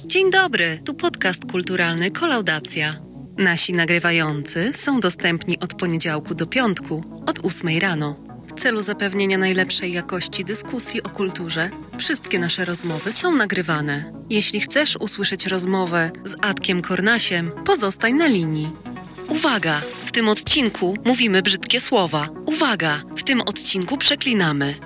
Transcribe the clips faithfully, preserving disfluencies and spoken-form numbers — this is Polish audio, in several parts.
Dzień dobry, tu podcast kulturalny Kolaudacja. Nasi nagrywający są dostępni od poniedziałku do piątku, od ósmej rano. W celu zapewnienia najlepszej jakości dyskusji o kulturze, wszystkie nasze rozmowy są nagrywane. Jeśli chcesz usłyszeć rozmowę z Adkiem Kornasiem, pozostań na linii. Uwaga! W tym odcinku mówimy brzydkie słowa. Uwaga! W tym odcinku przeklinamy.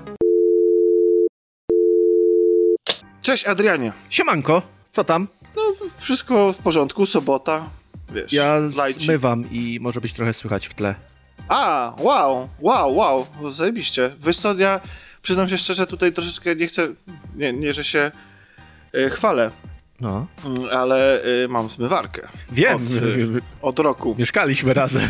Cześć Adrianie. Siemanko, co tam? No, wszystko w porządku, sobota, wiesz. Ja lajci. zmywam i może być trochę słychać w tle. A, wow, wow, wow, zajebiście. Wiesz co, ja przyznam się szczerze, tutaj troszeczkę nie chcę, nie, nie że się y, chwalę, No. ale y, mam zmywarkę. Wiem. Od, y, od roku. Mieszkaliśmy razem.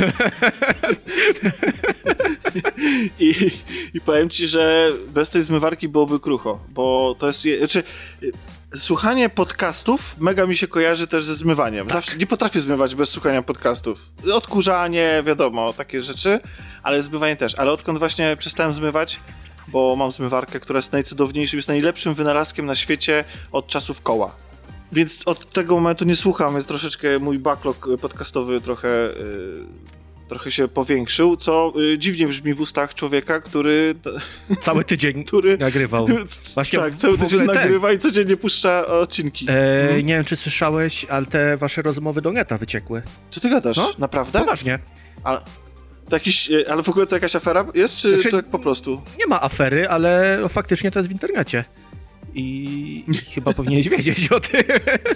I, I powiem ci, że bez tej zmywarki byłoby krucho, bo to jest, znaczy, słuchanie podcastów mega mi się kojarzy też ze zmywaniem. Tak. Zawsze nie potrafię zmywać bez słuchania podcastów. Odkurzanie, wiadomo, takie rzeczy, ale zmywanie też. Ale odkąd właśnie przestałem zmywać, bo mam zmywarkę, która jest najcudowniejszym, jest najlepszym wynalazkiem na świecie od czasów koła. Więc od tego momentu nie słucham, jest troszeczkę mój backlog podcastowy trochę... Yy, trochę się powiększył, co y, dziwnie brzmi w ustach człowieka, który... Cały tydzień który, nagrywał. Właśnie tak, cały tydzień nagrywa ten. I codziennie puszcza odcinki. E, hmm. Nie wiem, czy słyszałeś, ale te wasze rozmowy do neta wyciekły. Co ty gadasz? No? Naprawdę? Poważnie. A, to jakiś, ale w ogóle to jakaś afera jest, czy znaczy, to tak po prostu? Nie ma afery, ale faktycznie to jest w internecie. I, i chyba powinieneś wiedzieć o tym.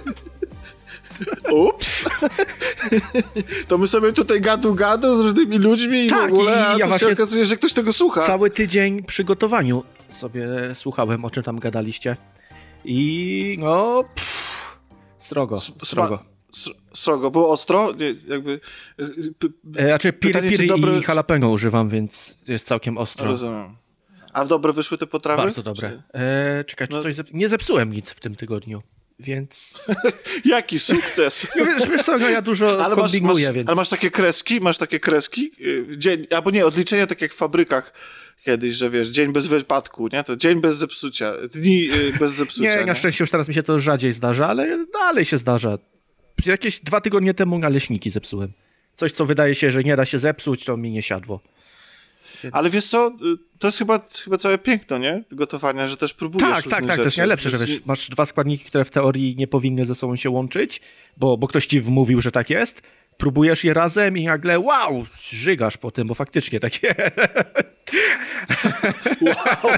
Ups. To my sobie tutaj gadu gadu z różnymi ludźmi tak, i w ogóle, a i ja to się okazuje, że ktoś tego słucha. Cały tydzień przygotowaniu sobie słuchałem, o czym tam gadaliście. I no... Pff, srogo, srogo. Srogo, było ostro? Nie, jakby... E, znaczy piri piri dobre... i jalapeno używam, więc jest całkiem ostro. Rozumiem. A dobre wyszły te potrawy? Bardzo dobre. E, czekaj, czy no. coś... Zep... Nie zepsułem nic w tym tygodniu. Więc... Jaki sukces! No wiesz, wiesz co, no ja dużo ale kombinuję, masz, więc... Ale masz takie kreski? Masz takie kreski? Dzień, albo nie, odliczenia tak jak w fabrykach kiedyś, że wiesz, dzień bez wypadku, nie? To dzień bez zepsucia, dni bez zepsucia. Nie, nie, na szczęście już teraz mi się to rzadziej zdarza, ale dalej się zdarza. Jakieś dwa tygodnie temu naleśniki zepsułem. Coś, co wydaje się, że nie da się zepsuć, to mi nie siadło. Więc... Ale wiesz co, to jest chyba, chyba całe piękno, nie? Gotowania, że też próbujesz Tak, tak, tak, rzeczy. To jest najlepsze, że wiesz, masz dwa składniki, które w teorii nie powinny ze sobą się łączyć, bo, bo ktoś ci wmówił, że tak jest, próbujesz je razem i nagle wow, żygasz po tym, bo faktycznie takie... Wow.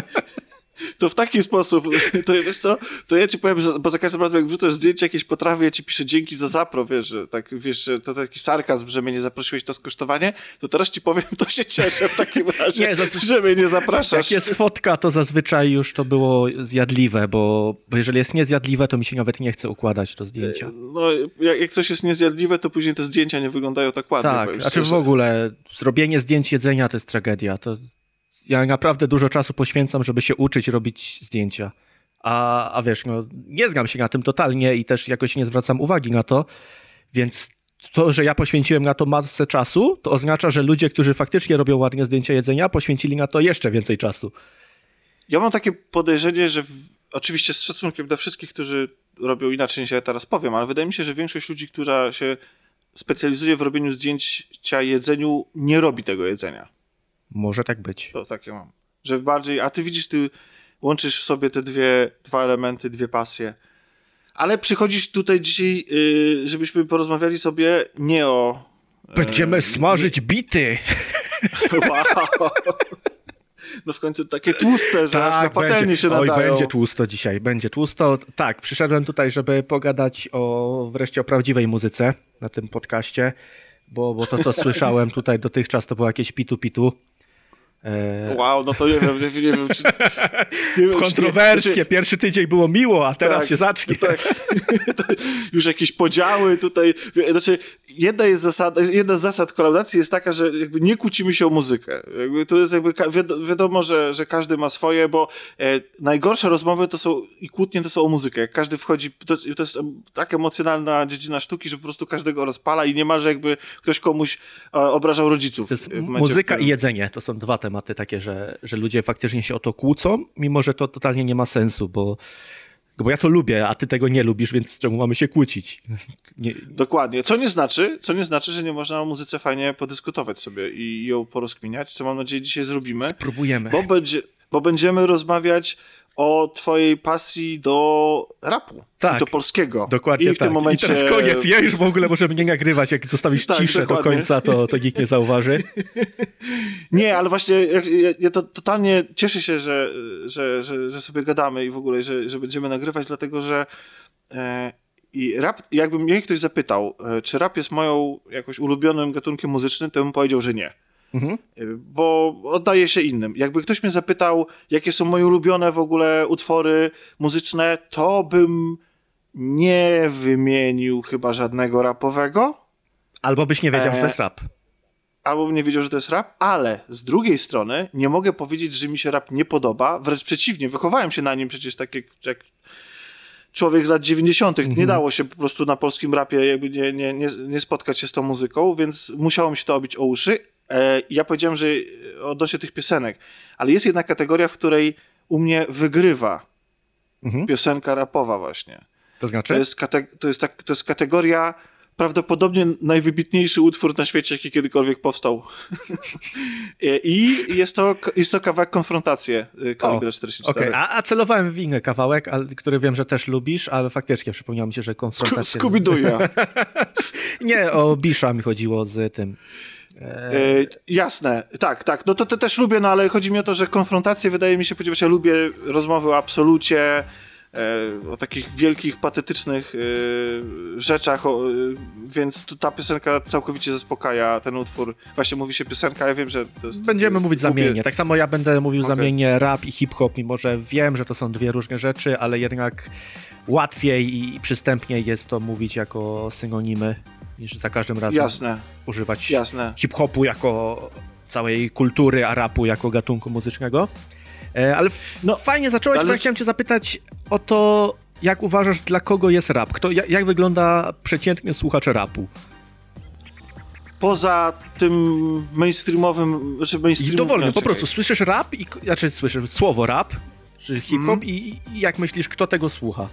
To w taki sposób, to wiesz co, to ja ci powiem, że, bo za każdym razem jak wrzucasz zdjęcie jakiejś potrawy, ja ci piszę dzięki za zapro, wiesz, że tak, wiesz, że to taki sarkazm, że mnie nie zaprosiłeś na skosztowanie, to teraz ci powiem, to się cieszę w takim razie, nie, za, że mnie nie zapraszasz. Jak jest fotka, to zazwyczaj już to było zjadliwe, bo, bo jeżeli jest niezjadliwe, to mi się nawet nie chce układać do zdjęcia. No, jak, jak coś jest niezjadliwe, to później te zdjęcia nie wyglądają tak ładnie. Tak, znaczy w ogóle zrobienie zdjęć jedzenia to jest tragedia, to... Ja naprawdę dużo czasu poświęcam, żeby się uczyć robić zdjęcia. A, a wiesz, no, nie znam się na tym totalnie i też jakoś nie zwracam uwagi na to, więc to, że ja poświęciłem na to masę czasu, to oznacza, że ludzie, którzy faktycznie robią ładnie zdjęcia jedzenia, poświęcili na to jeszcze więcej czasu. Ja mam takie podejrzenie, że w, oczywiście z szacunkiem dla wszystkich, którzy robią inaczej niż ja teraz powiem, ale wydaje mi się, że większość ludzi, która się specjalizuje w robieniu zdjęcia jedzeniu, nie robi tego jedzenia. Może tak być. To takie mam. Że bardziej, a ty widzisz, ty łączysz w sobie te dwie, dwa elementy, dwie pasje. Ale przychodzisz tutaj dzisiaj, yy, żebyśmy porozmawiali sobie nie o... Yy, Będziemy smażyć nie... bity. Wow. No w końcu takie tłuste, że tak, aż na patelni będzie, się nadają. Oj, będzie tłusto dzisiaj, będzie tłusto. Tak, przyszedłem tutaj, żeby pogadać o wreszcie o prawdziwej muzyce na tym podcaście, bo, bo to, co słyszałem tutaj dotychczas, to było jakieś pitu-pitu. Wow, no to nie wiem, nie, nie wiem, czy... Nie wiem, kontrowerskie, czy nie, pierwszy tydzień było miło, a teraz tak, się zacznie. Tak. Już jakieś podziały tutaj, znaczy jedna, jest zasada, jedna z zasad kolaudacji jest taka, że jakby nie kłócimy się o muzykę. Jakby to jest jakby wi- wiadomo, że, że każdy ma swoje, bo e, najgorsze rozmowy to są i kłótnie to są o muzykę. Jak każdy wchodzi, to, to jest tak emocjonalna dziedzina sztuki, że po prostu każdego rozpala i nie ma, że jakby ktoś komuś e, obrażał rodziców. To jest muzyka i jedzenie, to są dwa tematy takie, że, że ludzie faktycznie się o to kłócą, mimo że to totalnie nie ma sensu, bo Bo ja to lubię, a ty tego nie lubisz, więc czemu mamy się kłócić? Nie... Dokładnie. Co nie znaczy, co nie znaczy, że nie można o muzyce fajnie podyskutować sobie i ją porozkminiać, co mam nadzieję dzisiaj zrobimy. Spróbujemy. Bo, będzie, bo będziemy rozmawiać o twojej pasji do rapu. Tak. I do polskiego. Dokładnie I w tak. tym momencie... I teraz koniec. Ja już w ogóle możemy nie nagrywać. Jak zostawisz tak, ciszę dokładnie. do końca, to, to nikt nie zauważy. Nie, ale właśnie ja, ja, ja to totalnie cieszę się, że, że, że, że sobie gadamy i w ogóle, że, że będziemy nagrywać, dlatego że e, i rap, jakby mnie ktoś zapytał, e, czy rap jest moją jakoś ulubionym gatunkiem muzycznym, to bym powiedział, że nie. Mhm. Bo oddaję się innym. Jakby ktoś mnie zapytał, jakie są moje ulubione w ogóle utwory muzyczne, to bym nie wymienił chyba żadnego rapowego. Albo byś nie wiedział, e... że to jest rap. Albo bym nie wiedział, że to jest rap, ale z drugiej strony nie mogę powiedzieć, że mi się rap nie podoba, wręcz przeciwnie, wychowałem się na nim przecież tak jak, jak człowiek z lat dziewięćdziesiątych. Mhm. Nie dało się po prostu na polskim rapie jakby nie, nie, nie, nie spotkać się z tą muzyką, więc musiało mi się to obić o uszy. E, ja powiedziałem, że odnośnie tych piosenek, ale jest jedna kategoria, w której u mnie wygrywa mhm. piosenka rapowa właśnie. To znaczy? To jest, kate- to jest, tak, to jest kategoria prawdopodobnie najwybitniejszy utwór na świecie, jaki kiedykolwiek powstał. I jest to, jest to kawałek Konfrontacje Kalibra czterdzieści cztery. Okay. A, a celowałem w inny kawałek, ale, który wiem, że też lubisz, ale faktycznie przypomniało mi się, że Konfrontacje... Scooby-Dooya. Nie, o Bisha mi chodziło z tym. E, jasne, tak, tak. No to, to też lubię, no ale chodzi mi o to, że Konfrontacje wydaje mi się, ponieważ ja lubię rozmowy o absolucie, o takich wielkich, patetycznych y, rzeczach, o, y, więc ta piosenka całkowicie zaspokaja ten utwór. Właśnie mówi się piosenka, ja wiem, że to jest... Będziemy mówić zamiennie. Tak samo ja będę mówił okay. zamiennie rap i hip-hop, mimo że wiem, że to są dwie różne rzeczy, ale jednak łatwiej i przystępniej jest to mówić jako synonimy, niż za każdym razem Jasne. używać Jasne. hip-hopu jako całej kultury, a rapu jako gatunku muzycznego. Ale no, fajnie zacząłeś, ale... bo ja chciałem cię zapytać o to, jak uważasz, dla kogo jest rap? Kto, jak, jak wygląda przeciętny słuchacz rapu? Poza tym mainstreamowym, znaczy mainstreamowym... Dowolny, po prostu słyszysz rap, i, znaczy słyszysz słowo rap, czy hip-hop mm. i, i jak myślisz, kto tego słucha?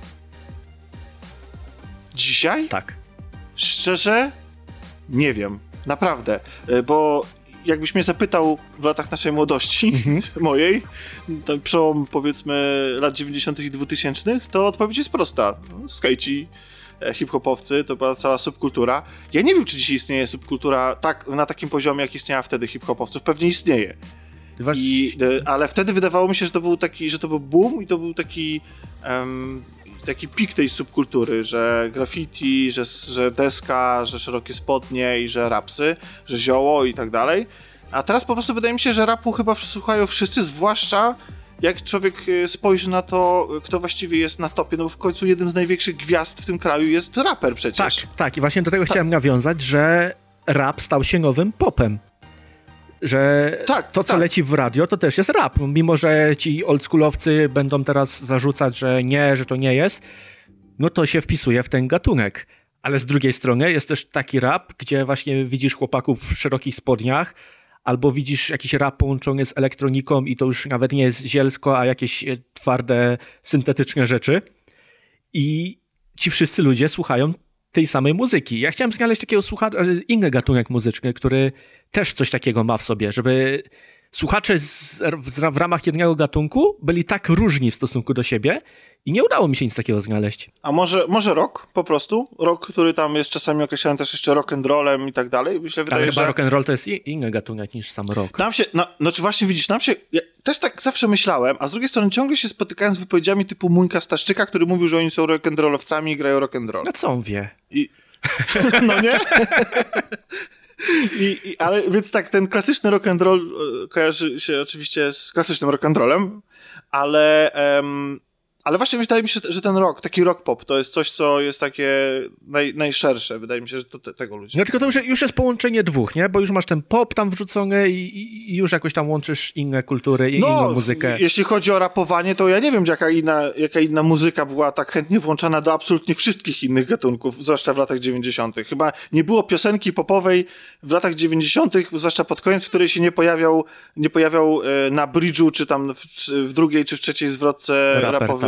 Dzisiaj? Tak. Szczerze? Nie wiem. Naprawdę. Bo... Jakbyś mnie zapytał w latach naszej młodości, mm-hmm. mojej, tam przełom powiedzmy lat dziewięćdziesiątych i dwutysięcznych, to odpowiedź jest prosta. No, skejci, hip-hopowcy, to była cała subkultura. Ja nie wiem, czy dzisiaj istnieje subkultura tak, na takim poziomie, jak istniała wtedy hip-hopowców. Pewnie istnieje. Was... I, ale wtedy wydawało mi się, że to był taki, że to był boom i to był taki... Um, taki pik tej subkultury, że graffiti, że, że deska, że szerokie spodnie i że rapsy, że zioło i tak dalej. A teraz po prostu wydaje mi się, że rapu chyba słuchają wszyscy, zwłaszcza jak człowiek spojrzy na to, kto właściwie jest na topie, no bo w końcu jednym z największych gwiazd w tym kraju jest raper przecież. Tak, tak. I właśnie do tego tak. chciałem nawiązać, że rap stał się nowym popem. Że tak, to, co tak. leci w radio, to też jest rap. Mimo że ci oldschoolowcy będą teraz zarzucać, że nie, że to nie jest, no to się wpisuje w ten gatunek. Ale z drugiej strony jest też taki rap, gdzie właśnie widzisz chłopaków w szerokich spodniach, albo widzisz jakiś rap połączony z elektroniką i to już nawet nie jest zielsko, a jakieś twarde, syntetyczne rzeczy. I ci wszyscy ludzie słuchają tej samej muzyki. Ja chciałem znaleźć takiego słuchacza, inny gatunek muzyczny, który też coś takiego ma w sobie, żeby słuchacze z, z, w ramach jednego gatunku byli tak różni w stosunku do siebie i nie udało mi się nic takiego znaleźć. A może, może rock po prostu? Rock, który tam jest czasami określany też jeszcze rock'n'rollem i tak dalej? Myślę, wydaje, Ale chyba że... rock'n'roll to jest inny gatunek niż sam rock. Nam się, no, no czy właśnie widzisz, nam się, ja też tak zawsze myślałem, a z drugiej strony ciągle się spotykałem z wypowiedziami typu Muńka Staszczyka, który mówił, że oni są rock'n'rollowcami i grają rock'n'roll. No co on wie? I... no nie? I, i, ale więc tak, ten klasyczny rock'n'roll kojarzy się oczywiście z klasycznym rock'n'rollem, ale, um, ale właśnie wydaje mi się, że ten rock, taki rock pop, to jest coś, co jest takie naj, najszersze. Wydaje mi się, że to te, tego ludzie. No tylko to już, już jest połączenie dwóch, nie? Bo już masz ten pop tam wrzucony i, i, i już jakoś tam łączysz inne kultury i no, inną muzykę. Jeśli chodzi o rapowanie, to ja nie wiem, jaka inna, jaka inna muzyka była tak chętnie włączana do absolutnie wszystkich innych gatunków, zwłaszcza w latach dziewięćdziesiątych. Chyba nie było piosenki popowej w latach dziewięćdziesiątych, zwłaszcza pod koniec, w której się nie pojawiał, nie pojawiał e, na bridge'u, czy tam w, w drugiej, czy w trzeciej zwrotce Raper, rapowy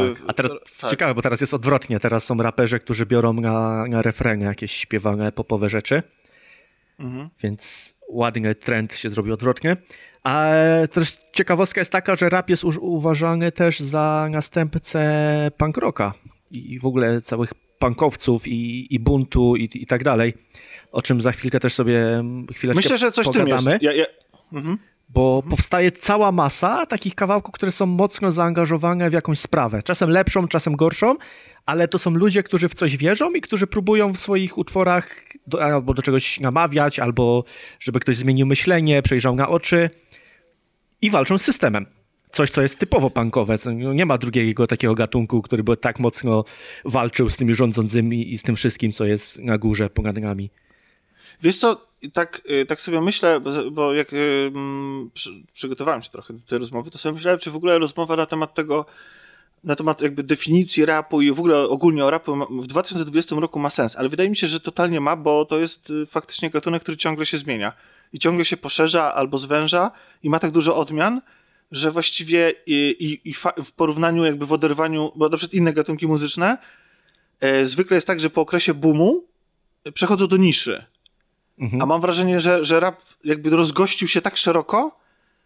A teraz tak. Ciekawe, bo teraz jest odwrotnie. Teraz są raperzy, którzy biorą na, na refreny jakieś śpiewane popowe rzeczy. Mhm. Więc ładny trend się zrobił odwrotnie. A też ciekawostka jest taka, że rap jest u- uważany też za następcę punk rocka i w ogóle całych punkowców i, i buntu i, i tak dalej, o czym za chwilkę też sobie chwileczkę Myślę, że coś pogadamy, tym jest. Ja, ja... Mhm. Bo mhm. powstaje cała masa takich kawałków, które są mocno zaangażowane w jakąś sprawę. Czasem lepszą, czasem gorszą, ale to są ludzie, którzy w coś wierzą i którzy próbują w swoich utworach do, albo do czegoś namawiać, albo żeby ktoś zmienił myślenie, przejrzał na oczy i walczą z systemem. Coś, co jest typowo punkowe. Nie ma drugiego takiego gatunku, który by tak mocno walczył z tymi rządzącymi i z tym wszystkim, co jest na górze ponad nami. Wiesz co, tak, tak sobie myślę, bo jak um, przy, przygotowałem się trochę do tej rozmowy, to sobie myślałem, czy w ogóle rozmowa na temat tego, na temat jakby definicji rapu i w ogóle ogólnie o rapu w dwa tysiące dwudziestym roku ma sens, ale wydaje mi się, że totalnie ma, bo to jest faktycznie gatunek, który ciągle się zmienia i ciągle się poszerza albo zwęża i ma tak dużo odmian, że właściwie i, i, i fa- w porównaniu jakby w oderwaniu, bo na przykład inne gatunki muzyczne, e, zwykle jest tak, że po okresie boomu przechodzą do niszy. Mhm. A mam wrażenie, że, że rap jakby rozgościł się tak szeroko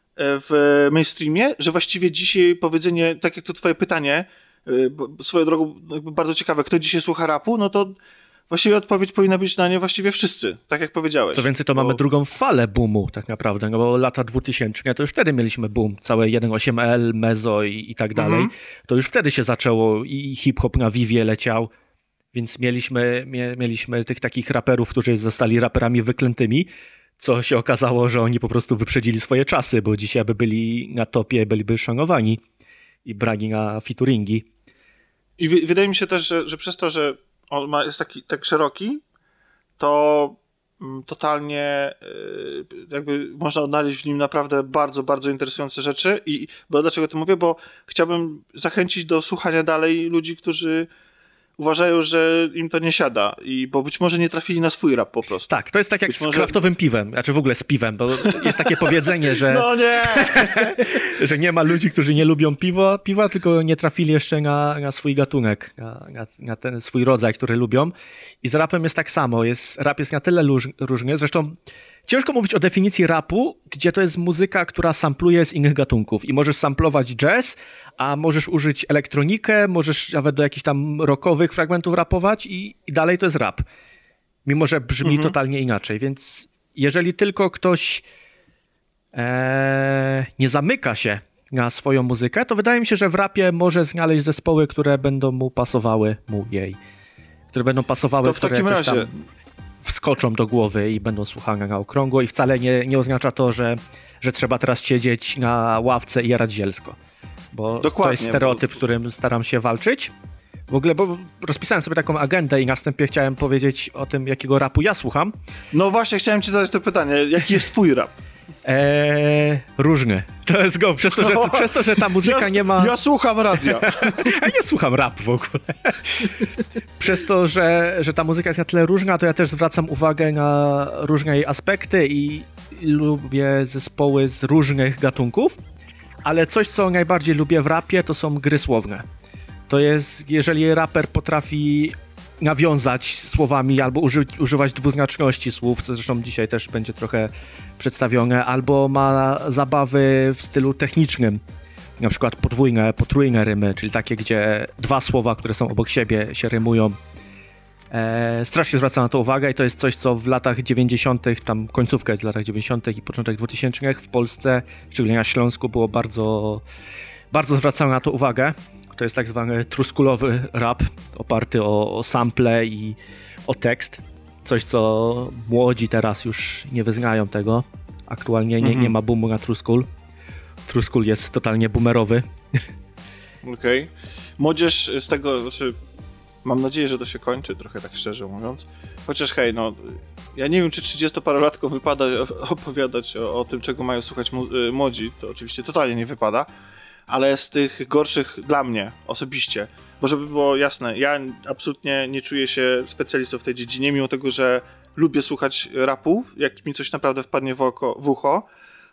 w mainstreamie, że właściwie dzisiaj powiedzenie, tak jak to twoje pytanie, swoją drogą jakby bardzo ciekawe, kto dzisiaj słucha rapu, no to właściwie odpowiedź powinna być na nie właściwie wszyscy, tak jak powiedziałeś. Co więcej, to bo... mamy drugą falę boomu tak naprawdę, no bo lata dwutysięczne to już wtedy mieliśmy boom, całe jeden osiem L, Mezo i, i tak dalej. Mhm. To już wtedy się zaczęło i hip-hop na Vivie leciał, więc mieliśmy, mie, mieliśmy tych takich raperów, którzy zostali raperami wyklętymi, co się okazało, że oni po prostu wyprzedzili swoje czasy, bo dzisiaj by byli na topie, byliby szanowani i brani na featuringi. I w, wydaje mi się też, że, że przez to, że on ma, jest taki tak szeroki, to mm, totalnie y, jakby można odnaleźć w nim naprawdę bardzo, bardzo interesujące rzeczy. I bo dlaczego to mówię? Bo chciałbym zachęcić do słuchania dalej ludzi, którzy uważają, że im to nie siada, i bo być może nie trafili na swój rap po prostu. Tak, to jest tak jak być z może... kraftowym piwem, znaczy w ogóle z piwem, bo jest takie powiedzenie, że no nie! że nie ma ludzi, którzy nie lubią piwa, piwa tylko nie trafili jeszcze na, na swój gatunek, na, na, na ten swój rodzaj, który lubią. I z rapem jest tak samo, jest, rap jest na tyle róż, różny, zresztą ciężko mówić o definicji rapu, gdzie to jest muzyka, która sampluje z innych gatunków i możesz samplować jazz, a możesz użyć elektronikę, możesz nawet do jakichś tam rockowych fragmentów rapować i, i dalej to jest rap. Mimo że brzmi mhm. totalnie inaczej, więc jeżeli tylko ktoś e, nie zamyka się na swoją muzykę, to wydaje mi się, że w rapie może znaleźć zespoły, które będą mu pasowały, mu jej, które będą pasowały, to w które takim razie tam wskoczą do głowy i będą słuchane na okrągło i wcale nie, nie oznacza to, że, że trzeba teraz siedzieć na ławce i jarać zielsko. Bo Dokładnie, to jest stereotyp, bo... z którym staram się walczyć. W ogóle, bo rozpisałem sobie taką agendę i na wstępie chciałem powiedzieć o tym, jakiego rapu ja słucham. No właśnie, chciałem ci zadać to pytanie. Jaki jest twój rap? Eee, różny. To jest go. Przez to, że, no, przez to, że ta muzyka ja, nie ma... Ja słucham radia. Ja nie słucham rap w ogóle. Przez to, że, że ta muzyka jest na tyle różna, to ja też zwracam uwagę na różne jej aspekty i lubię zespoły z różnych gatunków, ale coś, co najbardziej lubię w rapie, to są gry słowne. To jest, jeżeli raper potrafi nawiązać słowami albo uży, używać dwuznaczności słów, co zresztą dzisiaj też będzie trochę przedstawione, albo ma zabawy w stylu technicznym, na przykład podwójne, potrójne rymy, czyli takie, gdzie dwa słowa, które są obok siebie, się rymują. E, strasznie zwracam na to uwagę i to jest coś, co w latach dziewięćdziesiątych, tam końcówkę w latach dziewięćdziesiątych i początek dwutysięcznych w Polsce, szczególnie na Śląsku, było bardzo, bardzo zwracam na to uwagę. To jest tak zwany truskulowy rap, oparty o, o sample i o tekst. Coś, co młodzi teraz już nie wyznają tego. Aktualnie nie, mhm. nie ma boomu na truskul. Truskul jest totalnie boomerowy. Okej. Okay. Młodzież z tego, znaczy mam nadzieję, że to się kończy, trochę tak szczerze mówiąc. Chociaż hej, no ja nie wiem, czy trzydziestoparolatkom wypada opowiadać o, o tym, czego mają słuchać mu- młodzi. To oczywiście totalnie nie wypada. Ale z tych gorszych dla mnie osobiście, bo żeby było jasne, ja absolutnie nie czuję się specjalistą w tej dziedzinie, mimo tego, że lubię słuchać rapu, jak mi coś naprawdę wpadnie w, oko, w ucho,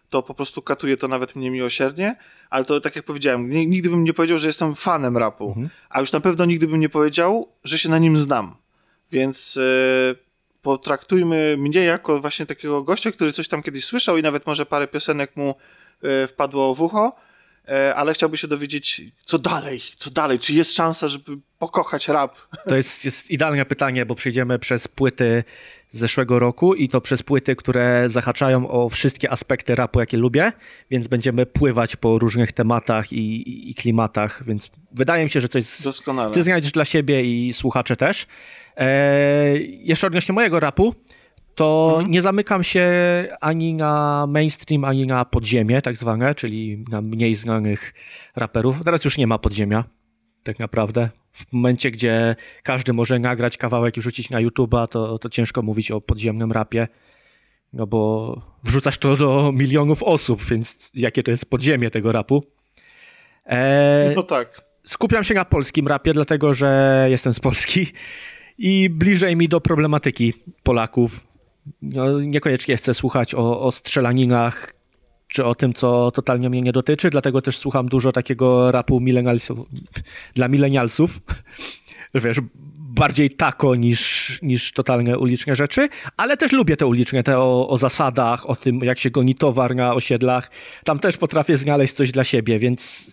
to po prostu katuję to nawet mnie miłosiernie, ale to tak jak powiedziałem, nigdy bym nie powiedział, że jestem fanem rapu, mhm. a już na pewno nigdy bym nie powiedział, że się na nim znam. Więc e, potraktujmy mnie jako właśnie takiego gościa, który coś tam kiedyś słyszał i nawet może parę piosenek mu e, wpadło w ucho, e, ale chciałby się dowiedzieć, co dalej, co dalej, czy jest szansa, żeby pokochać rap? To jest, jest idealne pytanie, bo przejdziemy przez płyty z zeszłego roku i to przez płyty, które zahaczają o wszystkie aspekty rapu, jakie lubię, więc będziemy pływać po różnych tematach i, i, i klimatach, więc wydaje mi się, że coś Doskonale. ty znajdziesz dla siebie i słuchacze też. Eee, jeszcze odnośnie mojego rapu, to mhm. nie zamykam się ani na mainstream, ani na podziemie tak zwane, czyli na mniej znanych raperów. Teraz już nie ma podziemia, tak naprawdę. W momencie, gdzie każdy może nagrać kawałek i wrzucić na YouTube'a, to, to ciężko mówić o podziemnym rapie, no bo wrzucasz to do milionów osób, więc jakie to jest podziemie tego rapu. E, no tak. Skupiam się na polskim rapie, dlatego że jestem z Polski i bliżej mi do problematyki Polaków. No, niekoniecznie chcę słuchać o, o strzelaninach, czy o tym, co totalnie mnie nie dotyczy, dlatego też słucham dużo takiego rapu milenialsów, dla milenialsów, wiesz, bardziej tako niż, niż totalnie uliczne rzeczy, ale też lubię te uliczne, te o, o zasadach, o tym, jak się goni towar na osiedlach. Tam też potrafię znaleźć coś dla siebie, więc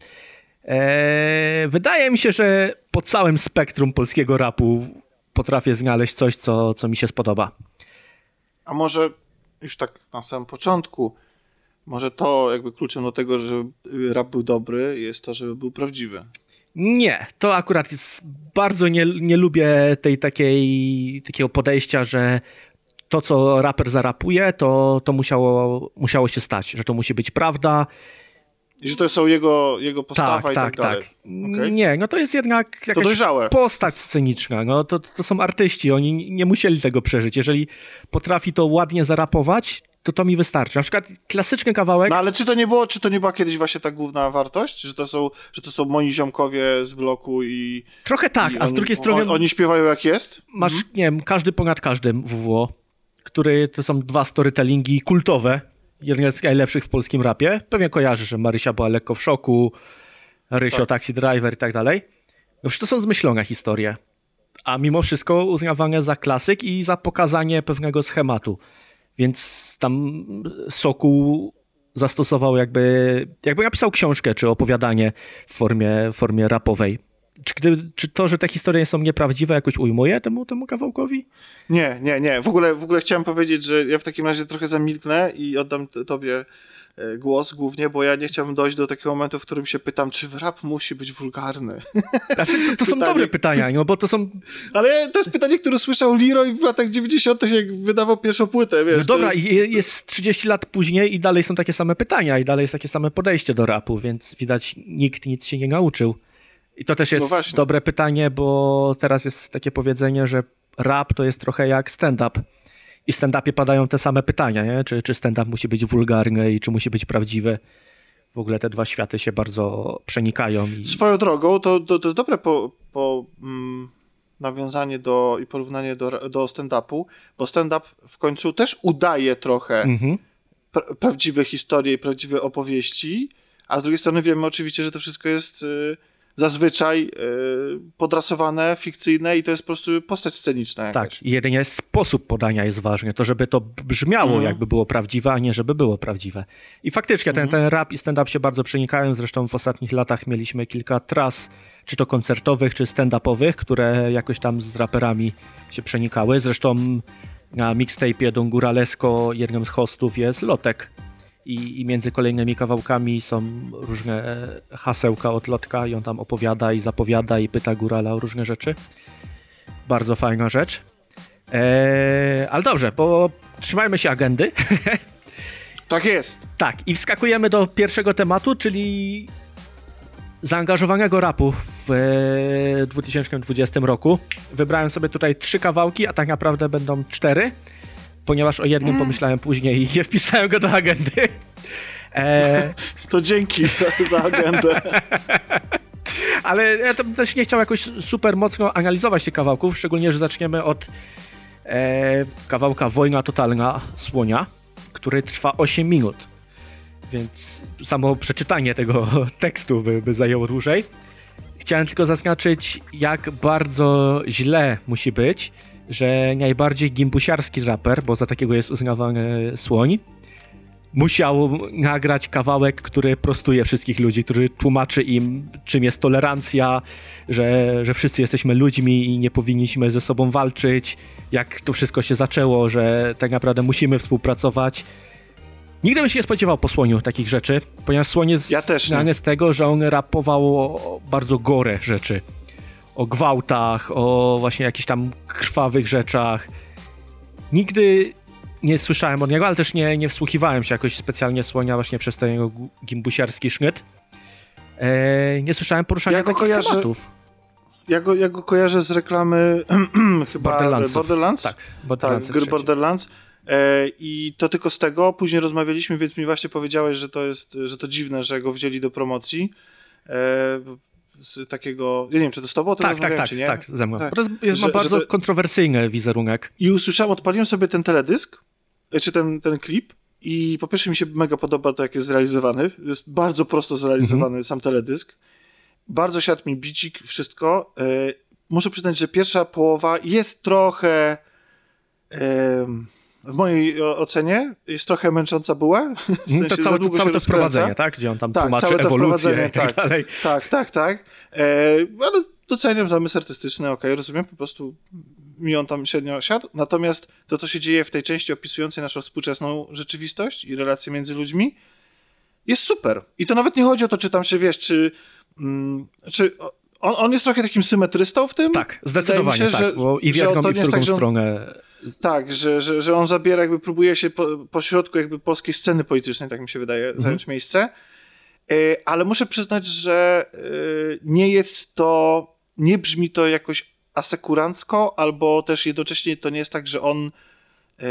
e, wydaje mi się, że po całym spektrum polskiego rapu potrafię znaleźć coś, co, co mi się spodoba. A może już tak na samym początku, może to jakby kluczem do tego, żeby rap był dobry, jest to, żeby był prawdziwy. Nie, to akurat jest, bardzo nie, nie lubię tej takiej, takiego podejścia, że to, co raper zarapuje, to, to musiało, musiało się stać, że to musi być prawda. I że to są jego, jego postawa tak, i tak, tak dalej. Tak. Okay. Nie, no to jest jednak jakaś dojrzałe. postać sceniczna. No to, to są artyści, oni nie musieli tego przeżyć. Jeżeli potrafi to ładnie zarapować, to to mi wystarczy. Na przykład klasyczny kawałek... No ale czy to nie było, czy to nie była kiedyś właśnie ta główna wartość? Że to są, że to są moi ziomkowie z bloku i... Trochę tak, i a z oni, drugiej strony... On, oni śpiewają jak jest? Masz, mhm. nie wiem, każdy ponad każdym W W O, który to są dwa storytellingi kultowe, jeden z najlepszych w polskim rapie. Pewnie kojarzysz, że Marysia była lekko w szoku, Rysio, tak. Taxi Driver i tak dalej. No przecież to są zmyślone historie. A mimo wszystko uznawane za klasyk i za pokazanie pewnego schematu. Więc tam Sokół zastosował jakby, jakby napisał książkę czy opowiadanie w formie, w formie rapowej. Czy, gdy, czy to, że te historie są nieprawdziwe, jakoś ujmuje temu, temu kawałkowi? Nie, nie, nie. W ogóle, w ogóle chciałem powiedzieć, że ja w takim razie trochę zamilknę i oddam t- tobie głos głównie, bo ja nie chciałbym dojść do takiego momentu, w którym się pytam, czy rap musi być wulgarny. Znaczy, to, to są pytanie... dobre pytania, no bo to są... Ale to jest pytanie, które słyszał Leroy w latach dziewięćdziesiątych, jak wydawał pierwszą płytę, wiesz. No dobra, jest... jest trzydzieści lat później i dalej są takie same pytania i dalej jest takie same podejście do rapu, więc widać, nikt nic się nie nauczył. I to też jest no dobre pytanie, bo teraz jest takie powiedzenie, że rap to jest trochę jak stand-up. I w stand-upie padają te same pytania, nie? Czy, czy stand-up musi być wulgarny i czy musi być prawdziwy. W ogóle te dwa światy się bardzo przenikają. I... Swoją drogą, to, to, to jest dobre po, po mm, nawiązanie do i porównanie do, do stand-upu, bo stand-up w końcu też udaje trochę mm-hmm. pra- prawdziwe historie i prawdziwe opowieści, a z drugiej strony wiemy oczywiście, że to wszystko jest... Y- zazwyczaj yy, podrasowane, fikcyjne i to jest po prostu postać sceniczna jakaś. Tak, jedynie sposób podania jest ważny, to żeby to brzmiało mm. jakby było prawdziwe, a nie żeby było prawdziwe. I faktycznie mm. ten, ten rap i stand-up się bardzo przenikają, zresztą w ostatnich latach mieliśmy kilka tras, czy to koncertowych, czy stand-upowych, które jakoś tam z raperami się przenikały. Zresztą na mixtape'ie Don Góralesko jednym z hostów jest Lotek. I, I między kolejnymi kawałkami są różne hasełka od Lotka i on tam opowiada i zapowiada i pyta Górala o różne rzeczy. Bardzo fajna rzecz. Eee, ale dobrze, bo trzymajmy się agendy. Tak jest. Tak, i wskakujemy do pierwszego tematu, czyli zaangażowanego rapu w dwa tysiące dwudziestym roku. Wybrałem sobie tutaj trzy kawałki, a tak naprawdę będą cztery. Ponieważ o jednym pomyślałem później i nie wpisałem go do agendy. E... To dzięki za agendę. Ale ja to też nie chciał jakoś super mocno analizować tych kawałków, szczególnie, że zaczniemy od e, kawałka Wojna Totalna Słonia, który trwa osiem minut. więc samo przeczytanie tego tekstu by, by zajęło dłużej. Chciałem tylko zaznaczyć, jak bardzo źle musi być, że najbardziej gimbusiarski raper, bo za takiego jest uznawany Słoń, musiał nagrać kawałek, który prostuje wszystkich ludzi, który tłumaczy im, czym jest tolerancja, że, że wszyscy jesteśmy ludźmi i nie powinniśmy ze sobą walczyć, jak to wszystko się zaczęło, że tak naprawdę musimy współpracować. Nigdy bym się nie spodziewał po Słoniu takich rzeczy, ponieważ Słoń jest ja też znany z tego, że on rapował o bardzo gore rzeczy. O gwałtach, o właśnie jakichś tam krwawych rzeczach. Nigdy nie słyszałem od niego, ale też nie, nie wsłuchiwałem się jakoś specjalnie Słonia właśnie przez ten jego gimbusiarski sznyt. E, nie słyszałem poruszania ja takich kojarzę, tematów. Ja go, ja go kojarzę z reklamy chyba Borderlandsów. Borderlands. Tak, Borderlands. Tak, gry Borderlands. E, I to tylko z tego. Później rozmawialiśmy, więc mi właśnie powiedziałeś, że to jest, że to dziwne, że go wzięli do promocji. E, z takiego, ja nie wiem, czy to z tobą o tym tak, tak, tak, czy nie? tak, ze mną. Tak. Bo to jest, jest Że, ma bardzo to... kontrowersyjny wizerunek. I usłyszałem, odpaliłem sobie ten teledysk, czy ten, ten klip i po pierwsze mi się mega podoba to, jak jest zrealizowany. Jest bardzo prosto zrealizowany mm-hmm. sam teledysk. Bardzo siadł mi bicik, wszystko. E, muszę przyznać, że pierwsza połowa jest trochę e, w mojej ocenie jest trochę męcząca buła. W sensie to całe to, całe to wprowadzenie, tak? Gdzie on tam tak, tłumaczy ewolucję i tak, tak dalej. Tak, tak, tak. E, ale doceniam zamysł artystyczny, okej, okay, rozumiem, po prostu mi on tam średnio siadł. Natomiast to, co się dzieje w tej części opisującej naszą współczesną rzeczywistość i relacje między ludźmi, jest super. I to nawet nie chodzi o to, czy tam się, wiesz, czy... Mm, czy on, on jest trochę takim symetrystą w tym? Tak, zdecydowanie się, tak, że, bo i w jedną, i w drugą tak, stronę... Tak, że, że, że on zabiera, jakby próbuje się po, po środku jakby polskiej sceny politycznej, tak mi się wydaje, mhm. zająć miejsce. Y, ale muszę przyznać, że y, nie jest to, nie brzmi to jakoś asekurancko, albo też jednocześnie to nie jest tak, że on y,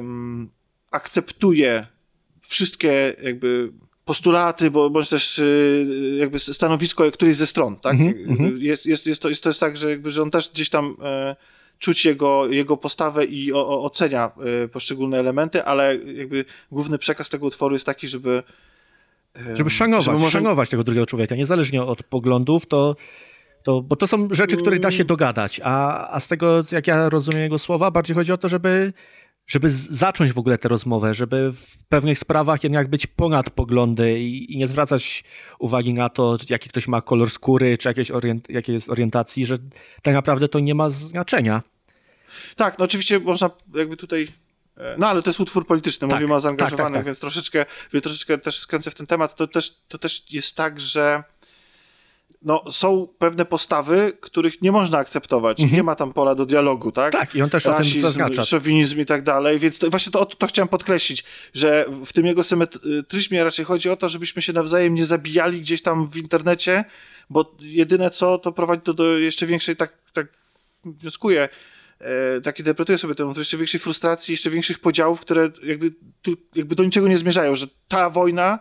akceptuje wszystkie jakby postulaty, bo, bądź też y, jakby stanowisko którejś ze stron, tak? Mm-hmm. Jest, jest, jest, to, jest to jest tak, że, jakby, że on też gdzieś tam y, czuć jego, jego postawę i o, o, ocenia y, poszczególne elementy, ale jakby główny przekaz tego utworu jest taki, żeby y, żeby szanować, żeby może... szanować tego drugiego człowieka, niezależnie od poglądów, to, to bo to są rzeczy, których da się dogadać, a, a z tego, jak ja rozumiem jego słowa, bardziej chodzi o to, żeby żeby zacząć w ogóle tę rozmowę, żeby w pewnych sprawach jednak być ponad poglądy i, i nie zwracać uwagi na to, jaki ktoś ma kolor skóry, czy jakieś orient, jakiej jest orientacji, że tak naprawdę to nie ma znaczenia. Tak, no oczywiście można jakby tutaj... No ale to jest utwór polityczny, tak, mówimy o zaangażowanych, tak, tak, tak. więc troszeczkę, więc troszeczkę też skręcę w ten temat. To też, to też jest tak, że no, są pewne postawy, których nie można akceptować. Mhm. Nie ma tam pola do dialogu, tak? Tak, i on też Rasizm, o tym zaznacza. Szowinizm i tak dalej, więc to, właśnie to, to chciałem podkreślić, że w tym jego symetryzmie raczej chodzi o to, żebyśmy się nawzajem nie zabijali gdzieś tam w internecie, bo jedyne co, to prowadzi to do jeszcze większej, tak, tak wnioskuję, e, tak interpretuję sobie tę, jeszcze większej frustracji, jeszcze większych podziałów, które jakby, jakby do niczego nie zmierzają, że ta wojna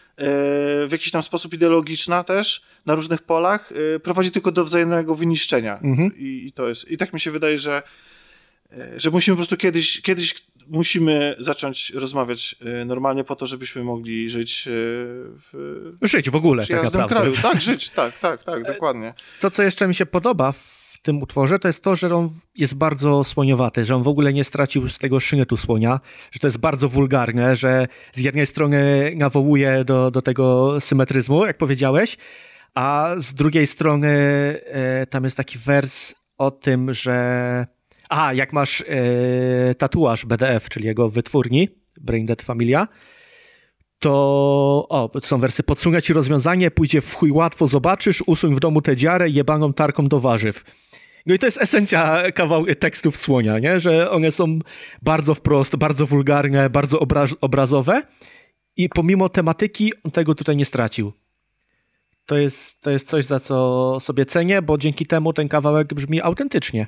w jakiś tam sposób ideologiczna też, na różnych polach, prowadzi tylko do wzajemnego wyniszczenia. Mhm. I, I to jest, i tak mi się wydaje, że, że musimy po prostu kiedyś, kiedyś musimy zacząć rozmawiać normalnie po to, żebyśmy mogli żyć w... Żyć w ogóle, tak naprawdę. Kraju. Tak, żyć, tak, tak, tak, dokładnie. To, co jeszcze mi się podoba w tym utworze, to jest to, że on jest bardzo słoniowaty, że on w ogóle nie stracił z tego sznytu słonia, że to jest bardzo wulgarne, że z jednej strony nawołuje do, do tego symetryzmu, jak powiedziałeś, a z drugiej strony e, tam jest taki wers o tym, że a, jak masz e, tatuaż B D F, czyli jego wytwórni, Brain Dead Familia, to o, to są wersy. Podsunę ci rozwiązanie, pójdzie w chuj łatwo, zobaczysz, usuń w domu tę dziarę, jebaną tarką do warzyw. No i to jest esencja kawał tekstów Słonia, nie? Że one są bardzo wprost, bardzo wulgarne, bardzo obraz- obrazowe i pomimo tematyki on tego tutaj nie stracił. To jest, to jest coś, za co sobie cenię, bo dzięki temu ten kawałek brzmi autentycznie.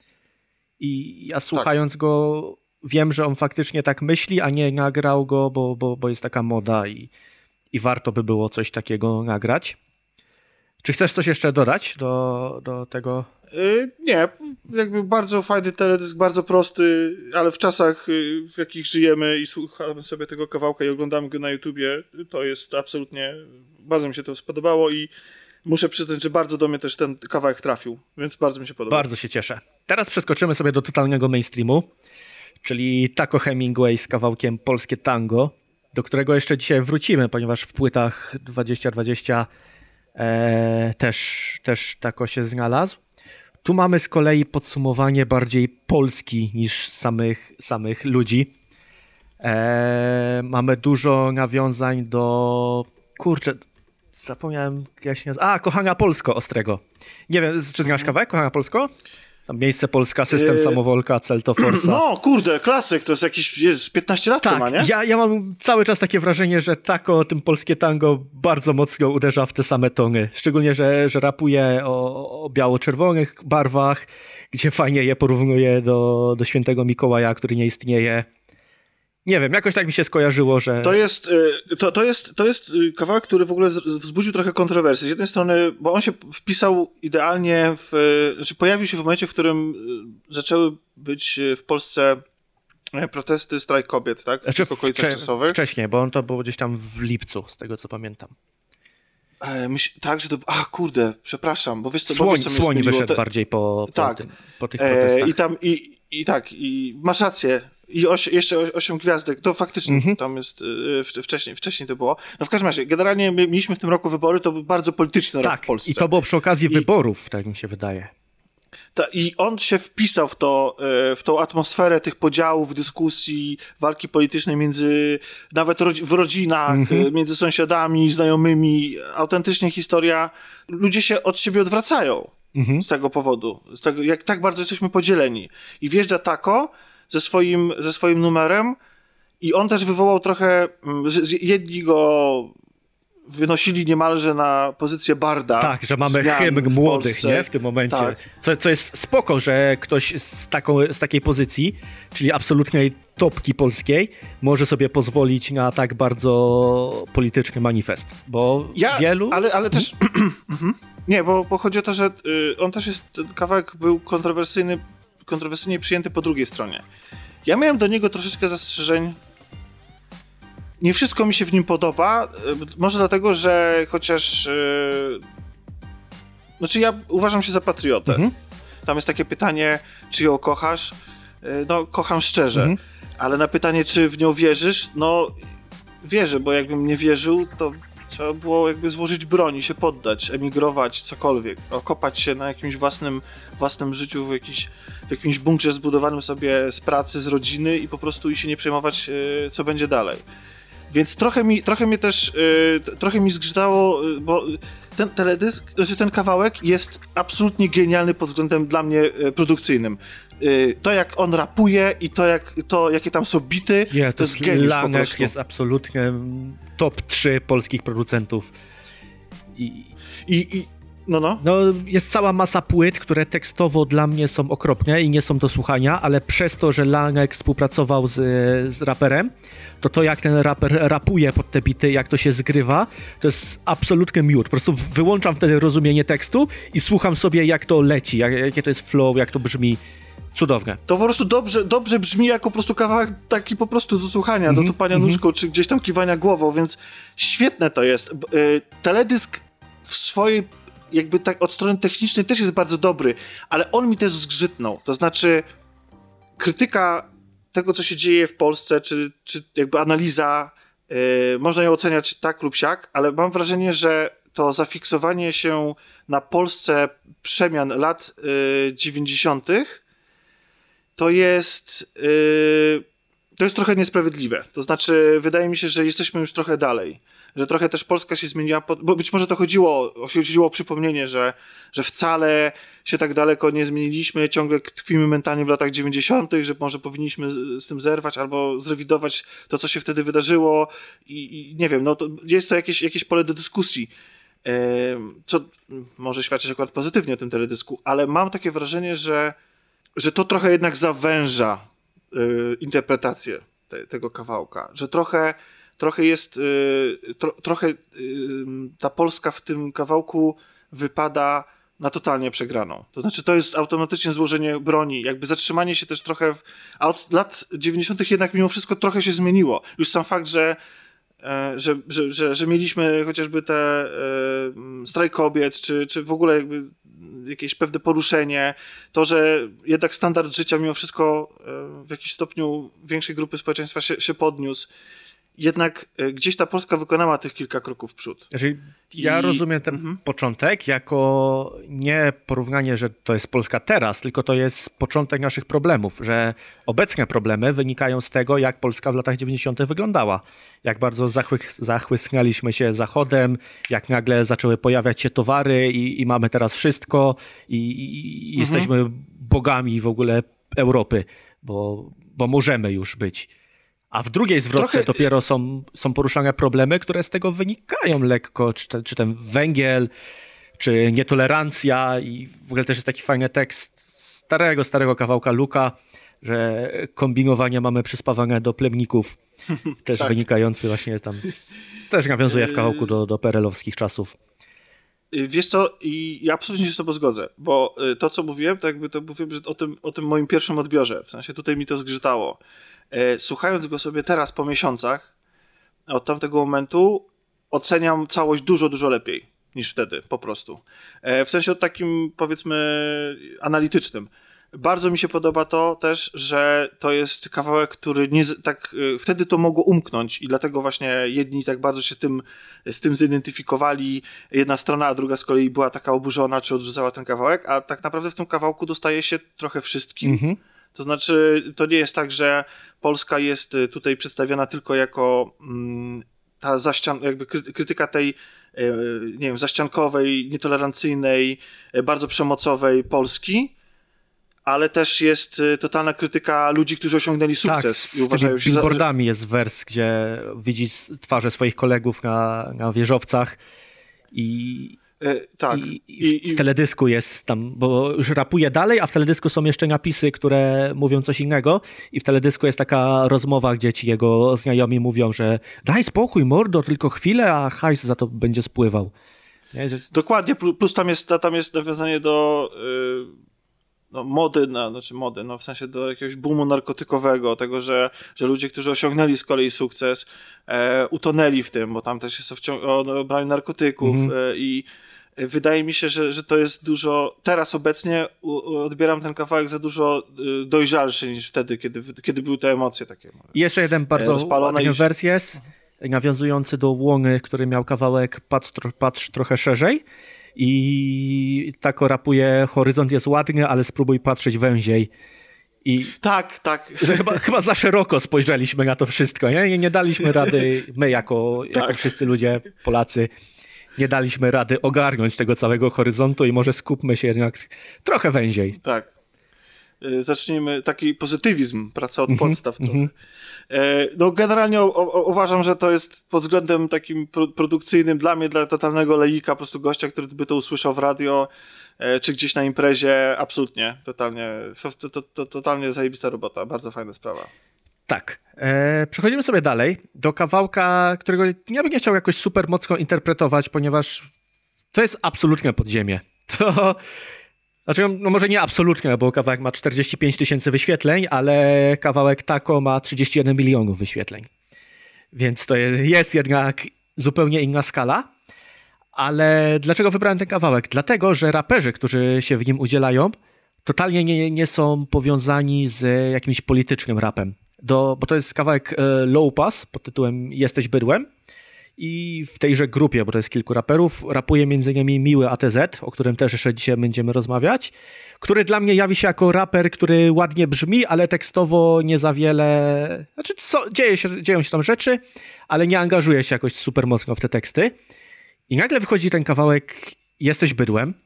I ja słuchając tak. go wiem, że on faktycznie tak myśli, a nie nagrał go, bo, bo, bo jest taka moda i, i warto by było coś takiego nagrać. Czy chcesz coś jeszcze dodać do, do tego? Yy, nie, jakby bardzo fajny teledysk, bardzo prosty, ale w czasach, yy, w jakich żyjemy i słuchamy sobie tego kawałka i oglądamy go na YouTubie, to jest absolutnie, bardzo mi się to spodobało i muszę przyznać, że bardzo do mnie też ten kawałek trafił, więc bardzo mi się podobał. Bardzo się cieszę. Teraz przeskoczymy sobie do totalnego mainstreamu, czyli Taco Hemingway z kawałkiem Polskie Tango, do którego jeszcze dzisiaj wrócimy, ponieważ w płytach dwadzieścia dwadzieścia e, też, też Taco się znalazł. Tu mamy z kolei podsumowanie bardziej Polski niż samych, samych ludzi. E, mamy dużo nawiązań do... Kurczę, zapomniałem jak się nazywa. A, Kochana Polsko Ostrego. Nie wiem, czy znasz kawałek Kochana Polsko? Tam Miejsce Polska, System yy... Samowolka, Celto Forsa. No, kurde, klasyk, to jest jakieś jest piętnaście lat tak, to ma, nie? Ja, ja mam cały czas takie wrażenie, że Taco, tym polskie tango bardzo mocno uderza w te same tony. Szczególnie, że, że rapuje o, o biało-czerwonych barwach, gdzie fajnie je porównuje do, do Świętego Mikołaja, który nie istnieje. Nie wiem, jakoś tak mi się skojarzyło, że... To jest, to, to jest, to jest kawałek, który w ogóle wzbudził trochę kontrowersji. Z jednej strony, bo on się wpisał idealnie w... Znaczy pojawił się w momencie, w którym zaczęły być w Polsce protesty, strajk kobiet, tak? W znaczy, okolicach wcze- czasowych. Wcześniej, bo on to było gdzieś tam w lipcu, z tego co pamiętam. E, myśl, tak, że to... A, kurde, przepraszam, bo wiesz co... Słoń, bo wiesz, co słoń wyszedł te... bardziej po, po, tak. tym, po tych protestach. E, I tam, i, i tak, i masz rację. I oś, jeszcze osiem gwiazdek, to faktycznie mm-hmm. tam jest, y, wcześniej, wcześniej to było. No w każdym razie, generalnie my mieliśmy w tym roku wybory, to był bardzo polityczny tak, rok w Polsce. I to było przy okazji I, wyborów, tak mi się wydaje. Ta, I on się wpisał w to, y, w tą atmosferę tych podziałów, dyskusji, walki politycznej między, nawet rodzi- w rodzinach, mm-hmm. y, między sąsiadami, znajomymi. Autentycznie historia, ludzie się od siebie odwracają mm-hmm. z tego powodu, z tego, jak tak bardzo jesteśmy podzieleni. I wjeżdża Taco ze swoim, ze swoim numerem i on też wywołał trochę, z, z, jedni go wynosili niemalże na pozycję barda. Tak, że mamy hymn młodych, nie, w tym momencie. Tak. Co, co jest spoko, że ktoś z, taką, z takiej pozycji, czyli absolutnej topki polskiej, może sobie pozwolić na tak bardzo polityczny manifest, bo ja, wielu... Ale, ale też... nie, bo, bo chodzi o to, że y, on też jest, ten kawałek był kontrowersyjny, kontrowersyjnie przyjęty po drugiej stronie. Ja miałem do niego troszeczkę zastrzeżeń. Nie wszystko mi się w nim podoba. Może dlatego, że chociaż... Yy... Znaczy ja uważam się za patriotę. Mhm. Tam jest takie pytanie, czy ją kochasz? Yy, no, kocham szczerze. Mhm. Ale na pytanie, czy w nią wierzysz? No, wierzę, bo jakbym nie wierzył, to trzeba było jakby złożyć broń i się poddać, emigrować, cokolwiek. Okopać się na jakimś własnym, własnym życiu w, jakiś, w jakimś bunkrze zbudowanym sobie z pracy, z rodziny i po prostu i się nie przejmować, yy, co będzie dalej. Więc trochę mi, trochę mnie też, yy, trochę mi zgrzytało, yy, bo ten teledysk, znaczy ten kawałek jest absolutnie genialny pod względem dla mnie yy, produkcyjnym. Yy, to jak on rapuje i to, jak, to jakie tam są bity, yeah, to, to jest geniusz po prostu. Jest absolutnie top trzy polskich producentów. I, I, i no, no. no jest cała masa płyt, które tekstowo dla mnie są okropne i nie są do słuchania, ale przez to, że Lanek współpracował z, z raperem, to to jak ten raper rapuje pod te bity, jak to się zgrywa, to jest absolutny miód. Po prostu wyłączam wtedy rozumienie tekstu i słucham sobie, jak to leci, jak, jakie to jest flow, jak to brzmi. Cudowne. To po prostu dobrze, dobrze brzmi jako po prostu kawałek taki po prostu do słuchania, mm-hmm, do tupania mm-hmm. nóżką, czy gdzieś tam kiwania głową, więc świetne to jest. Yy, teledysk w swojej jakby tak od strony technicznej też jest bardzo dobry, ale on mi też zgrzytnął. To znaczy krytyka tego, co się dzieje w Polsce, czy, czy jakby analiza, yy, można ją oceniać tak lub siak, ale mam wrażenie, że to zafiksowanie się na Polsce przemian lat yy, dziewięćdziesiątych to jest yy, to jest trochę niesprawiedliwe. To znaczy, wydaje mi się, że jesteśmy już trochę dalej. Że trochę też Polska się zmieniła, bo być może to chodziło, chodziło o przypomnienie, że, że wcale się tak daleko nie zmieniliśmy, ciągle tkwimy mentalnie w latach dziewięćdziesiątych, że może powinniśmy z, z tym zerwać albo zrewidować to, co się wtedy wydarzyło i, i nie wiem, no to jest to jakieś, jakieś pole do dyskusji, yy, co może świadczyć akurat pozytywnie o tym teledysku, ale mam takie wrażenie, że, że to trochę jednak zawęża yy, interpretację te, tego kawałka, że trochę Trochę jest, y, tro, trochę y, ta Polska w tym kawałku wypada na totalnie przegraną. To znaczy to jest automatycznie złożenie broni, jakby zatrzymanie się też trochę, w, a od lat dziewięćdziesiątych jednak mimo wszystko trochę się zmieniło. Już sam fakt, że Że, że, że, że mieliśmy chociażby te e, strajk kobiet, czy, czy w ogóle jakby jakieś pewne poruszenie, to, że jednak standard życia mimo wszystko e, w jakimś stopniu większej grupy społeczeństwa się, się podniósł. Jednak e, gdzieś ta Polska wykonała tych kilka kroków w przód. Znaczy, ja I... rozumiem ten mhm. początek jako nie porównanie, że to jest Polska teraz, tylko to jest początek naszych problemów, że obecne problemy wynikają z tego, jak Polska w latach dziewięćdziesiątych wyglądała. Jak bardzo zachły- zachłysnęliśmy się Zachodem, jak nagle zaczęły pojawiać się towary i, i mamy teraz wszystko i, i mhm. jesteśmy bogami w ogóle Europy, bo, bo możemy już być. A w drugiej zwrotce Trochę... dopiero są, są poruszane problemy, które z tego wynikają lekko, czy, czy ten węgiel, czy nietolerancja i w ogóle też jest taki fajny tekst starego, starego kawałka Luka, że kombinowanie mamy przyspawane do plemników, też tak. wynikający właśnie tam, z, też nawiązuje w kawałku do, do perelowskich czasów. Wiesz co, i ja absolutnie się z tobą zgodzę, bo to, co mówiłem, to jakby to mówiłem że o, tym, o tym moim pierwszym odbiorze, w sensie tutaj mi to zgrzytało. Słuchając go sobie teraz po miesiącach, od tamtego momentu oceniam całość dużo, dużo lepiej niż wtedy, po prostu. W sensie od takim, powiedzmy, analitycznym. Bardzo mi się podoba to też, że to jest kawałek, który nie, tak, wtedy to mogło umknąć i dlatego właśnie jedni tak bardzo się tym, z tym zidentyfikowali. Jedna strona, a druga z kolei była taka oburzona, czy odrzucała ten kawałek, a tak naprawdę w tym kawałku dostaje się trochę wszystkim. Mhm. To znaczy, to nie jest tak, że Polska jest tutaj przedstawiona tylko jako mm, ta zaścian, jakby krytyka tej, nie wiem, zaściankowej, nietolerancyjnej, bardzo przemocowej Polski, ale też jest totalna krytyka ludzi, którzy osiągnęli sukces. Tak, i uważają się billboardami za... jest wers, gdzie widzi twarze swoich kolegów na, na wieżowcach i... E, tak. I, i, I w teledysku jest tam, bo już rapuje dalej, a w teledysku są jeszcze napisy, które mówią coś innego i w teledysku jest taka rozmowa, gdzie ci jego znajomi mówią, że daj spokój, mordo, tylko chwilę, a hajs za to będzie spływał. Nie, że... Dokładnie, plus tam jest, tam jest nawiązanie do yy, no, mody, no, znaczy mody, no w sensie do jakiegoś boomu narkotykowego, tego, że, że ludzie, którzy osiągnęli z kolei sukces, e, utonęli w tym, bo tam też jest o, wcią- o no, braniu narkotyków mm. e, i wydaje mi się, że, że to jest dużo, teraz obecnie u, odbieram ten kawałek za dużo y, dojrzalszy niż wtedy, kiedy, kiedy były te emocje takie. I jeszcze jeden bardzo ładny i... wers jest, nawiązujący do Łony, który miał kawałek Patrz, tro, patrz trochę szerzej i tak rapuje, horyzont jest ładny, ale spróbuj patrzeć węziej. I tak, tak. Że chyba, chyba za szeroko spojrzeliśmy na to wszystko, nie? Nie, nie daliśmy rady, my jako, tak. jako wszyscy ludzie, Polacy, nie daliśmy rady ogarnąć tego całego horyzontu i może skupmy się jednak trochę węziej. Tak. Zacznijmy taki pozytywizm, praca od podstaw. Mm-hmm. No generalnie o, o, uważam, że to jest pod względem takim pro, produkcyjnym dla mnie, dla totalnego laika, po prostu gościa, który by to usłyszał w radio, czy gdzieś na imprezie, absolutnie, totalnie, to, to, to, totalnie zajebista robota, bardzo fajna sprawa. Tak. E, przechodzimy sobie dalej do kawałka, którego ja bym nie chciał jakoś super mocno interpretować, ponieważ to jest absolutne podziemie. To, znaczy, no może nie absolutnie, bo kawałek ma czterdzieści pięć tysięcy wyświetleń, ale kawałek Tako ma trzydzieści jeden milionów wyświetleń. Więc to jest jednak zupełnie inna skala. Ale dlaczego wybrałem ten kawałek? Dlatego, że raperzy, którzy się w nim udzielają, totalnie nie, nie są powiązani z jakimś politycznym rapem. Do, bo to jest kawałek e, Low Pass pod tytułem Jesteś bydłem i w tejże grupie, bo to jest kilku raperów, rapuje m.in. Miły A T Z, o którym też jeszcze dzisiaj będziemy rozmawiać, który dla mnie jawi się jako raper, który ładnie brzmi, ale tekstowo nie za wiele... Znaczy, co, dzieje się, dzieją się tam rzeczy, ale nie angażuje się jakoś super mocno w te teksty. I nagle wychodzi ten kawałek Jesteś bydłem,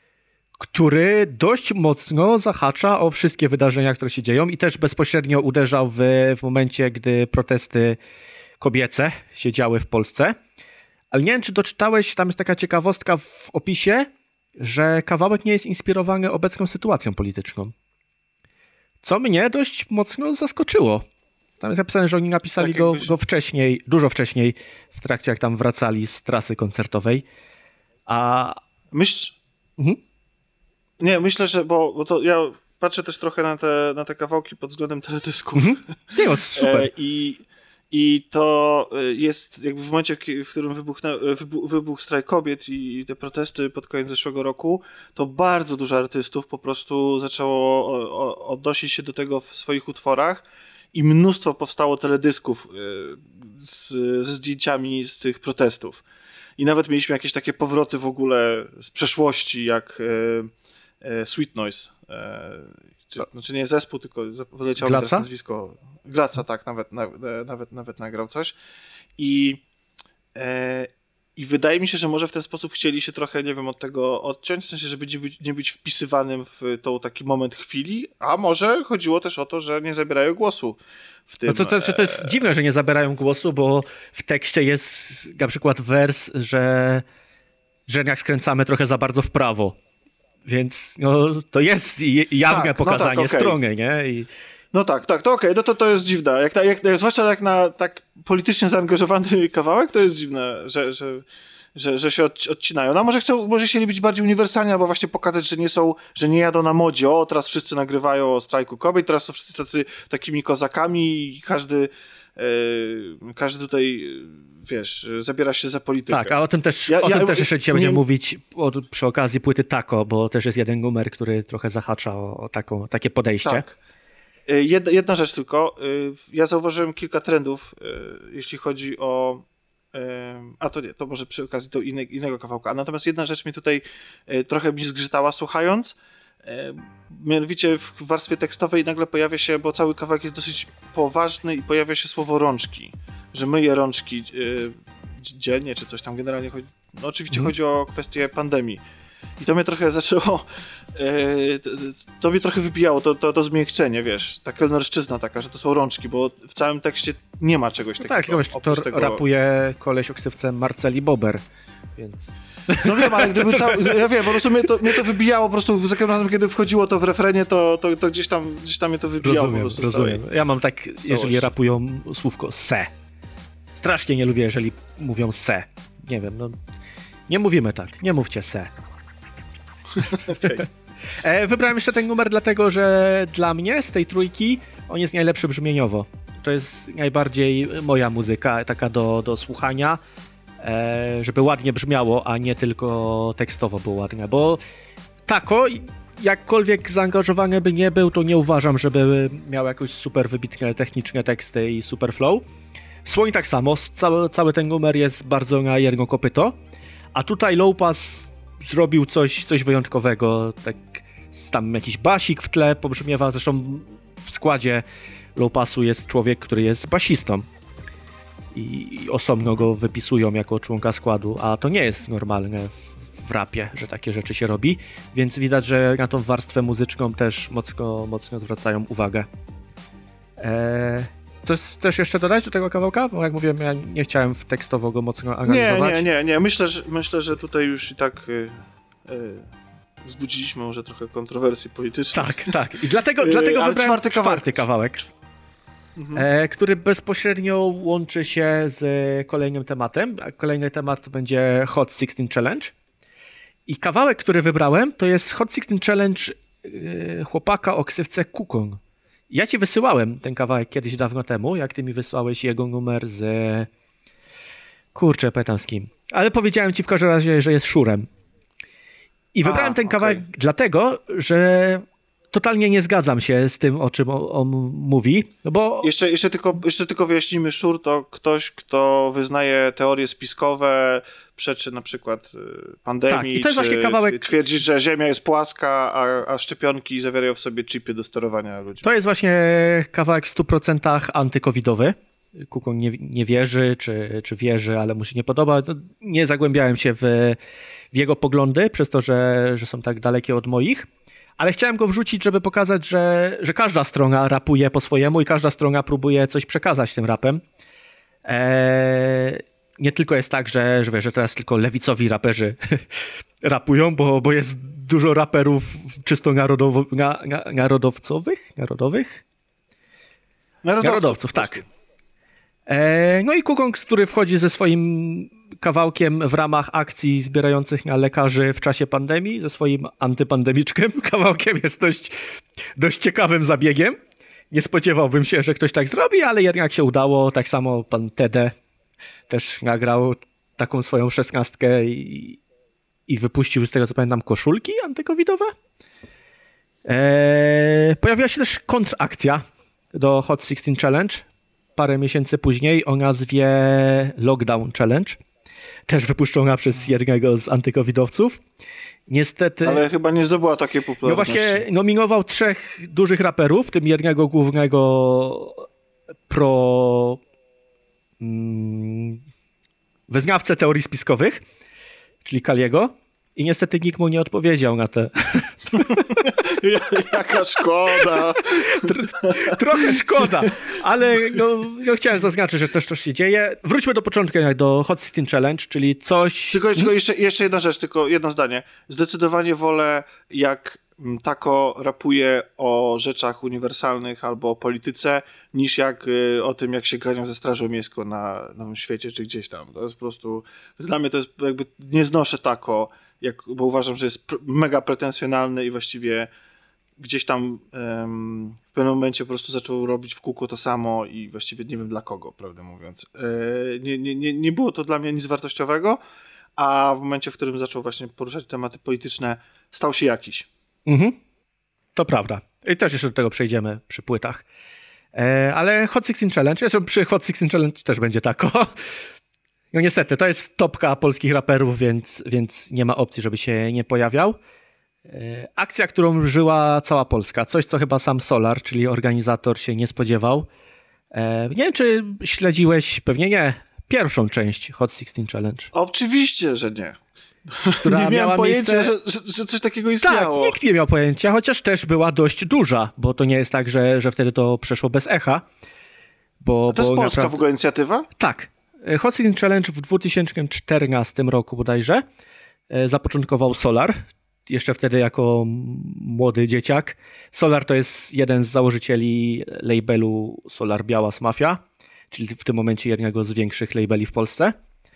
który dość mocno zahacza o wszystkie wydarzenia, które się dzieją i też bezpośrednio uderzał w, w momencie, gdy protesty kobiece się działy w Polsce. Ale nie wiem, czy doczytałeś, tam jest taka ciekawostka w opisie, że kawałek nie jest inspirowany obecną sytuacją polityczną. Co mnie dość mocno zaskoczyło. Tam jest napisane, że oni napisali tak, go, jakbyś... go wcześniej, dużo wcześniej, w trakcie jak tam wracali z trasy koncertowej. A Myśl... Mhm. Nie, myślę, że, bo, bo to ja patrzę też trochę na te, na te kawałki pod względem teledysków. Mhm. Nie, no, super. E, I, I to jest jakby w momencie, w którym wybuchnę, wybuch, wybuch strajk kobiet i te protesty pod koniec zeszłego roku, to bardzo dużo artystów po prostu zaczęło o, o, odnosić się do tego w swoich utworach i mnóstwo powstało teledysków z, ze zdjęciami z tych protestów. I nawet mieliśmy jakieś takie powroty w ogóle z przeszłości, jak e, e, Sweet Noise. E, czy, znaczy nie zespół, tylko wyleciało mi teraz nazwisko. Glaca, tak, nawet, na, nawet, nawet nagrał coś. I, e, I wydaje mi się, że może w ten sposób chcieli się trochę, nie wiem, od tego odciąć, w sensie, żeby nie być, nie być wpisywanym w tą taki moment chwili, a może chodziło też o to, że nie zabierają głosu w tym. No to, to, to jest dziwne, że nie zabierają głosu, bo w tekście jest na przykład wers, że, że jak skręcamy trochę za bardzo w prawo. Więc no, to jest jawne tak, pokazanie no tak, okay. strony, nie? I... No tak, tak, to okej, okay. no to, to jest dziwne. Jak, jak, jak, zwłaszcza jak na tak politycznie zaangażowany kawałek, to jest dziwne, że, że, że, że się od, odcinają. No może chcą, może chcieli być bardziej uniwersalni, albo właśnie pokazać, że nie są, że nie jadą na modzie. O, teraz wszyscy nagrywają o strajku kobiet, teraz są wszyscy tacy takimi kozakami i każdy, yy, każdy tutaj, wiesz, zabiera się za politykę. Tak, a o tym też, ja, o ja, tym też jeszcze dzisiaj nie... będziemy mówić o, przy okazji płyty Tako, bo też jest jeden numer, który trochę zahacza o, o taką, takie podejście. Tak. Jedna, jedna rzecz tylko. Ja zauważyłem kilka trendów, jeśli chodzi o... A to nie, to może przy okazji do inne, innego kawałka. Natomiast jedna rzecz mi tutaj trochę mi zgrzytała słuchając. Mianowicie w warstwie tekstowej nagle pojawia się, bo cały kawałek jest dosyć poważny i pojawia się słowo rączki. Że myję rączki dziennie, czy coś tam generalnie chodzi. No oczywiście hmm. chodzi o kwestię pandemii. I to mnie trochę zaczęło, e, to, to mnie trochę wybijało, to, to, to zmiękczenie, wiesz, ta kelnerszczyzna taka, że to są rączki, bo w całym tekście nie ma czegoś no takiego. Tak, to tego... rapuje koleś o ksywce Marceli Bober, więc... No wiem, ale gdyby cały, ja wiem, po prostu mnie to, mnie to wybijało, po prostu za każdym razem, kiedy wchodziło to w refrenie, to, to, to gdzieś tam gdzieś tam mnie to wybijało. Rozumiem, po prostu rozumiem. Całej... Ja mam tak, jeżeli rapują słówko se. Strasznie nie lubię, jeżeli mówią se. Nie wiem, no nie mówimy tak, nie mówcie se. Okay. Wybrałem jeszcze ten numer dlatego, że dla mnie z tej trójki on jest najlepszy brzmieniowo. To jest najbardziej moja muzyka, taka do, do słuchania, żeby ładnie brzmiało, a nie tylko tekstowo było ładnie, bo Tako, jakkolwiek zaangażowany by nie był, to nie uważam, żeby miał jakoś super wybitne techniczne teksty i super flow. Słoń tak samo, cały, cały ten numer jest bardzo na jedno kopyto, a tutaj Low Pass zrobił coś, coś wyjątkowego, tak tam jakiś basik w tle pobrzmiewa, zresztą w składzie Low Passu jest człowiek, który jest basistą i osobno go wypisują jako członka składu, a to nie jest normalne w, w rapie, że takie rzeczy się robi, więc widać, że na tą warstwę muzyczną też mocno, mocno zwracają uwagę. Eee, coś chcesz jeszcze dodać do tego kawałka? Bo jak mówiłem, ja nie chciałem tekstowo go mocno analizować. Nie, nie, nie, nie. Myślę, że, myślę, że tutaj już i tak yy, yy, wzbudziliśmy może trochę kontrowersji politycznych. Tak, tak. I dlatego, yy, dlatego wybrałem czwarty kawałek, czwarty kawałek mhm. e, który bezpośrednio łączy się z kolejnym tematem. A kolejny temat to będzie Hot szesnaście Challenge. I kawałek, który wybrałem, to jest Hot szesnaście Challenge yy, chłopaka o ksywce Kukon. Ja ci wysyłałem ten kawałek kiedyś dawno temu, jak ty mi wysłałeś jego numer z... Kurczę, pytam z kim. Ale powiedziałem ci w każdym razie, że jest Szurem. I wybrałem A, ten kawałek okay. dlatego, że totalnie nie zgadzam się z tym, o czym on, on mówi, no bo... Jeszcze, jeszcze, tylko, jeszcze tylko wyjaśnimy, Szur to ktoś, kto wyznaje teorie spiskowe, przeczy na przykład pandemii, tak, i to jest czy właśnie kawałek... twierdzi, że Ziemia jest płaska, a, a szczepionki zawierają w sobie chipy do sterowania ludźmi. To jest właśnie kawałek w stu procentach antykowidowy. Kukon nie, nie wierzy, czy, czy wierzy, ale mu się nie podoba. Nie zagłębiałem się w, w jego poglądy, przez to, że, że są tak dalekie od moich. Ale chciałem go wrzucić, żeby pokazać, że, że każda strona rapuje po swojemu i każda strona próbuje coś przekazać tym rapem. Eee, nie tylko jest tak, że, że, że teraz tylko lewicowi raperzy rapują, bo, bo jest dużo raperów czysto narodowo, na, na, narodowcowych? Narodowych? Narodowców, Narodowców, tak. Eee, no i Kukon, który wchodzi ze swoim kawałkiem w ramach akcji zbierających na lekarzy w czasie pandemii ze swoim antypandemiczkiem. Kawałkiem jest dość, dość ciekawym zabiegiem. Nie spodziewałbym się, że ktoś tak zrobi, ale jednak się udało. Tak samo pan Tede też nagrał taką swoją szesnastkę i, i wypuścił, z tego co pamiętam, koszulki antykowidowe. Eee, pojawiła się też kontrakcja do Hot szesnaście Challenge parę miesięcy później o nazwie Lockdown Challenge. Też wypuszczona przez jednego z antykowidowców. Niestety... Ale chyba nie zdobyła takiej popularności. No właśnie nominował trzech dużych raperów, w tym jednego głównego pro... Mm, wyznawcę teorii spiskowych, czyli Kaliego. I niestety nikt mu nie odpowiedział na te... Jaka szkoda. Trochę szkoda, ale no, no chciałem zaznaczyć, że też coś się dzieje. Wróćmy do początku, jak do Hot szesnaście Challenge, czyli coś... Tylko, tylko jeszcze, jeszcze jedna rzecz, tylko jedno zdanie. Zdecydowanie wolę, jak Tako rapuje o rzeczach uniwersalnych albo o polityce, niż jak y, o tym, jak się ganią ze Strażą Miejską na Nowym Świecie, czy gdzieś tam. To jest po prostu... Dla mnie to jest jakby... Nie znoszę Tako, jak, bo uważam, że jest pr- mega pretensjonalny i właściwie gdzieś tam um, w pewnym momencie po prostu zaczął robić w kółko to samo i właściwie nie wiem dla kogo, prawdę mówiąc. E, nie, nie, nie, nie było to dla mnie nic wartościowego, a w momencie, w którym zaczął właśnie poruszać tematy polityczne, stał się jakiś. Mhm. To prawda. I też jeszcze do tego przejdziemy przy płytach. E, ale Hot szesnaście Challenge, jeszcze przy Hot szesnaście Challenge też będzie tako. No niestety, to jest topka polskich raperów, więc, więc nie ma opcji, żeby się nie pojawiał. E, akcja, którą żyła cała Polska. Coś, co chyba sam Solar, czyli organizator, się nie spodziewał. E, nie wiem, czy śledziłeś, pewnie nie, pierwszą część Hot szesnaście Challenge. Oczywiście, że nie. Która nie miała miałem pojęcia, miejsce... że, że, że coś takiego istniało. Tak, nikt nie miał pojęcia, chociaż też była dość duża, bo to nie jest tak, że, że wtedy to przeszło bez echa. Bo, A to jest bo polska naprawdę... w ogóle inicjatywa? Tak. Hot szesnaście Challenge w dwa tysiące czternastym roku bodajże zapoczątkował Solar, jeszcze wtedy jako młody dzieciak. Solar to jest jeden z założycieli labelu Solar Białas Mafia, czyli w tym momencie jednego z większych labeli w Polsce.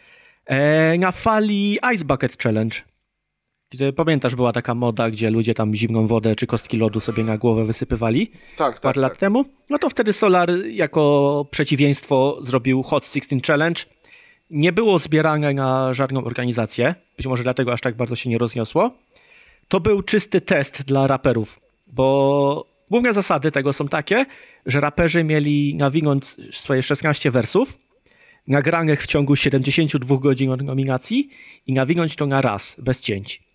Na fali Ice Bucket Challenge, gdzie pamiętasz, była taka moda, gdzie ludzie tam zimną wodę czy kostki lodu sobie na głowę wysypywali tak, tak, parę lat tak. temu. No to wtedy Solar jako przeciwieństwo zrobił Hot szesnaście Challenge. Nie było zbierane na żadną organizację, być może dlatego aż tak bardzo się nie rozniosło. To był czysty test dla raperów, bo główne zasady tego są takie, że raperzy mieli nawinąć swoje szesnaście wersów, nagranych w ciągu siedemdziesiąt dwie godzin od nominacji i nawinąć to na raz, bez cięć.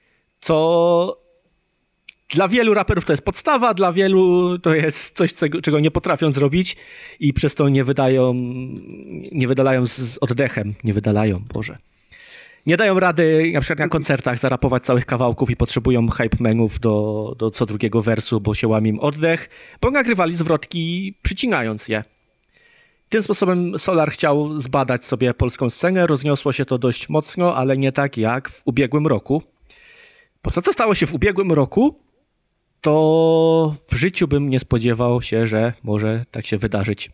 Co dla wielu raperów to jest podstawa, dla wielu to jest coś, czego nie potrafią zrobić i przez to nie wydają, nie wydalają z, z oddechem, nie wydalają, Boże. Nie dają rady na przykład na koncertach zarapować całych kawałków i potrzebują hype menów do, do co drugiego wersu, bo się łamie im oddech, bo nagrywali zwrotki przycinając je. Tym sposobem Solar chciał zbadać sobie polską scenę, rozniosło się to dość mocno, ale nie tak jak w ubiegłym roku. Bo to, co stało się w ubiegłym roku, to w życiu bym nie spodziewał się, że może tak się wydarzyć.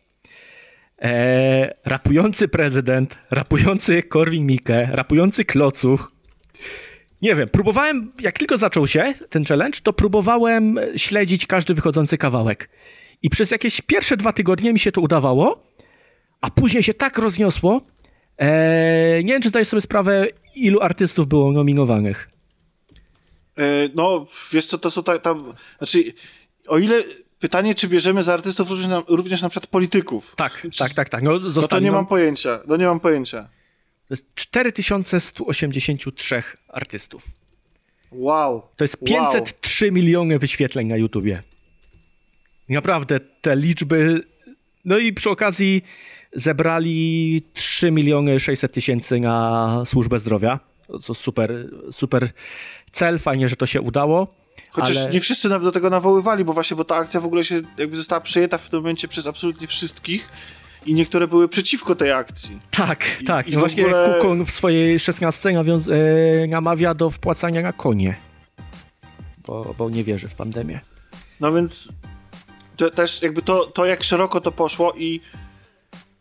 Eee, rapujący prezydent, rapujący Korwin-Mikke, rapujący Klocuch. Nie wiem, próbowałem, jak tylko zaczął się ten challenge, to próbowałem śledzić każdy wychodzący kawałek. I przez jakieś pierwsze dwa tygodnie mi się to udawało, a później się tak rozniosło. Eee, nie wiem, czy zdajesz sobie sprawę, ilu artystów było nominowanych. No, wiesz co, to są tak tam... Znaczy, o ile... Pytanie, czy bierzemy za artystów również na, również na przykład polityków? Tak, czy, tak, tak, tak. No, no to nie mam pojęcia, no nie mam pojęcia. To jest cztery tysiące sto osiemdziesiąt trzy artystów. Wow. To jest pięćset trzy wow. miliony wyświetleń na YouTubie. Naprawdę te liczby... No i przy okazji zebrali trzy miliony sześćset tysięcy na służbę zdrowia. To super, super cel, fajnie, że to się udało. Chociaż ale... nie wszyscy do tego nawoływali, bo właśnie, bo ta akcja w ogóle się jakby została przejęta w tym momencie przez absolutnie wszystkich i niektóre były przeciwko tej akcji. Tak, I, tak. I no właśnie ogóle... Kukon w swojej szesnastce nawiąz- e, namawia do wpłacania na konie, bo, bo nie wierzy w pandemię. No więc to też jakby to, to jak szeroko to poszło i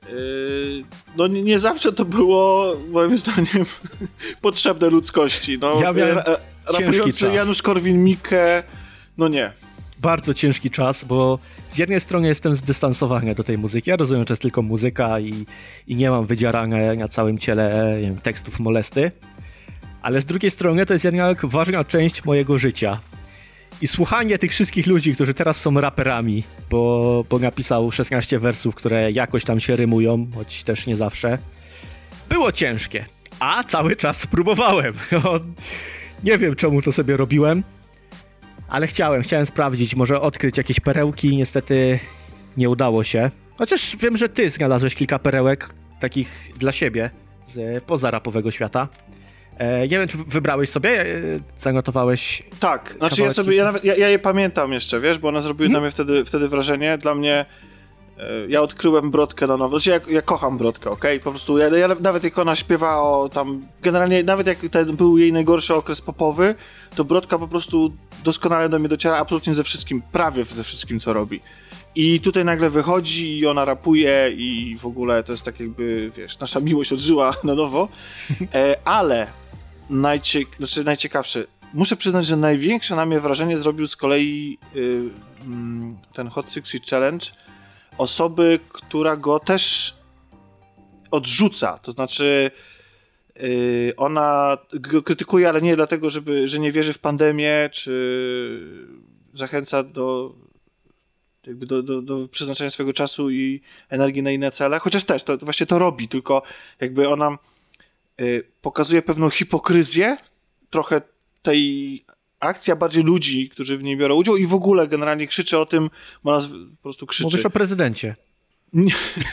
Yy, no nie, nie zawsze to było, moim zdaniem, potrzebne ludzkości. No, ja miałem ra, rapujący Janusz Korwin-Mikke, no nie. Bardzo ciężki czas, bo z jednej strony jestem zdystansowany do tej muzyki. Ja rozumiem, że to jest tylko muzyka i, i nie mam wydzierania na całym ciele nie wiem, tekstów molesty, ale z drugiej strony to jest jednak ważna część mojego życia. I słuchanie tych wszystkich ludzi, którzy teraz są raperami, bo, bo napisał szesnaście wersów, które jakoś tam się rymują, choć też nie zawsze, było ciężkie. A cały czas próbowałem. Nie wiem, czemu to sobie robiłem, ale chciałem, chciałem sprawdzić, może odkryć jakieś perełki. Niestety nie udało się. Chociaż wiem, że ty znalazłeś kilka perełek takich dla siebie z poza rapowego świata. E, nie wiem, czy wybrałeś sobie, e, zanotowałeś. Tak, znaczy ja sobie, ja, nawet, ja, ja je pamiętam jeszcze, wiesz, bo one zrobiły hmm. na mnie wtedy, wtedy wrażenie. Dla mnie, e, ja odkryłem Brodkę na nowo, znaczy ja, ja kocham Brodkę, okej, okay? Po prostu, ja, ja, nawet jak ona śpiewa o tam, generalnie nawet jak ten był jej najgorszy okres popowy, to Brodka po prostu doskonale do mnie dociera absolutnie ze wszystkim, prawie ze wszystkim, co robi. I tutaj nagle wychodzi i ona rapuje i w ogóle to jest tak jakby, wiesz, nasza miłość odżyła na nowo, e, ale najcie, znaczy najciekawsze, muszę przyznać, że największe na mnie wrażenie zrobił z kolei y, ten Hot sixty Challenge osoby, która go też odrzuca, to znaczy y, ona go krytykuje, ale nie dlatego, żeby, że nie wierzy w pandemię, czy zachęca do jakby do, do, do przeznaczenia swojego czasu i energii na inne cele, chociaż też to właśnie to robi, tylko jakby ona y, pokazuje pewną hipokryzję trochę tej akcji, a bardziej ludzi, którzy w niej biorą udział i w ogóle generalnie krzyczy o tym, bo ona po prostu krzyczy. Mówisz o prezydencie. Nie,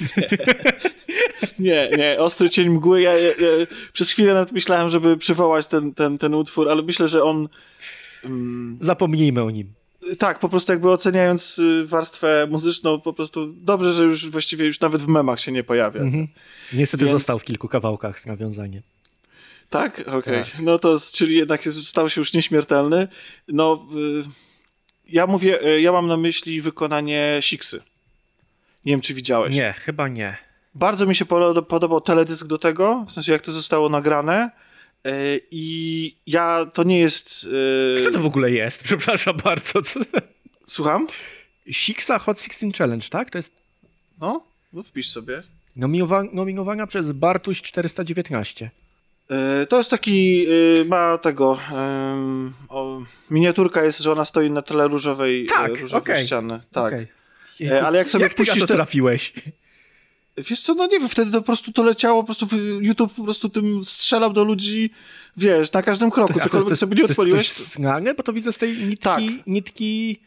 nie, nie, Ostry cień mgły. Ja, ja, ja przez chwilę nawet myślałem, żeby przywołać ten, ten, ten utwór, ale myślę, że on... Um, Zapomnijmy o nim. Tak, po prostu jakby oceniając warstwę muzyczną, po prostu dobrze, że już właściwie już nawet w memach się nie pojawia. Mm-hmm. Niestety Więc... został w kilku kawałkach z nawiązaniem. Tak? Okej. Okay. Tak. No to, czyli jednak jest, stał się już nieśmiertelny. No, y, ja mówię, y, ja mam na myśli wykonanie Siksy. Nie wiem, czy widziałeś. Nie, chyba nie. Bardzo mi się podobał teledysk do tego, w sensie jak to zostało nagrane. I ja, to nie jest... Yy... Kto to w ogóle jest? Przepraszam bardzo. Co? Słucham? Sixa Hot sixty Challenge, tak? To jest... No, no wpisz sobie. Nominowa- nominowana przez Bartuś czterysta dziewiętnaście. Yy, to jest taki, yy, ma tego... Yy, o, miniaturka jest, że ona stoi na tle różowej, tak, różowej okay. ściany. Tak, okay. Yy, ale jak sobie jak puścisz... Jak to trafiłeś? Wiesz co, no nie wiem, wtedy to po prostu to leciało, po prostu YouTube po prostu tym strzelał do ludzi, wiesz, na każdym kroku, to, cokolwiek to, sobie nie odpaliłeś. To jest znane, bo to widzę z tej nitki, tak. nitki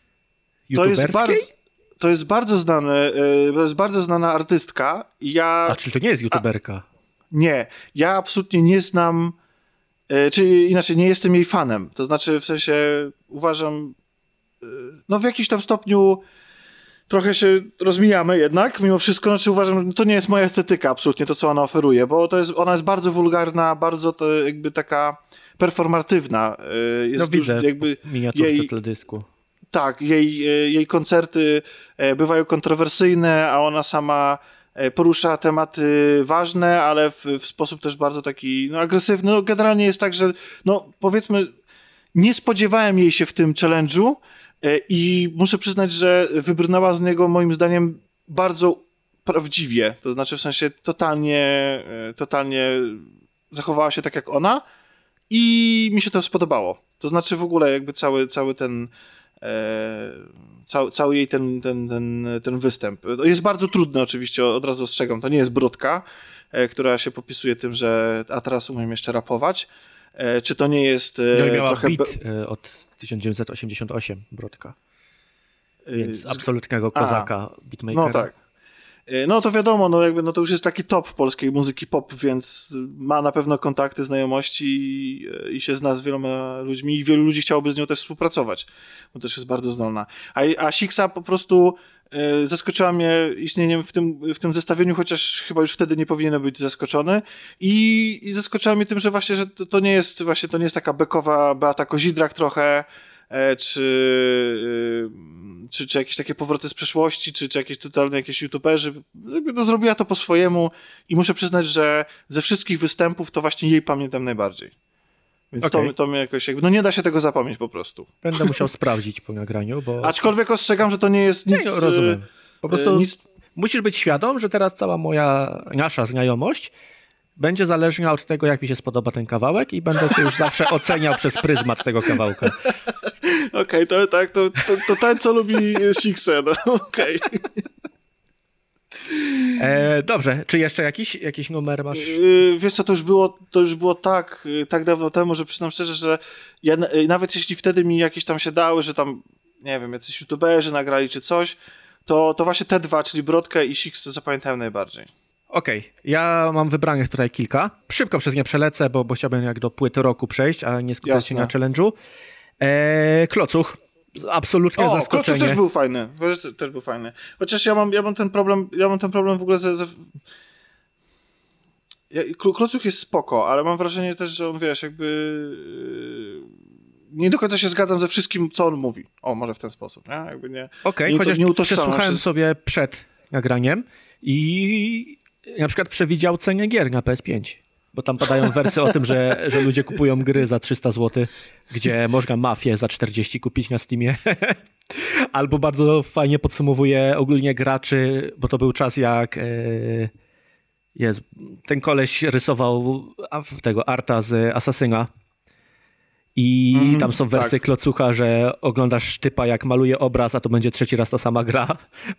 to jest, bardzo, to jest bardzo znane, to jest bardzo znana artystka. Ja, A, czyli to nie jest youtuberka? A, nie, ja absolutnie nie znam, czy inaczej, nie jestem jej fanem, to znaczy w sensie uważam, no w jakimś tam stopniu trochę się rozmijamy jednak, mimo wszystko, znaczy uważam, że to nie jest moja estetyka absolutnie, to co ona oferuje, bo to jest, ona jest bardzo wulgarna, bardzo to jakby taka performatywna. Jest no widzę, dużo, jakby miniaturce jej, teledysku. Tak, jej, jej koncerty bywają kontrowersyjne, a ona sama porusza tematy ważne, ale w, w sposób też bardzo taki no, agresywny. No, generalnie jest tak, że no powiedzmy, nie spodziewałem jej się w tym challenge'u, i muszę przyznać, że wybrnęła z niego moim zdaniem bardzo prawdziwie, to znaczy w sensie totalnie, totalnie zachowała się tak jak ona i mi się to spodobało. To znaczy w ogóle jakby cały, cały ten e, cały, cały jej ten, ten, ten, ten występ. Jest bardzo trudny oczywiście, od razu ostrzegam, to nie jest Brodka, e, która się popisuje tym, że a teraz umiem jeszcze rapować. E, czy to nie jest e, no, miała trochę... beat e, od tysiąc dziewięćset osiemdziesiąt osiem, Brodka. Więc absolutnego kozaka, a, beatmakera. No tak. E, no to wiadomo, no jakby no to już jest taki top polskiej muzyki pop, więc ma na pewno kontakty, znajomości i, i się zna z wieloma ludźmi i wielu ludzi chciałoby z nią też współpracować, bo też jest bardzo zdolna. A, a Sixa po prostu e, zaskoczyła mnie istnieniem w tym, w tym zestawieniu, chociaż chyba już wtedy nie powinienem być zaskoczony i, i zaskoczyła mnie tym, że właśnie, że to, to nie jest właśnie, to nie jest taka bekowa Beata Kozidrak trochę, e, czy czy, czy jakieś takie powroty z przeszłości, czy, czy jakieś totalne jakieś youtuberzy, no zrobiła to po swojemu i muszę przyznać, że ze wszystkich występów to właśnie jej pamiętam najbardziej. Więc okay. to, to mnie jakoś jakby, no nie da się tego zapomnieć po prostu. Będę musiał sprawdzić po nagraniu, bo... Aczkolwiek ostrzegam, że to nie jest nic... Nie, no, rozumiem. Po prostu nic... musisz być świadom, że teraz cała moja, nasza znajomość będzie zależna od tego, jak mi się spodoba ten kawałek i będę cię już zawsze oceniał przez pryzmat tego kawałka. Okej, okay, to tak, to, to, to ten, co lubi Siksę, no okej. Okay. E, dobrze, czy jeszcze jakiś, jakiś numer masz? Yy, wiesz co, to już było, to już było tak, tak dawno temu, że przyznam szczerze, że ja, nawet jeśli wtedy mi jakieś tam się dały, że tam, nie wiem, jacyś youtuberzy nagrali czy coś, to, to właśnie te dwa, czyli Brodkę i Siksę zapamiętałem najbardziej. Okej, okay. Ja mam wybranych tutaj kilka. Szybko przez nie przelecę, bo, bo chciałbym jak do płyty roku przejść, a nie skupiać się na challenge'u. Eee, Klocuch. Absolutnie o, zaskoczenie. Klocuch też był fajny. Też był fajny. Chociaż ja mam, ja mam ten problem, ja mam ten problem w ogóle ze... ze... Ja, Klocuch jest spoko, ale mam wrażenie też, że on, wiesz, jakby... Nie do końca się zgadzam ze wszystkim, co on mówi. O, może w ten sposób, nie? Jakby nie... Okej, okay, chociaż nie przesłuchałem się... sobie przed nagraniem i na przykład przewidział cenę gier na P S pięć. Bo tam padają wersy o tym, że, że ludzie kupują gry za trzysta złotych, gdzie można Mafię za czterdzieści kupić na Steamie. Albo bardzo fajnie podsumowuje ogólnie graczy, bo to był czas jak e, jest, ten koleś rysował tego arta z Asasyna. I mm, tam są wersje tak. Klocucha, że oglądasz typa jak maluje obraz, a to będzie trzeci raz ta sama gra.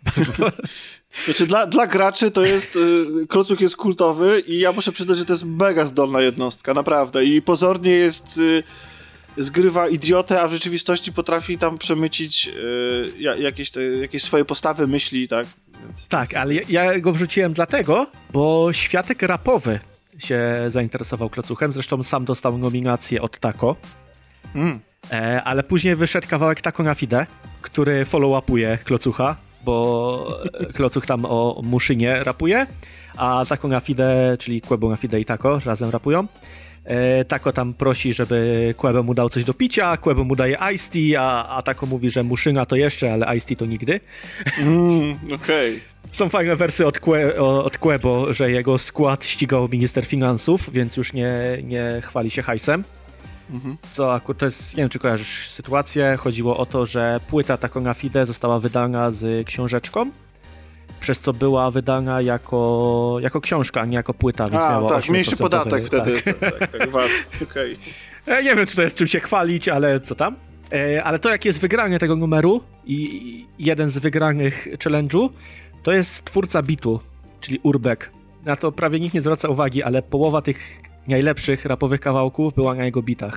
Znaczy dla, dla graczy to jest, y, Klocuch jest kultowy i ja muszę przyznać, że to jest mega zdolna jednostka, naprawdę. I pozornie jest, y, zgrywa idiotę, a w rzeczywistości potrafi tam przemycić y, jakieś, te, jakieś swoje postawy, myśli, tak? Więc tak, jest... ale ja, ja go wrzuciłem dlatego, bo światek rapowy się zainteresował Klocuchem, zresztą sam dostał nominację od Taco. Mm. E, ale później wyszedł kawałek Taco na Fide, który follow-upuje Klocucha, bo Klocuch tam o Muszynie rapuje, a Taco na Fide, czyli Quebo na Fide i Taco razem rapują. E, Taco tam prosi, żeby Quebo mu dał coś do picia, Quebo mu daje Ice Tea, a, a Taco mówi, że Muszyna to jeszcze, ale Ice Tea to nigdy. Mm, okej. Okay. Są fajne wersy od, Que, od Quebo, że jego skład ścigał minister finansów, więc już nie, nie chwali się hajsem. Mhm. Co akurat to jest, nie wiem czy kojarzysz sytuację, chodziło o to, że płyta Taco na Fide została wydana z książeczką, przez co była wydana jako, jako książka, a nie jako płyta, więc a, miała tak, mniejszy podatek tak. wtedy. Tak, tak, tak, okay. Nie wiem, czy to jest czym się chwalić, ale co tam. Ale to, jak jest wygranie tego numeru i jeden z wygranych challenge'u, to jest twórca bitu, czyli Urbek. Na to prawie nikt nie zwraca uwagi, ale połowa tych najlepszych rapowych kawałków była na jego bitach.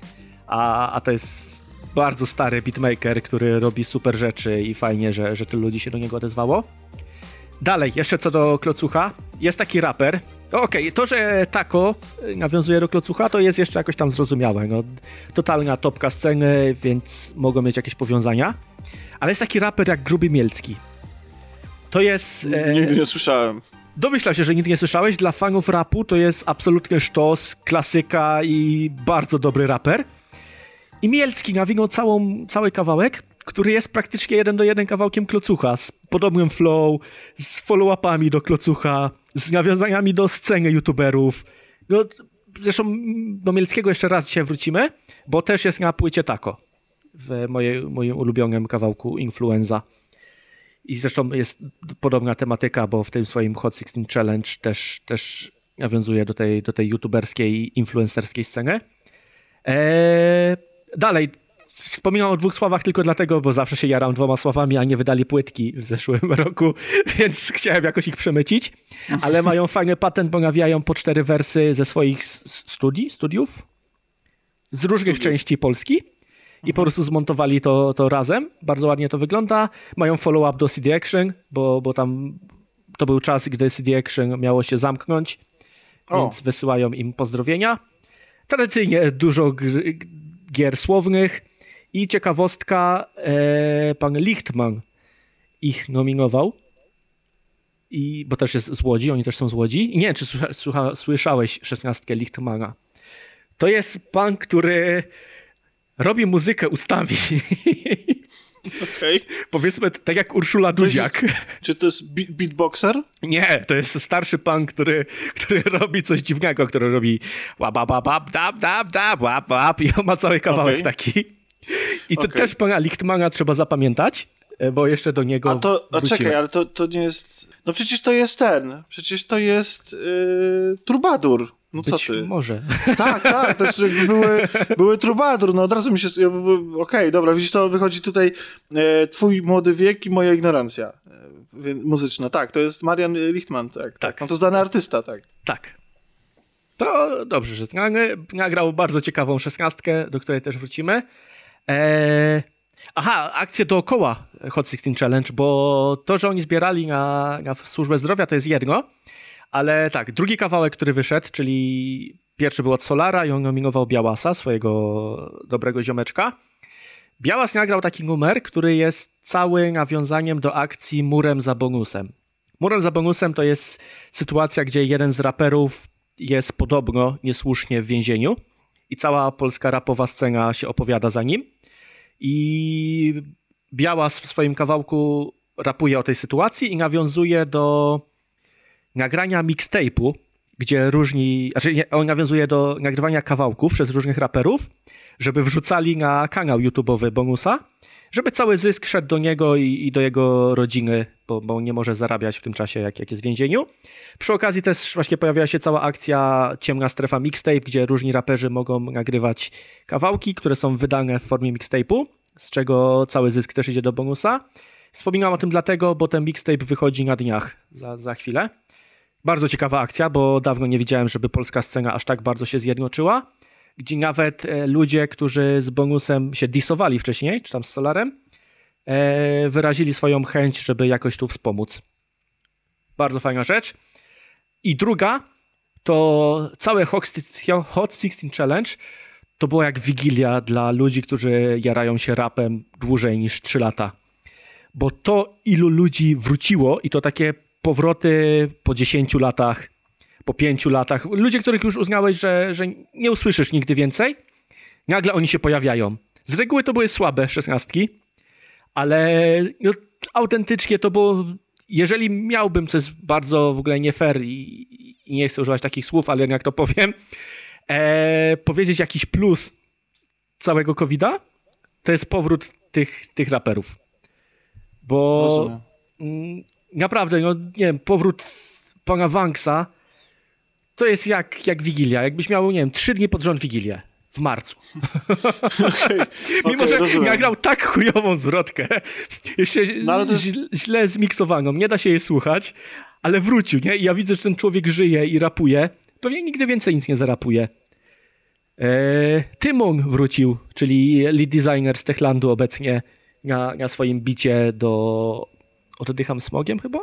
A, a to jest bardzo stary beatmaker, który robi super rzeczy i fajnie, że, że tylu ludzi się do niego odezwało. Dalej, jeszcze co do Klocucha. Jest taki raper. Okej, okay, to, że Taco nawiązuje do Klocucha, to jest jeszcze jakoś tam zrozumiałe. No, totalna topka sceny, więc mogą mieć jakieś powiązania. Ale jest taki raper jak Gruby Mielcki. To jest... E... Nigdy nie słyszałem. Domyślam się, że nigdy nie słyszałeś. Dla fanów rapu to jest absolutnie sztos, klasyka i bardzo dobry raper. I Mielcki nawinął całą, cały kawałek, który jest praktycznie jeden do jeden kawałkiem Klocucha, z podobnym flow, z follow-upami do Klocucha, z nawiązaniami do sceny youtuberów. No, zresztą do Mielckiego jeszcze raz dzisiaj wrócimy, bo też jest na płycie Taco, w moje, moim ulubionym kawałku Influenza. I zresztą jest podobna tematyka, bo w tym swoim Hot szesnaście Challenge też, też nawiązuje do tej, do tej youtuberskiej, influencerskiej sceny. Eee, dalej, wspominam o dwóch słowach tylko dlatego, bo zawsze się jaram dwoma słowami, a nie wydali płytki w zeszłym roku, więc chciałem jakoś ich przemycić. Ale mają fajny patent, bo nawijają po cztery wersy ze swoich studii, studiów z różnych Studiów. części Polski. I po prostu zmontowali to, to razem. Bardzo ładnie to wygląda. Mają follow-up do C D Action, bo, bo tam to był czas, gdy C D Action miało się zamknąć, o. więc wysyłają im pozdrowienia. Tradycyjnie dużo gr- gier słownych i ciekawostka, e, pan Lichtman ich nominował, I, bo też jest z Łodzi, oni też są z Łodzi. I nie wiem, czy słucha, słucha, słyszałeś szesnastkę Lichtmana. To jest pan, który robi muzykę ustami. Okej. Okay. Powiedzmy tak jak Urszula Dudziak. To jest, czy to jest beat, beatboxer? Nie, to jest starszy pan, który, który robi coś dziwnego, który robi łap, łap, łap, łap, dab, dab, dab, łap, łap i on ma cały kawałek okay. taki. I to okay. też pana Lichtmana trzeba zapamiętać, bo jeszcze do niego A to, a wrócimy. czekaj, ale to, to nie jest... No przecież to jest ten, przecież to jest yy, Trubadur. No Być co ty? może. Tak, tak, to jest, były, były Trubadur, no od razu mi się... Okej, okay, dobra, widzisz, to wychodzi tutaj e, twój młody wiek i moja ignorancja e, muzyczna. Tak, to jest Marian Lichtman, tak. tak. No to znany artysta, tak. Tak. To dobrze, że nagrał bardzo ciekawą szesnastkę, do której też wrócimy. Eee, aha, akcje dookoła Hot szesnaście Challenge, bo to, że oni zbierali na, na służbę zdrowia, to jest jedno, ale tak, drugi kawałek, który wyszedł, czyli pierwszy był od Solara i on nominował Białasa, swojego dobrego ziomeczka. Białas nagrał taki numer, który jest cały nawiązaniem do akcji Murem za bonusem. Murem za bonusem to jest sytuacja, gdzie jeden z raperów jest podobno niesłusznie w więzieniu i cała polska rapowa scena się opowiada za nim. I Białas w swoim kawałku rapuje o tej sytuacji i nawiązuje do nagrania mixtape'u, gdzie różni, znaczy on nawiązuje do nagrywania kawałków przez różnych raperów, żeby wrzucali na kanał YouTube'owy Bonusa, żeby cały zysk szedł do niego i, i do jego rodziny, bo, bo nie może zarabiać w tym czasie, jak, jak jest w więzieniu. Przy okazji też właśnie pojawiła się cała akcja Ciemna Strefa Mixtape, gdzie różni raperzy mogą nagrywać kawałki, które są wydane w formie mixtape'u, z czego cały zysk też idzie do Bonusa. Wspominam o tym dlatego, bo ten mixtape wychodzi na dniach za, za chwilę. Bardzo ciekawa akcja, bo dawno nie widziałem, żeby polska scena aż tak bardzo się zjednoczyła, gdzie nawet ludzie, którzy z Bonusem się dissowali wcześniej, czy tam z Solarem, wyrazili swoją chęć, żeby jakoś tu wspomóc. Bardzo fajna rzecz. I druga, to całe Hot szesnaście Challenge to było jak wigilia dla ludzi, którzy jarają się rapem dłużej niż trzy lata. Bo to, ilu ludzi wróciło i to takie powroty po dziesięciu latach, po pięciu latach. Ludzie, których już uznałeś, że, że nie usłyszysz nigdy więcej, nagle oni się pojawiają. Z reguły to były słabe szesnastki, ale no, autentycznie to było, jeżeli miałbym, co jest bardzo w ogóle nie fair i, i nie chcę używać takich słów, ale jak to powiem, e, powiedzieć jakiś plus całego kowida, to jest powrót tych, tych raperów. Bo Rozumiem. Naprawdę, no nie wiem, powrót pana Wanksa to jest jak, jak Wigilia. Jakbyś miał, nie wiem, trzy dni pod rząd Wigilię w marcu. Okay, Mimo, okay, że rozumiem. Nagrał tak chujową zwrotkę, jeszcze no, jest... źle, źle zmiksowaną, nie da się jej słuchać, ale wrócił, nie? I ja widzę, że ten człowiek żyje i rapuje. Pewnie nigdy więcej nic nie zarapuje. Eee, Tymon wrócił, czyli lead designer z Techlandu obecnie na, na swoim bicie do Oddycham smogiem chyba?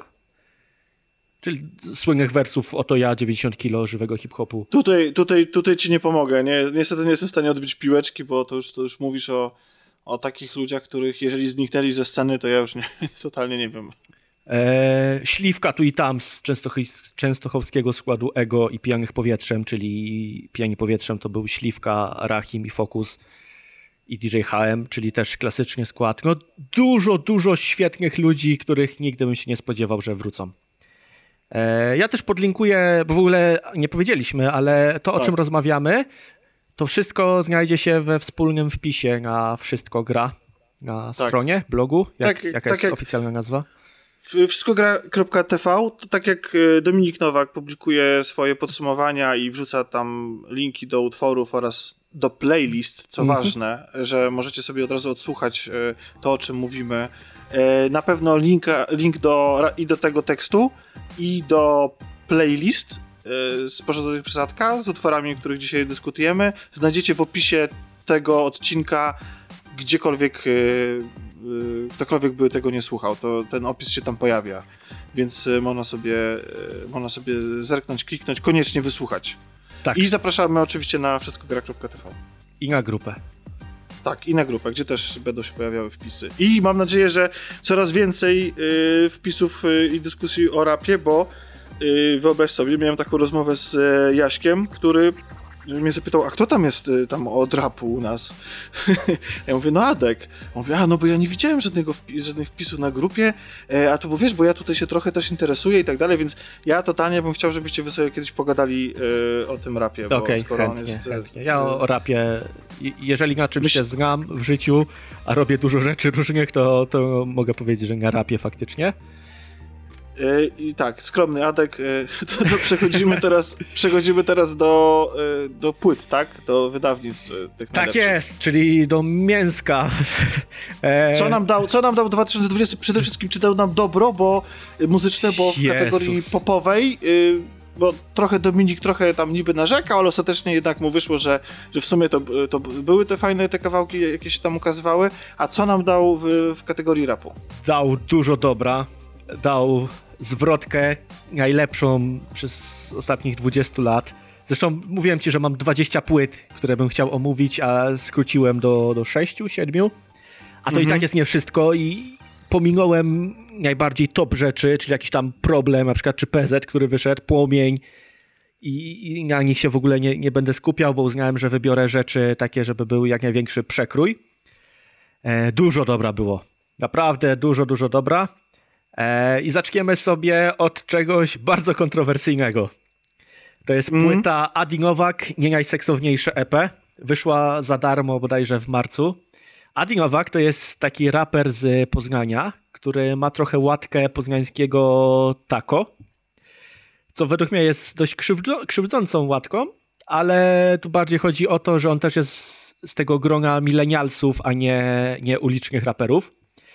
Czyli słynnych wersów Oto ja, dziewięćdziesiąt kilo żywego hip-hopu. Tutaj, tutaj, tutaj ci nie pomogę. Nie, niestety nie jestem w stanie odbić piłeczki, bo to już, to już mówisz o, o takich ludziach, których jeżeli zniknęli ze sceny, to ja już nie, totalnie nie wiem. Eee, śliwka tu i tam z, Częstoch- z częstochowskiego składu Ego i Pijanych Powietrzem, czyli Pijani Powietrzem to był Śliwka, Rahim i Focus i D J H M, czyli też klasycznie skład. No dużo, dużo świetnych ludzi, których nigdy bym się nie spodziewał, że wrócą. E, ja też podlinkuję, bo w ogóle nie powiedzieliśmy, ale to, o tak. czym rozmawiamy, to wszystko znajdzie się we wspólnym wpisie na Wszystko Gra, na tak. stronie, blogu. Jak, tak, jaka tak jest jak... oficjalna nazwa? Wszystkogra kropka t v, to tak jak Dominik Nowak publikuje swoje podsumowania i wrzuca tam linki do utworów oraz do playlist, co mhm. ważne, że możecie sobie od razu odsłuchać to, o czym mówimy. Na pewno linka, link do, i do tego tekstu, i do playlist sporządzonych przez Adka z utworami, o których dzisiaj dyskutujemy, znajdziecie w opisie tego odcinka, gdziekolwiek ktokolwiek by tego nie słuchał, to ten opis się tam pojawia, więc można sobie, można sobie zerknąć, kliknąć, koniecznie wysłuchać. Tak. I zapraszamy oczywiście na wszystkogra kropka t v. I na grupę. Tak, i na grupę, gdzie też będą się pojawiały wpisy. I mam nadzieję, że coraz więcej y, wpisów y, i dyskusji o rapie, bo y, wyobraź sobie, miałem taką rozmowę z y, Jaśkiem, który mnie zapytał, a kto tam jest y, tam od rapu u nas? Ja mówię, no Adek. On mówi, a no bo ja nie widziałem żadnego wpi- żadnych wpisów na grupie, e, a tu bo wiesz, bo ja tutaj się trochę też interesuję i tak dalej, więc ja totalnie bym chciał, żebyście wy sobie kiedyś pogadali y, o tym rapie, bo Okej, skoro chętnie, on jest... chętnie. Ja o, o rapie, i- jeżeli na czymś Myśl- się znam w życiu, a robię dużo rzeczy różnych, to, to mogę powiedzieć, że na rapie faktycznie. E, I tak, skromny Adek, e, to, to przechodzimy teraz przechodzimy teraz do, e, do płyt, tak? Do wydawnictw e, tych Tak najlepszych. jest, czyli do mięska. E, Co nam dał, co nam dał dwa tysiące dwudziesty? Przede wszystkim, czy dał nam dobro, bo y, muzyczne, bo w Jezus. kategorii popowej, y, bo trochę Dominik trochę tam niby narzekał, ale ostatecznie jednak mu wyszło, że, że w sumie to, to były te fajne te kawałki, jakieś się tam ukazywały. A co nam dał w, w kategorii rapu? Dał dużo dobra, dał zwrotkę najlepszą przez ostatnich dwadzieścia lat. Zresztą mówiłem ci, że mam dwadzieścia płyt, które bym chciał omówić, a skróciłem do, do sześciu, siedmiu. A to Mhm. i tak jest nie wszystko i pominąłem najbardziej top rzeczy, czyli jakiś tam problem, na przykład czy P Z, który wyszedł, Płomień i, i na nich się w ogóle nie, nie będę skupiał, bo uznałem, że wybiorę rzeczy takie, żeby był jak największy przekrój. E, dużo dobra było. Naprawdę dużo, dużo dobra. E, I zaczniemy sobie od czegoś bardzo kontrowersyjnego. To jest Mhm. płyta Adi Nowak, nie najseksowniejsze E P. Wyszła za darmo bodajże w marcu. Adi Nowak to jest taki raper z Poznania, który ma trochę łatkę poznańskiego taco, co według mnie jest dość krzywdzo- krzywdzącą łatką, ale tu bardziej chodzi o to, że on też jest z tego grona milenialsów, a nie, nie ulicznych raperów.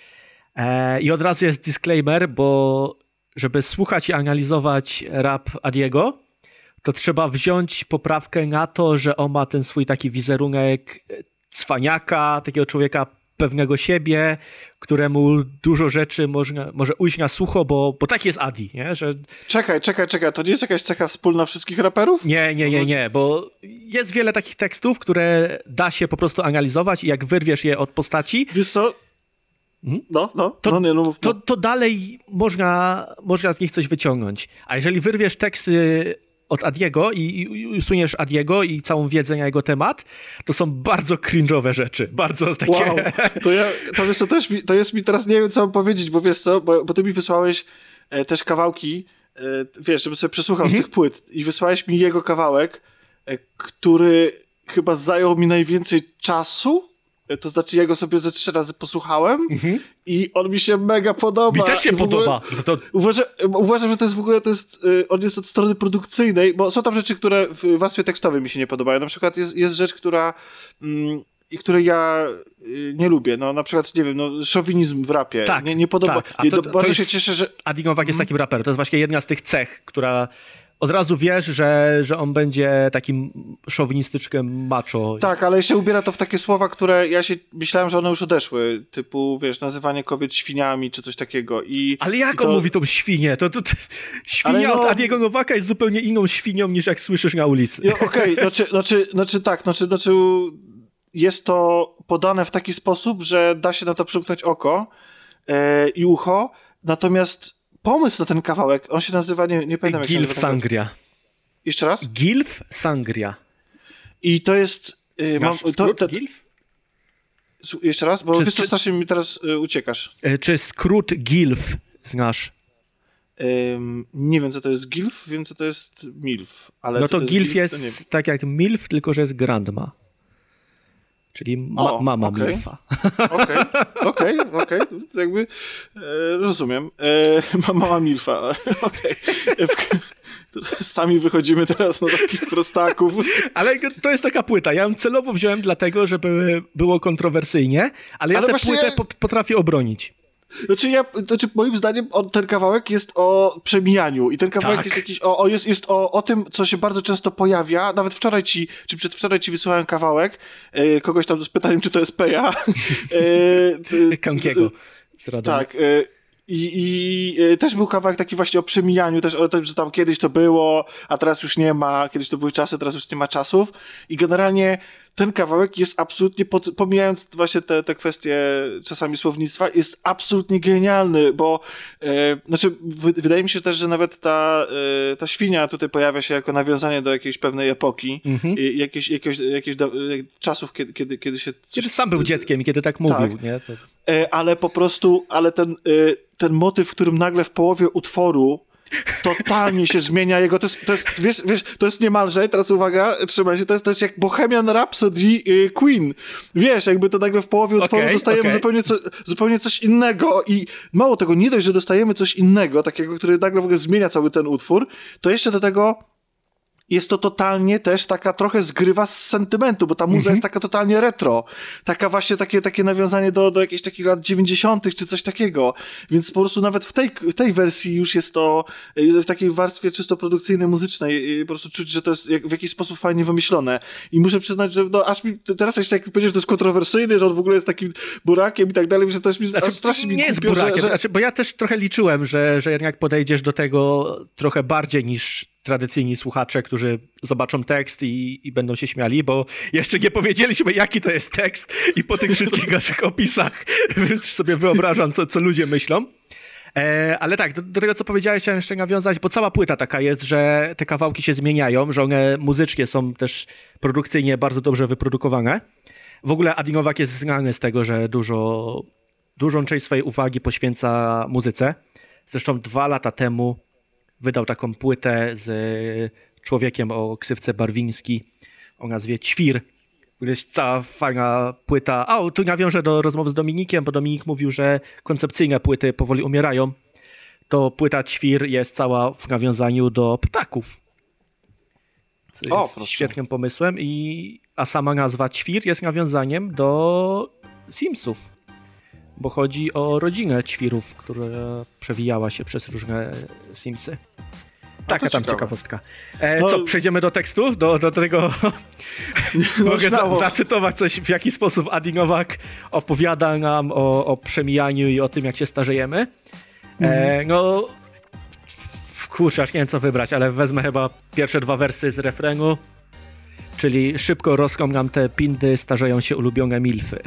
E, I od razu jest disclaimer, bo żeby słuchać i analizować rap Adiego, to trzeba wziąć poprawkę na to, że on ma ten swój taki wizerunek cwaniaka, takiego człowieka pewnego siebie, któremu dużo rzeczy można, może ujść na sucho, bo, bo tak jest Adi, nie? Że Czekaj, czekaj, czekaj, to nie jest jakaś cecha wspólna wszystkich raperów? nie, nie, nie, nie, bo jest wiele takich tekstów, które da się po prostu analizować i jak wyrwiesz je od postaci, Wiesz co? Mhm. No, no, To- no, nie, no, mów, to, no. to dalej można, można z nich coś wyciągnąć. A jeżeli wyrwiesz teksty od Adiego i, i, i usuniesz Adiego i całą wiedzę na jego temat, to są bardzo cringe'owe rzeczy. Bardzo takie... Wow, to ja, to wiesz co, też mi, to jest mi teraz, nie wiem co mam powiedzieć, bo wiesz co, bo, bo ty mi wysłałeś e, też kawałki, e, wiesz, żebym sobie przesłuchał Mhm. z tych płyt i wysłałeś mi jego kawałek, e, który chyba zajął mi najwięcej czasu, e, to znaczy ja go sobie ze trzy razy posłuchałem Mhm. i on mi się mega podoba. Mi też się I w ogóle- podoba. To, to, Uważam, uważam, że to jest w ogóle, to jest, y, on jest od strony produkcyjnej, bo są tam rzeczy, które w warstwie tekstowej mi się nie podobają. Na przykład jest, jest rzecz, która, mm, i której ja y, nie lubię. No na przykład, nie wiem, no szowinizm w rapie. Tak, nie, nie podoba. tak. A Nie, to- to, to bardzo jest- się cieszę, że... Adi Nowak jest takim raperem. To jest właśnie jedna z tych cech, która od razu wiesz, że, że on będzie takim szowinistycznym macho. Tak, ale jeszcze ubiera to w takie słowa, które ja się myślałem, że one już odeszły. Typu, wiesz, nazywanie kobiet świniami, czy coś takiego. I, Ale jak i to... on mówi tą świnię? To, to, to, świnia Ale no- od Adiego Nowaka jest zupełnie inną świnią, niż jak słyszysz na ulicy. No, Okej, znaczy, znaczy, znaczy tak, znaczy, znaczy jest to podane w taki sposób, że da się na to przymknąć oko e, i ucho, natomiast pomysł na ten kawałek, on się nazywa, nie, nie pamiętam jak się Gilf nazywa. ten- Sangria. Jeszcze raz? Gilf Sangria. I to jest... E, mam, Znasz to, skrót to, Gilf? s- jeszcze raz, bo Czy- wiesz co, czy- strasznie mi teraz e, uciekasz. E, Czy skrót Gilf znasz? Ym, nie wiem, co to jest gilf, wiem, co to jest milf. Ale No co to jest Gilf to nie jest wiem. tak jak MILF, tylko że jest grandma. Czyli ma O, mama okej. MILFa. Okej, okej, okej, to jakby e, rozumiem. E, ma- mama milfa, okej. E, w- Sami wychodzimy teraz na takich prostaków. Ale to jest taka płyta. Ja ją celowo wziąłem dlatego, żeby było kontrowersyjnie, ale ja Ale tę właśnie płytę ja- po, potrafię obronić. Znaczy, ja, znaczy moim zdaniem on, ten kawałek jest o przemijaniu i ten kawałek Tak. jest jakiś, o, o, jest, jest o, o tym, co się bardzo często pojawia. Nawet wczoraj ci, czy przedwczoraj ci wysłałem kawałek, e, kogoś tam z pytaniem, czy to jest Peja. E, e, Kankiego z Radomia. Tak. y, I, i y, też był kawałek taki właśnie o przemijaniu, też o tym, że tam kiedyś to było, a teraz już nie ma, kiedyś to były czasy, teraz już nie ma czasów. I generalnie ten kawałek jest absolutnie, pod, pomijając właśnie te, te kwestie czasami słownictwa, jest absolutnie genialny, bo e, znaczy w, wydaje mi się też, że nawet ta, e, ta świnia tutaj pojawia się jako nawiązanie do jakiejś pewnej epoki, mm-hmm. i jakieś, jakieś, jakieś do, czasów, kiedy, kiedy, kiedy się... Kiedy sam był dzieckiem i kiedy tak mówił, tak. nie? To... E, ale po prostu, ale ten, e, ten motyw, w którym nagle w połowie utworu totalnie się zmienia jego, to jest, to jest, wiesz, wiesz, to jest niemalże, teraz uwaga, trzymaj się, to jest, to jest jak Bohemian Rhapsody y, Queen. Wiesz, jakby to nagle w połowie utworu okay, dostajemy okay. zupełnie, co, zupełnie coś innego i mało tego, nie dość, że dostajemy coś innego, takiego, który nagle w ogóle zmienia cały ten utwór, to jeszcze do tego jest to totalnie też taka trochę zgrywa z sentymentu, bo ta muza mm-hmm. jest taka totalnie retro. Taka właśnie takie, takie nawiązanie do, do jakichś takich lat dziewięćdziesiątych czy coś takiego. Więc po prostu nawet w tej, w tej wersji już jest to w takiej warstwie czysto produkcyjnej, muzycznej po prostu czuć, że to jest w jakiś sposób fajnie wymyślone. I muszę przyznać, że no, aż mi teraz jeszcze jak powiedziesz, że to jest kontrowersyjny, że on w ogóle jest takim burakiem i tak dalej, że to jest mi znaczy, strasznie mi nie jest głupio, burakiem, że, że... Znaczy, bo ja też trochę liczyłem, że, że jednak podejdziesz do tego trochę bardziej niż tradycyjni słuchacze, którzy zobaczą tekst i, i będą się śmiali, bo jeszcze nie powiedzieliśmy, jaki to jest tekst i po tych wszystkich naszych opisach już sobie wyobrażam, co, co ludzie myślą. E, ale tak, do, do tego, co powiedziałeś, chciałem jeszcze nawiązać, bo cała płyta taka jest, że te kawałki się zmieniają, że one muzycznie są też produkcyjnie bardzo dobrze wyprodukowane. W ogóle Adi Nowak jest znany z tego, że dużo, dużą część swojej uwagi poświęca muzyce. Zresztą dwa lata temu wydał taką płytę z człowiekiem o ksywce Barwiński o nazwie Ćwir. Gdzieś cała fajna płyta. A, tu nawiążę do rozmowy z Dominikiem, bo Dominik mówił, że koncepcyjne płyty powoli umierają. To płyta Ćwir jest cała w nawiązaniu do ptaków. Co o, jest proszę. Świetnym pomysłem. I, a sama nazwa Ćwir jest nawiązaniem do Simsów. Bo chodzi o rodzinę ćwirów, która przewijała się przez różne Simsy. Taka tam ciekawe. ciekawostka. E, no, co, przejdziemy do tekstu? Do, do tego no, mogę za, zacytować coś, w jaki sposób Adi Nowak opowiada nam o, o przemijaniu i o tym, jak się starzejemy. E, no, kurczę, aż nie wiem, co wybrać, ale wezmę chyba pierwsze dwa wersy z refrenu, czyli szybko rosną nam te pindy, starzeją się ulubione milfy.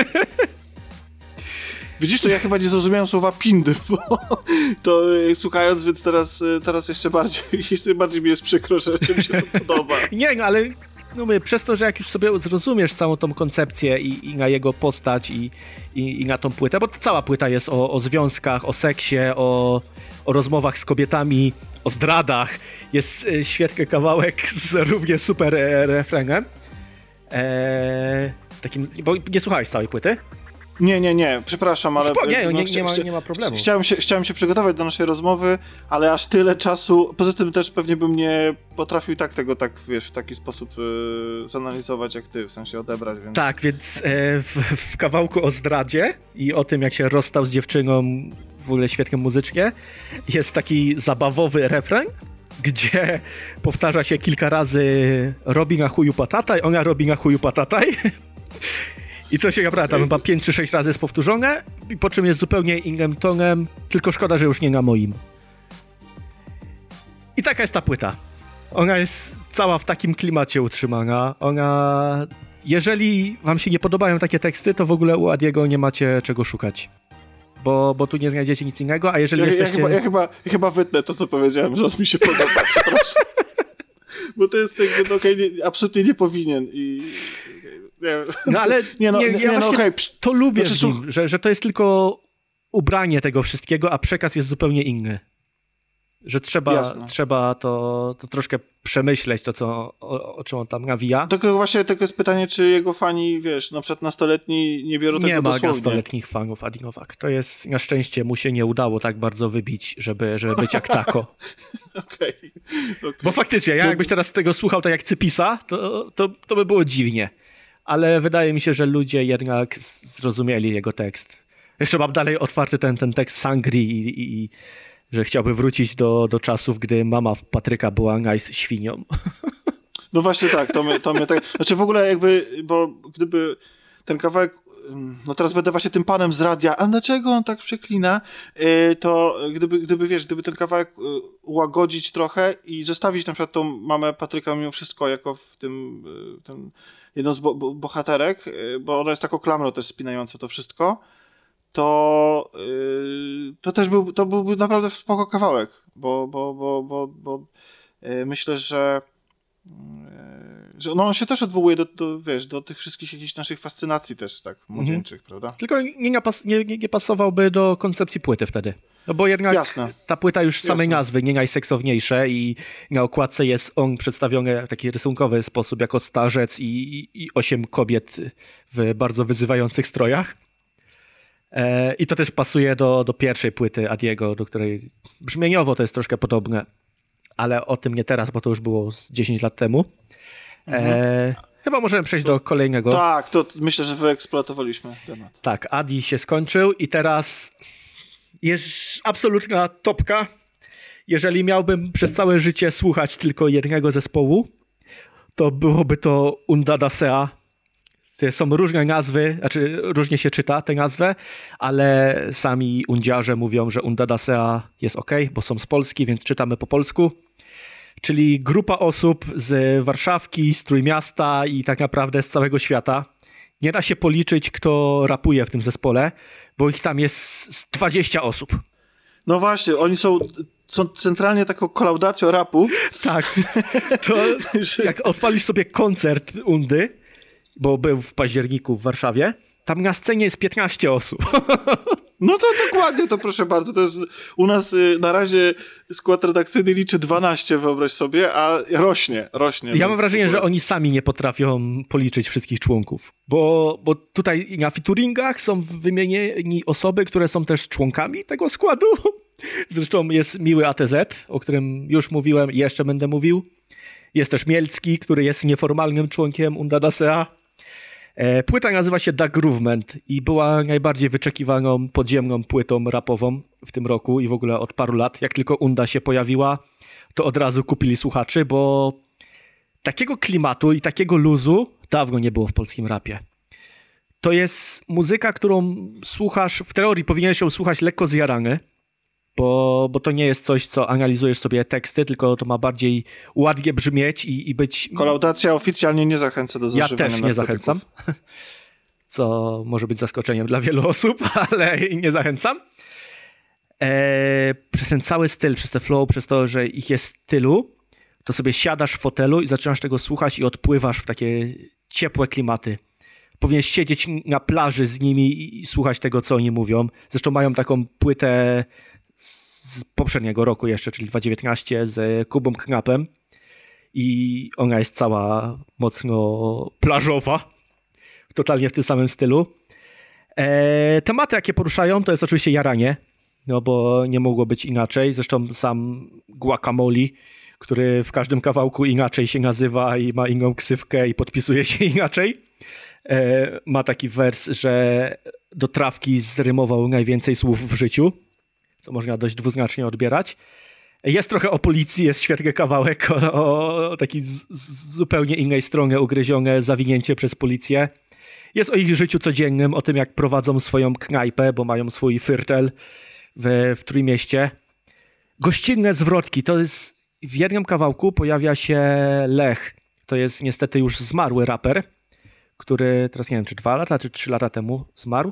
Widzisz, to ja chyba nie zrozumiałem słowa pindy, bo to e, słuchając, więc teraz, teraz jeszcze bardziej, jeszcze bardziej mi jest przykro, że mi się to podoba. Nie, no ale no mówię, przez to, że jak już sobie zrozumiesz całą tą koncepcję i, i na jego postać i, i, i na tą płytę, bo cała płyta jest o, o związkach, o seksie, o, o rozmowach z kobietami, o zdradach. Jest świetny kawałek z równie super refrenem. Eee, takim, bo nie słuchałeś całej płyty? Nie, nie, nie, przepraszam, ale... Spo, nie, no, nie, chcia, nie, ma, chcia, nie ma problemu. Chciałem się, chciałem się przygotować do naszej rozmowy, ale aż tyle czasu... Poza tym też pewnie bym nie potrafił i tak tego tak, wiesz, w taki sposób yy, zanalizować jak ty, w sensie odebrać, więc... Tak, więc e, w, w kawałku o zdradzie i o tym, jak się rozstał z dziewczyną, w ogóle świetnie muzycznie, jest taki zabawowy refren, gdzie powtarza się kilka razy robi na chuju patataj, ona robi na chuju patataj. I to się naprawdę tam chyba pięć czy sześć razy jest powtórzone, i po czym jest zupełnie innym tonem, tylko szkoda, że już nie na moim. I taka jest ta płyta. Ona jest cała w takim klimacie utrzymana. Ona... Jeżeli wam się nie podobają takie teksty, to w ogóle u Adiego nie macie czego szukać. Bo, bo tu nie znajdziecie nic innego, a jeżeli ja, jesteście... Ja chyba, ja, chyba, ja chyba wytnę to, co powiedziałem, że on mi się podoba, przepraszam. Bo to jest jakby, no okej, okay, absolutnie nie powinien i... Nie, no ale nie, no, nie, nie, ja nie, no, okay. to lubię znaczy, w nim, że, że to jest tylko ubranie tego wszystkiego, a przekaz jest zupełnie inny. Że trzeba, trzeba to, to troszkę przemyśleć, to co, o, o czym on tam nawija. Tylko właśnie tylko jest pytanie, czy jego fani, wiesz, na przykład nastoletni nie biorą nie tego dosłownie. Nie ma nastoletnich fanów Adi Nowak. To jest, na szczęście mu się nie udało tak bardzo wybić, żeby, żeby być jak tako. Okej. Okay. Okay. Bo faktycznie, ja jakbyś teraz tego słuchał tak jak Cypisa, to, to, to by było dziwnie. Ale wydaje mi się, że ludzie jednak zrozumieli jego tekst. Jeszcze mam dalej otwarty ten, ten tekst Sangri i, i, i że chciałby wrócić do, do czasów, gdy mama Patryka była nice świnią. No właśnie tak, to mnie, to mnie tak... Znaczy w ogóle jakby, bo gdyby... ten kawałek, no teraz będę właśnie tym panem z radia, a dlaczego on tak przeklina, yy, to gdyby, gdyby, wiesz, gdyby ten kawałek yy, ułagodzić trochę i zostawić na przykład tą mamę Patryka mimo wszystko jako w tym, yy, ten, jedną z bo, bo, bohaterek, yy, bo ona jest taką klamrą też spinającą to wszystko, to, yy, to też był, to byłby naprawdę spoko kawałek, bo, bo, bo, bo, bo yy, myślę, że yy, że no on się też odwołuje do, do, wiesz, do tych wszystkich jakichś naszych fascynacji też tak młodzieńczych, mhm. prawda? Tylko nie, nie, pas, nie, nie pasowałby do koncepcji płyty wtedy. No bo jednak Jasne. ta płyta już z samej Jasne. nazwy nie najseksowniejsze i na okładce jest on przedstawiony w taki rysunkowy sposób jako starzec i, i, i osiem kobiet w bardzo wyzywających strojach. E, I to też pasuje do, do pierwszej płyty Adiego, do której brzmieniowo to jest troszkę podobne, ale o tym nie teraz, bo to już było z dziesięć lat temu. Mhm. E, chyba możemy przejść do kolejnego. Tak, to myślę, że wyeksploatowaliśmy temat. Tak, Adi się skończył i teraz jest absolutna topka. Jeżeli miałbym przez całe życie słuchać tylko jednego zespołu, to byłoby to Undadasea. Są różne nazwy, znaczy różnie się czyta tę nazwę, ale sami undziarze mówią, że Undadasea jest ok, bo są z Polski, więc czytamy po polsku. Czyli grupa osób z Warszawki, z Trójmiasta i tak naprawdę z całego świata. Nie da się policzyć, kto rapuje w tym zespole, bo ich tam jest dwadzieścia osób. No właśnie, oni są, są centralnie taką kolaudacją rapu. Tak, to jak odpalisz sobie koncert Undy, bo był w październiku w Warszawie, tam na scenie jest piętnaście osób. No to dokładnie, to proszę bardzo. To jest u nas y, na razie skład redakcyjny liczy dwanaście, wyobraź sobie, a rośnie, rośnie. Ja mam wrażenie, że oni sami nie potrafią policzyć wszystkich członków, bo, bo tutaj na featuringach są wymienieni osoby, które są też członkami tego składu. Zresztą jest Miły A T Z, o którym już mówiłem i jeszcze będę mówił. Jest też Mielcki, który jest nieformalnym członkiem Undadasea. Płyta nazywa się The Groovement i była najbardziej wyczekiwaną podziemną płytą rapową w tym roku i w ogóle od paru lat. Jak tylko Unda się pojawiła, to od razu kupili słuchaczy, bo takiego klimatu i takiego luzu dawno nie było w polskim rapie. To jest muzyka, którą słuchasz, w teorii powinieneś ją słuchać lekko zjarany, bo, bo to nie jest coś, co analizujesz sobie teksty, tylko to ma bardziej ładnie brzmieć i, i być... Kolaudacja oficjalnie nie zachęca do zażywania narkotyków. Ja też nie zachęcam, co może być zaskoczeniem dla wielu osób, ale nie zachęcam. Eee, przez ten cały styl, przez ten flow, przez to, że ich jest tylu, to sobie siadasz w fotelu i zaczynasz tego słuchać i odpływasz w takie ciepłe klimaty. Powinieneś siedzieć na plaży z nimi i słuchać tego, co oni mówią. Zresztą mają taką płytę z poprzedniego roku jeszcze, czyli dwa tysiące dziewiętnastego z Kubą Knapem i ona jest cała mocno plażowa, totalnie w tym samym stylu. E, tematy, jakie poruszają, to jest oczywiście jaranie, no bo nie mogło być inaczej. Zresztą sam Guacamole, który w każdym kawałku inaczej się nazywa i ma inną ksywkę i podpisuje się inaczej, e, ma taki wers, że do trawki zrymował najwięcej słów w życiu, co można dość dwuznacznie odbierać. Jest trochę o policji, jest świetny kawałek o, o takiej z, z zupełnie innej stronie ugryzione zawinięcie przez policję. Jest o ich życiu codziennym, o tym jak prowadzą swoją knajpę, bo mają swój fyrtel w, w Trójmieście. Gościnne zwrotki, to jest w jednym kawałku pojawia się Lech. To jest niestety już zmarły raper, który teraz nie wiem, czy dwa lata, czy trzy lata temu zmarł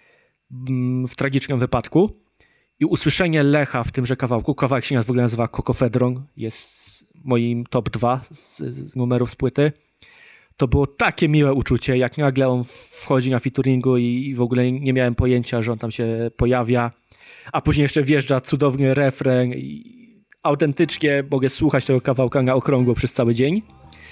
w tragicznym wypadku. I usłyszenie Lecha w tymże kawałku, kawałek się w ogóle nazywa Kokofedron, jest moim top dwa z, z numerów z płyty. To było takie miłe uczucie, jak nagle on wchodzi na featuringu i w ogóle nie miałem pojęcia, że on tam się pojawia. A później jeszcze wjeżdża cudowny refren i autentycznie mogę słuchać tego kawałka na okrągło przez cały dzień.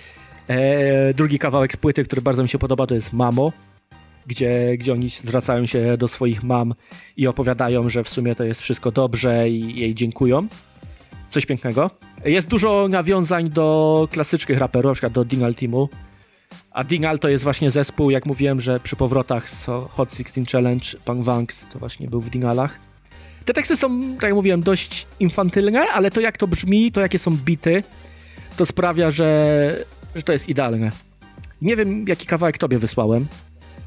E, drugi kawałek z płyty, który bardzo mi się podoba, to jest Mamo, gdzie, gdzie oni zwracają się do swoich mam i opowiadają, że w sumie to jest wszystko dobrze i jej dziękują. Coś pięknego. Jest dużo nawiązań do klasycznych raperów, na przykład do Dingal Teamu. A Dingal to jest właśnie zespół, jak mówiłem, że przy powrotach z Hot szesnaście Challenge, Punk Vanks to właśnie był w Dingalach. Te teksty są, tak jak mówiłem, dość infantylne, ale to jak to brzmi, to jakie są bity, to sprawia, że, że to jest idealne. Nie wiem, jaki kawałek tobie wysłałem.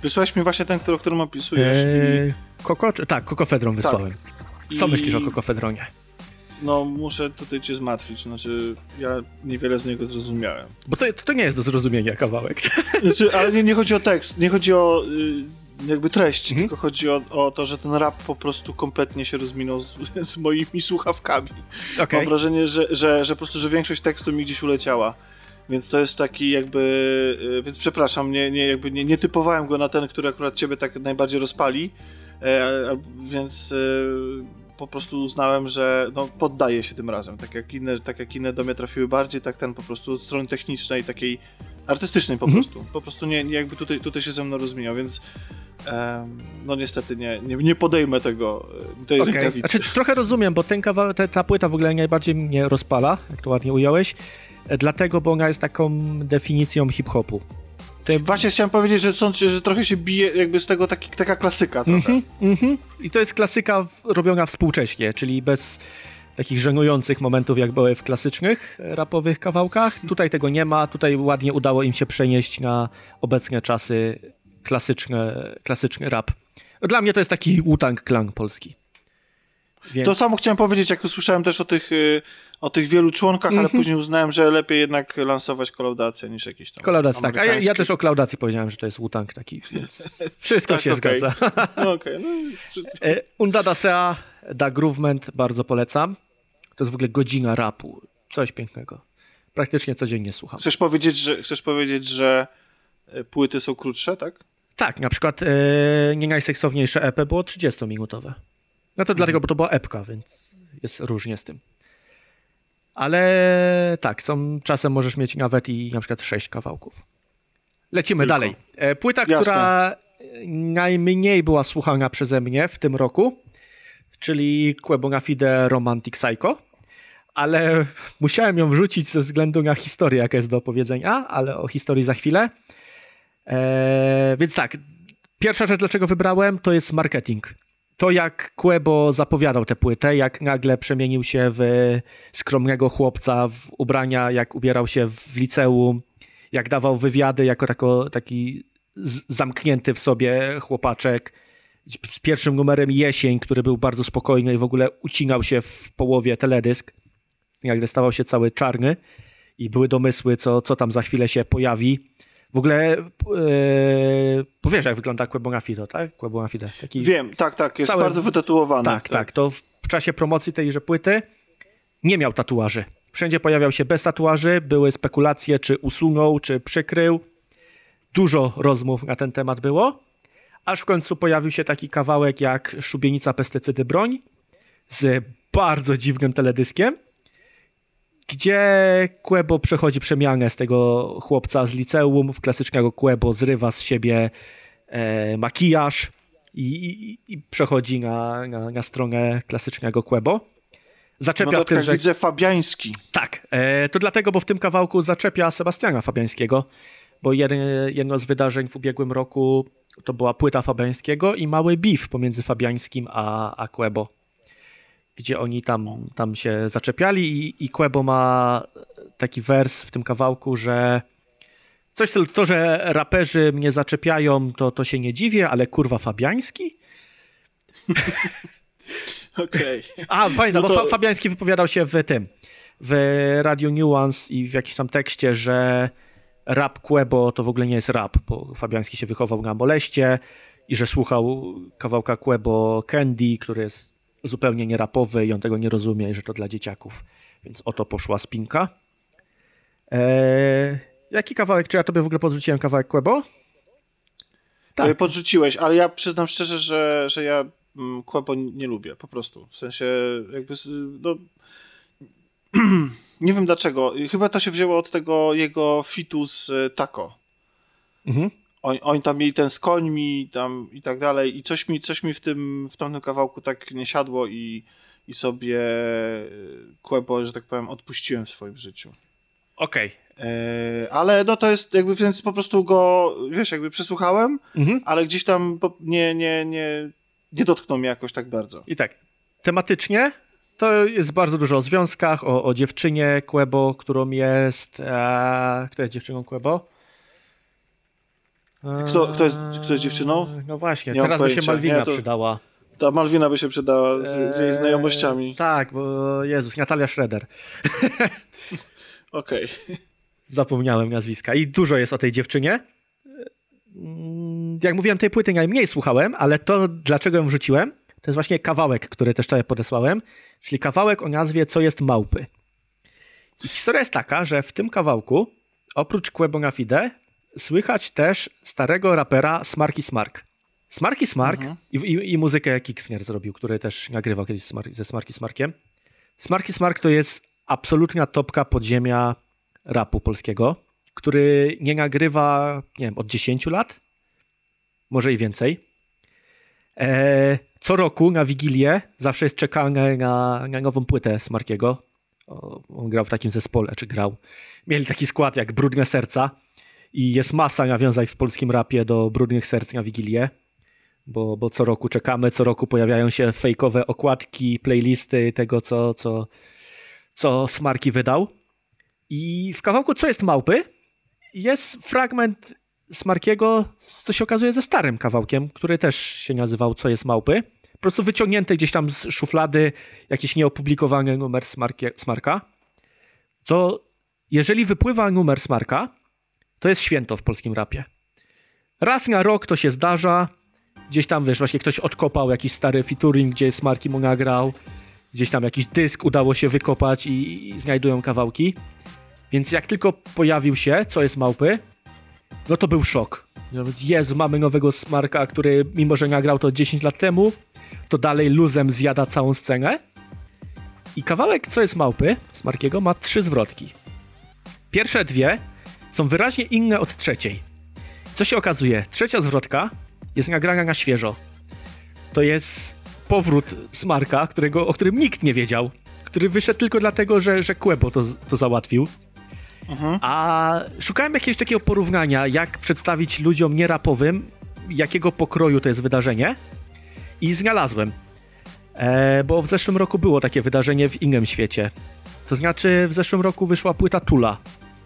Wysłałeś mi właśnie ten, który, o którym opisujesz. Eee, i... Koko, czy, tak, Kokofedron wysłałem. Tak. Co I... myślisz o Kokofedronie? No, muszę tutaj cię zmartwić, znaczy ja niewiele z niego zrozumiałem. Bo to, to nie jest do zrozumienia kawałek. Znaczy, ale nie, nie chodzi o tekst, nie chodzi o y, jakby treść, mhm. tylko chodzi o, o to, że ten rap po prostu kompletnie się rozminął z, z moimi słuchawkami. Okay. Mam wrażenie, że, że, że po prostu, że większość tekstu mi gdzieś uleciała. Więc to jest taki jakby, y, więc przepraszam, nie, nie, jakby nie, nie typowałem go na ten, który akurat ciebie tak najbardziej rozpali, e, więc... Y, po prostu uznałem, że no, poddaję się tym razem. Tak jak, inne, tak jak inne do mnie trafiły bardziej, tak ten po prostu od strony technicznej, takiej artystycznej po mm-hmm. prostu. Po prostu nie, nie jakby tutaj, tutaj się ze mną rozminął, więc um, no niestety nie, nie, nie podejmę tego, tej okay. rękawicy. Znaczy, trochę rozumiem, bo ten kawał, ta, ta płyta w ogóle najbardziej mnie rozpala, jak to ładnie ująłeś, dlatego, bo ona jest taką definicją hip-hopu. Ty... Właśnie chciałem powiedzieć, że, są, że trochę się bije jakby z tego taki, taka klasyka trochę. Mm-hmm, mm-hmm. I to jest klasyka robiona współcześnie, czyli bez takich żenujących momentów, jak były w klasycznych rapowych kawałkach. Tutaj tego nie ma, tutaj ładnie udało im się przenieść na obecne czasy klasyczne, klasyczny rap. Dla mnie to jest taki Wu-Tang Clan polski. Więc... To samo chciałem powiedzieć, jak usłyszałem też o tych, o tych wielu członkach, mm-hmm. ale później uznałem, że lepiej jednak lansować kolaudację niż jakiś tam Kolaudację, tak. A ja, ja też o klaudacji powiedziałem, że to jest Wu-Tang taki, więc wszystko tak, się okay. zgadza. okay, no. Undada Sea, Da Groovement, bardzo polecam. To jest w ogóle godzina rapu. Coś pięknego. Praktycznie codziennie słucham. Chcesz powiedzieć, że, chcesz powiedzieć, że płyty są krótsze, tak? Tak, na przykład e, nie najseksowniejsze E P było trzydziestominutowe. No to dlatego, bo to była epka, więc jest różnie z tym. Ale tak, są, czasem możesz mieć nawet i na przykład sześć kawałków. Lecimy Tylko. dalej. Płyta, Jasne. która najmniej była słuchana przeze mnie w tym roku, czyli Quebo na Fide Romantic Psycho, ale musiałem ją wrzucić ze względu na historię, jaka jest do opowiedzenia, ale o historii za chwilę. Eee, więc tak, pierwsza rzecz, dlaczego wybrałem, to jest marketing. To jak Quebo zapowiadał tę płytę, jak nagle przemienił się w skromnego chłopca, w ubrania, jak ubierał się w liceum, jak dawał wywiady jako tako, taki z- zamknięty w sobie chłopaczek. Z pierwszym numerem Jesień, który był bardzo spokojny i w ogóle ucinał się w połowie teledysk. Nagle stawał się cały czarny i były domysły, co, co tam za chwilę się pojawi. W ogóle yy, powiesz, jak wygląda Quebo na Fide, tak? Quebo na Fide. Taki Wiem, tak, tak, jest cały... bardzo wytatuowany. Tak, tak, tak. To w czasie promocji tejże płyty nie miał tatuaży. Wszędzie pojawiał się bez tatuaży, były spekulacje, czy usunął, czy przykrył. Dużo rozmów na ten temat było, aż w końcu pojawił się taki kawałek jak Szubienica, pestycydy, broń z bardzo dziwnym teledyskiem, gdzie Quebo przechodzi przemianę z tego chłopca z liceum w klasycznego Quebo, zrywa z siebie e, makijaż i, i, i przechodzi na, na, na stronę klasycznego Quebo. Zaczepia no w tym, że... widzę Fabiański. Tak, e, to dlatego, bo w tym kawałku zaczepia Sebastiana Fabiańskiego, bo jedno, jedno z wydarzeń w ubiegłym roku to była płyta Fabiańskiego i mały beef pomiędzy Fabiańskim a, a Quebo, gdzie oni tam, tam się zaczepiali i, i Quebo ma taki wers w tym kawałku, że coś to, że raperzy mnie zaczepiają, to, to się nie dziwię, ale kurwa Fabiański? Okej. Okay. A, pamiętam, no to... bo Fabiański wypowiadał się w tym, w Radio Nuance i w jakimś tam tekście, że rap Quebo to w ogóle nie jest rap, bo Fabiański się wychował na moleście i że słuchał kawałka Quebo Candy, który jest zupełnie nierapowy i on tego nie rozumie, że to dla dzieciaków. Więc oto poszła spinka. Eee, jaki kawałek? Czy ja tobie w ogóle podrzuciłem kawałek Quebo? Tak. Podrzuciłeś, ale ja przyznam szczerze, że, że ja Quebo nie lubię, po prostu. W sensie jakby, no... nie wiem dlaczego. Chyba to się wzięło od tego jego fitu z Taco. Mhm. Oni, oni tam mieli ten z końmi tam i tak dalej i coś mi, coś mi w tym w tamtym kawałku tak nie siadło i, i sobie Quebo, że tak powiem, odpuściłem w swoim życiu. Okej. Okay. E, ale no to jest jakby, więc po prostu go, wiesz, jakby przesłuchałem, mhm. ale gdzieś tam nie, nie, nie, nie dotknął mnie jakoś tak bardzo. I tak, tematycznie to jest bardzo dużo o związkach, o, o dziewczynie Quebo, którą jest... E, kto jest dziewczyną Quebo? Kto, kto, jest, kto jest dziewczyną? No właśnie, Nie teraz by się pojęcia. Malwina Nie, to... przydała. Ta Malwina by się przydała z, z jej znajomościami. Eee, tak, bo Jezus, Natalia Schroeder. Okej. Okay. Zapomniałem nazwiska. I dużo jest o tej dziewczynie. Jak mówiłem, tej płyty najmniej słuchałem, ale to, dlaczego ją wrzuciłem, to jest właśnie kawałek, który też tutaj podesłałem, czyli kawałek o nazwie Co jest małpy. I historia jest taka, że w tym kawałku, oprócz Quo Bona Fide, słychać też starego rapera Smarky Smark. Smarky Smark mhm. i, i, i muzykę Kixner zrobił, który też nagrywał kiedyś ze Smarky Smarkiem. Smarky Smark to jest absolutna topka podziemia rapu polskiego, który nie nagrywa, nie wiem, od dziesięciu lat, może i więcej. E, co roku na Wigilię zawsze jest czekane na, na nową płytę Smarkiego. O, on grał w takim zespole, czy grał. Mieli taki skład jak Brudne Serca i jest masa nawiązań w polskim rapie do Brudnych Serc na Wigilię, bo, bo co roku czekamy, co roku pojawiają się fejkowe okładki, playlisty tego, co, co, co Smarki wydał. I w kawałku Co jest małpy jest fragment Smarkiego, co się okazuje ze starym kawałkiem, który też się nazywał Co jest małpy. Po prostu wyciągnięty gdzieś tam z szuflady jakiś nieopublikowany numer Smarkie, Smarka. Co jeżeli wypływa numer Smarka, to jest święto w polskim rapie. Raz na rok to się zdarza. Gdzieś tam, wiesz, właśnie ktoś odkopał jakiś stary featuring, gdzie Smarki mu nagrał. Gdzieś tam jakiś dysk udało się wykopać i, i znajdują kawałki. Więc jak tylko pojawił się Co jest małpy, no to był szok. Jezu, mamy nowego Smarka, który mimo, że nagrał to dziesięć lat temu, to dalej luzem zjada całą scenę. I kawałek Co jest małpy Smarkiego ma trzy zwrotki. Pierwsze dwie są wyraźnie inne od trzeciej. Co się okazuje? Trzecia zwrotka jest nagrana na świeżo. To jest powrót Smarka, którego, o którym nikt nie wiedział, który wyszedł tylko dlatego, że, że Quebo to, to załatwił. Mhm. A szukałem jakiegoś takiego porównania, jak przedstawić ludziom nierapowym, jakiego pokroju to jest wydarzenie, i znalazłem. E, bo w zeszłym roku było takie wydarzenie w innym świecie. To znaczy w zeszłym roku wyszła płyta Tula.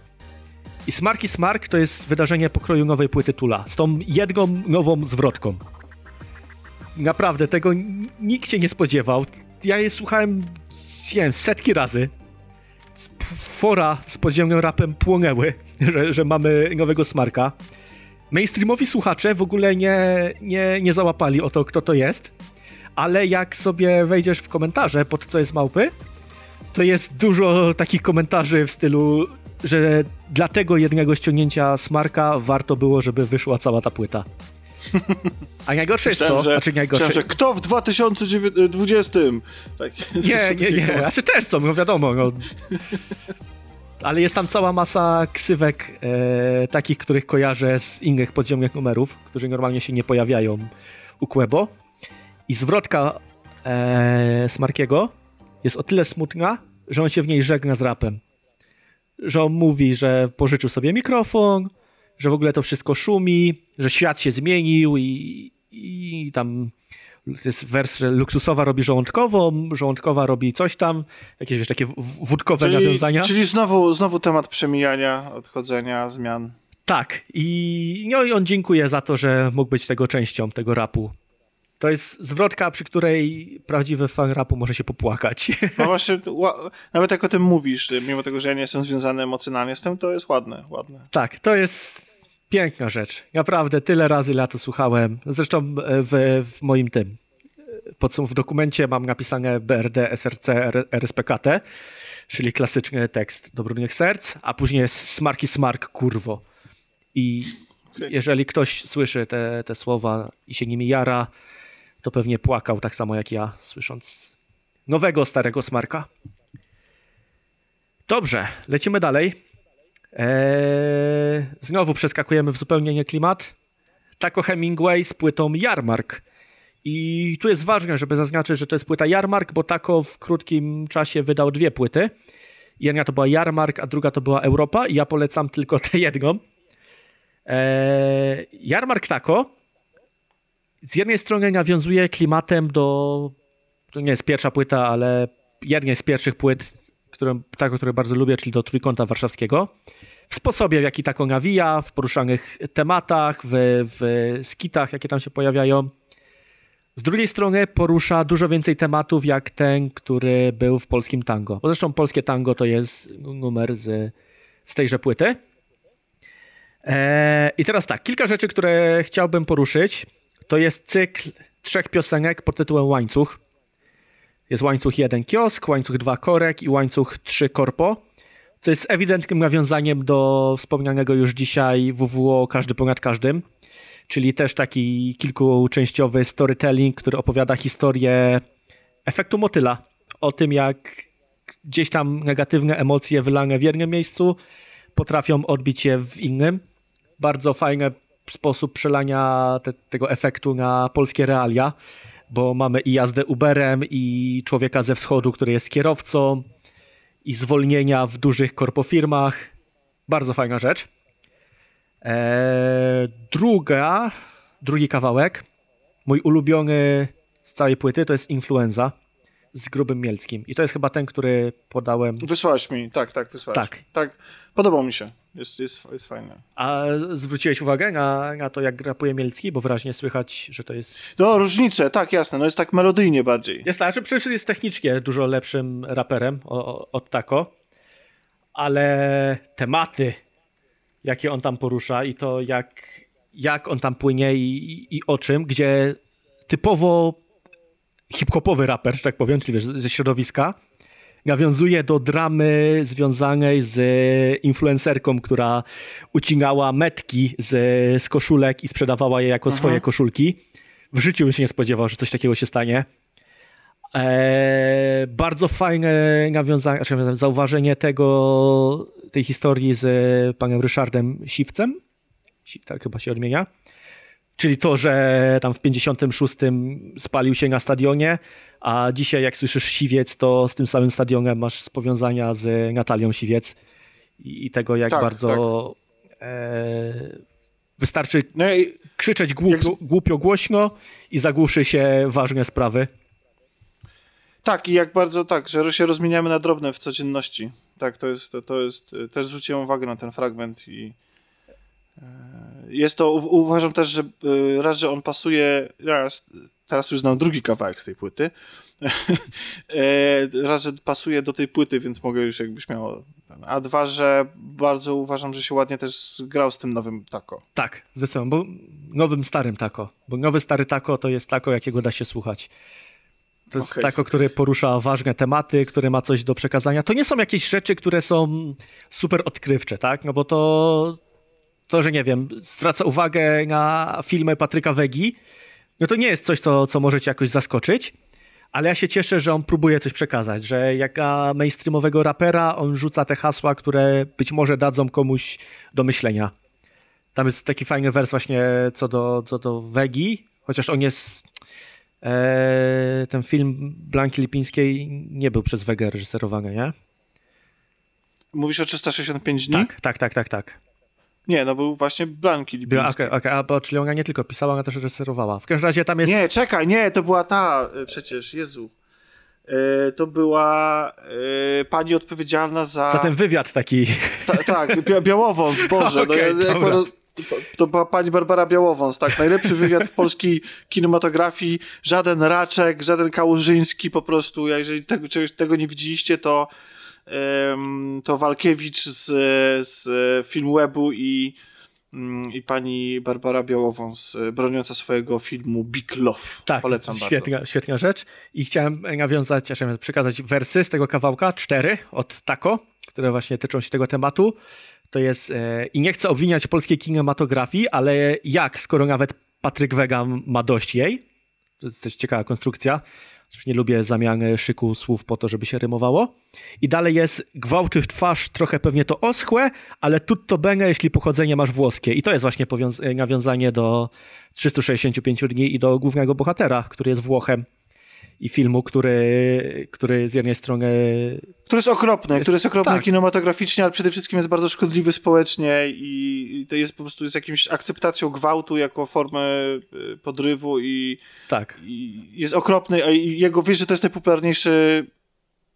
I Smarky Smark to jest wydarzenie pokroju nowej płyty Tula. Z tą jedną nową zwrotką. Naprawdę, tego nikt się nie spodziewał. Ja je słuchałem, nie wiem, setki razy. Fora z podziemnym rapem płonęły, że, że mamy nowego Smarka. Mainstreamowi słuchacze w ogóle nie, nie, nie załapali o to, kto to jest. Ale jak sobie wejdziesz w komentarze pod Co jest małpy, to jest dużo takich komentarzy w stylu, że dla tego jednego ściągnięcia Smarka warto było, żeby wyszła cała ta płyta. A najgorsze jest to, że, znaczy najgorsze... Myślałem, że kto w dwa tysiące dwudziestym? Tak, nie, nie, nie, znaczy też co, no wiadomo, no. Ale jest tam cała masa ksywek e, takich, których kojarzę z innych podziemnych numerów, którzy normalnie się nie pojawiają u Quebo. I zwrotka e, Smarkiego jest o tyle smutna, że on się w niej żegna z rapem. Że on mówi, że pożyczył sobie mikrofon, że w ogóle to wszystko szumi, że świat się zmienił i, i tam jest wers, że luksusowa robi żołądkową, żołądkowa robi coś tam, jakieś wiesz, takie wódkowe czyli, nawiązania. Czyli znowu, znowu temat przemijania, odchodzenia, zmian. Tak. I, no i on dziękuję za to, że mógł być tego częścią, tego rapu. To jest zwrotka, przy której prawdziwy fan rapu może się popłakać. No właśnie, nawet jak o tym mówisz, mimo tego, że ja nie jestem związany emocjonalnie z tym, to jest ładne, ładne. Tak, to jest piękna rzecz. Naprawdę, tyle razy ja to słuchałem. Zresztą w, w moim tym, podsum- w dokumencie mam napisane B R D, S R C, R S P K T, czyli klasyczny tekst do Brudnych Serc, a później jest Smarky Smark, kurwo. I okay. Jeżeli ktoś słyszy te, te słowa i się nimi jara, to pewnie płakał tak samo jak ja, słysząc nowego, starego Smarka. Dobrze, lecimy dalej. Eee, znowu przeskakujemy w zupełnie inny klimat. Taco Hemingway z płytą Jarmark. I tu jest ważne, żeby zaznaczyć, że to jest płyta Jarmark, bo Taco w krótkim czasie wydał dwie płyty. Jedna to była Jarmark, a druga to była Europa i ja polecam tylko tę jedną. Eee, Jarmark Taco z jednej strony nawiązuje klimatem do... To nie jest pierwsza płyta, ale jednej z pierwszych płyt, którą, taką, którą bardzo lubię, czyli do Trójkąta Warszawskiego. W sposobie, w jaki taką nawija, w poruszanych tematach, w, w skitach, jakie tam się pojawiają. Z drugiej strony porusza dużo więcej tematów, jak ten, który był w polskim tango. Bo zresztą polskie tango to jest numer z, z tejże płyty. Eee, I teraz tak, kilka rzeczy, które chciałbym poruszyć, to jest cykl trzech piosenek pod tytułem Łańcuch. Jest łańcuch jeden kiosk, łańcuch dwa korek i łańcuch trzy korpo, co jest ewidentnym nawiązaniem do wspomnianego już dzisiaj W W O Każdy ponad każdym, czyli też taki kilkuczęściowy storytelling, który opowiada historię efektu motyla. O tym, jak gdzieś tam negatywne emocje wylane w jednym miejscu potrafią odbić się w innym. Bardzo fajny sposób przelania te, tego efektu na polskie realia, bo mamy i jazdę Uberem, i człowieka ze wschodu, który jest kierowcą, i zwolnienia w dużych korpofirmach. Bardzo fajna rzecz. Eee, druga, drugi kawałek, mój ulubiony z całej płyty, to jest Influenza z Grubym Mielskim. I to jest chyba ten, który podałem... Wysłałeś mi, tak, tak, wysłałeś. Tak. tak. Podobał mi się. Jest, jest, jest fajne. A zwróciłeś uwagę na, na to, jak rapuje Mielski? Bo wyraźnie słychać, że to jest... No, różnice, tak, jasne. No jest tak melodyjnie bardziej. Jest tak, że przecież jest technicznie dużo lepszym raperem o, o, od Tako, ale tematy, jakie on tam porusza i to, jak, jak on tam płynie i, i, i o czym, gdzie typowo hip-hopowy raper, że tak powiem, czyli wiesz, ze środowiska, nawiązuje do dramy związanej z influencerką, która ucinała metki z, z koszulek i sprzedawała je jako mhm. swoje koszulki. W życiu bym się nie spodziewał, że coś takiego się stanie. Eee, bardzo fajne nawiązanie, znaczy zauważenie tego, tej historii z panem Ryszardem Siwcem. Tak chyba się odmienia. Czyli to, że tam w pięćdziesiątym szóstym spalił się na stadionie, a dzisiaj jak słyszysz Siwiec, to z tym samym stadionem masz powiązania z Natalią Siwiec i, i tego, jak tak, bardzo tak. e, wystarczy no i krzyczeć głupio, jak... głupio głośno i zagłuszy się ważne sprawy. Tak, i jak bardzo tak, że się rozmieniamy na drobne w codzienności. Tak, to jest, to, to jest, też zwróciłem uwagę na ten fragment i jest to, uważam też, że raz, że on pasuje, raz, teraz już znam drugi kawałek z tej płyty, raz, że pasuje do tej płyty, więc mogę już jakbyś miał, a dwa, że bardzo uważam, że się ładnie też zgrał z tym nowym Tako. Tak, zdecydowanie, bo nowym starym Tako, bo nowy stary Tako to jest Tako, jakiego da się słuchać. To jest okay. Tako, który porusza ważne tematy, który ma coś do przekazania. To nie są jakieś rzeczy, które są super odkrywcze, tak, no bo to to, że nie wiem, zwraca uwagę na filmy Patryka Wegi, no to nie jest coś, co, co może cię jakoś zaskoczyć, ale ja się cieszę, że on próbuje coś przekazać, że jak na mainstreamowego rapera on rzuca te hasła, które być może dadzą komuś do myślenia. Tam jest taki fajny wers właśnie co do, co do Wegi, chociaż on jest... E, ten film Blanki Lipińskiej nie był przez Wegę reżyserowany, nie? Mówisz o trzysta sześćdziesiąt pięć dni? Tak, tak, tak, tak, tak. Nie, no był właśnie Blanki Lipińskiej. Okej, okay, okay, czyli ona nie tylko pisała, ona też reżyserowała. W każdym razie tam jest... Nie, czekaj, nie, to była ta, przecież, Jezu. Yy, to była yy, pani odpowiedzialna za... Za ten wywiad taki... Ta, tak, Bia- Białowąs, Boże. Okay, no, jak, to, to była pani Barbara Białowąs, tak. Najlepszy wywiad w polskiej kinematografii. Żaden Raczek, żaden Kałużyński, po prostu. Jeżeli tego, czegoś, tego nie widzieliście, to to Walkiewicz z, z Filmwebu i, i pani Barbara Białowąs broniąca swojego filmu Big Love. Tak, polecam świetna, bardzo. Świetna rzecz. I chciałem nawiązać, znaczy przekazać wersy z tego kawałka, cztery od Tako, które właśnie tyczą się tego tematu. To jest, e, i nie chcę obwiniać polskiej kinematografii, ale jak, skoro nawet Patryk Wega ma dość jej, to jest też ciekawa konstrukcja, Przecież nie lubię zamiany szyku słów po to, żeby się rymowało. I dalej jest gwałty w twarz, trochę pewnie to oschłe, ale tutto bene, jeśli pochodzenie masz włoskie. I to jest właśnie powiąz- nawiązanie do trzystu sześćdziesięciu pięciu dni i do głównego bohatera, który jest Włochem. I filmu, który, który z jednej strony... Który jest okropny, jest, który jest okropny tak. kinematograficznie, ale przede wszystkim jest bardzo szkodliwy społecznie i, i to jest po prostu z jakimś akceptacją gwałtu jako formę podrywu i, tak. i jest okropny, a jego, wiesz, że to jest najpopularniejszy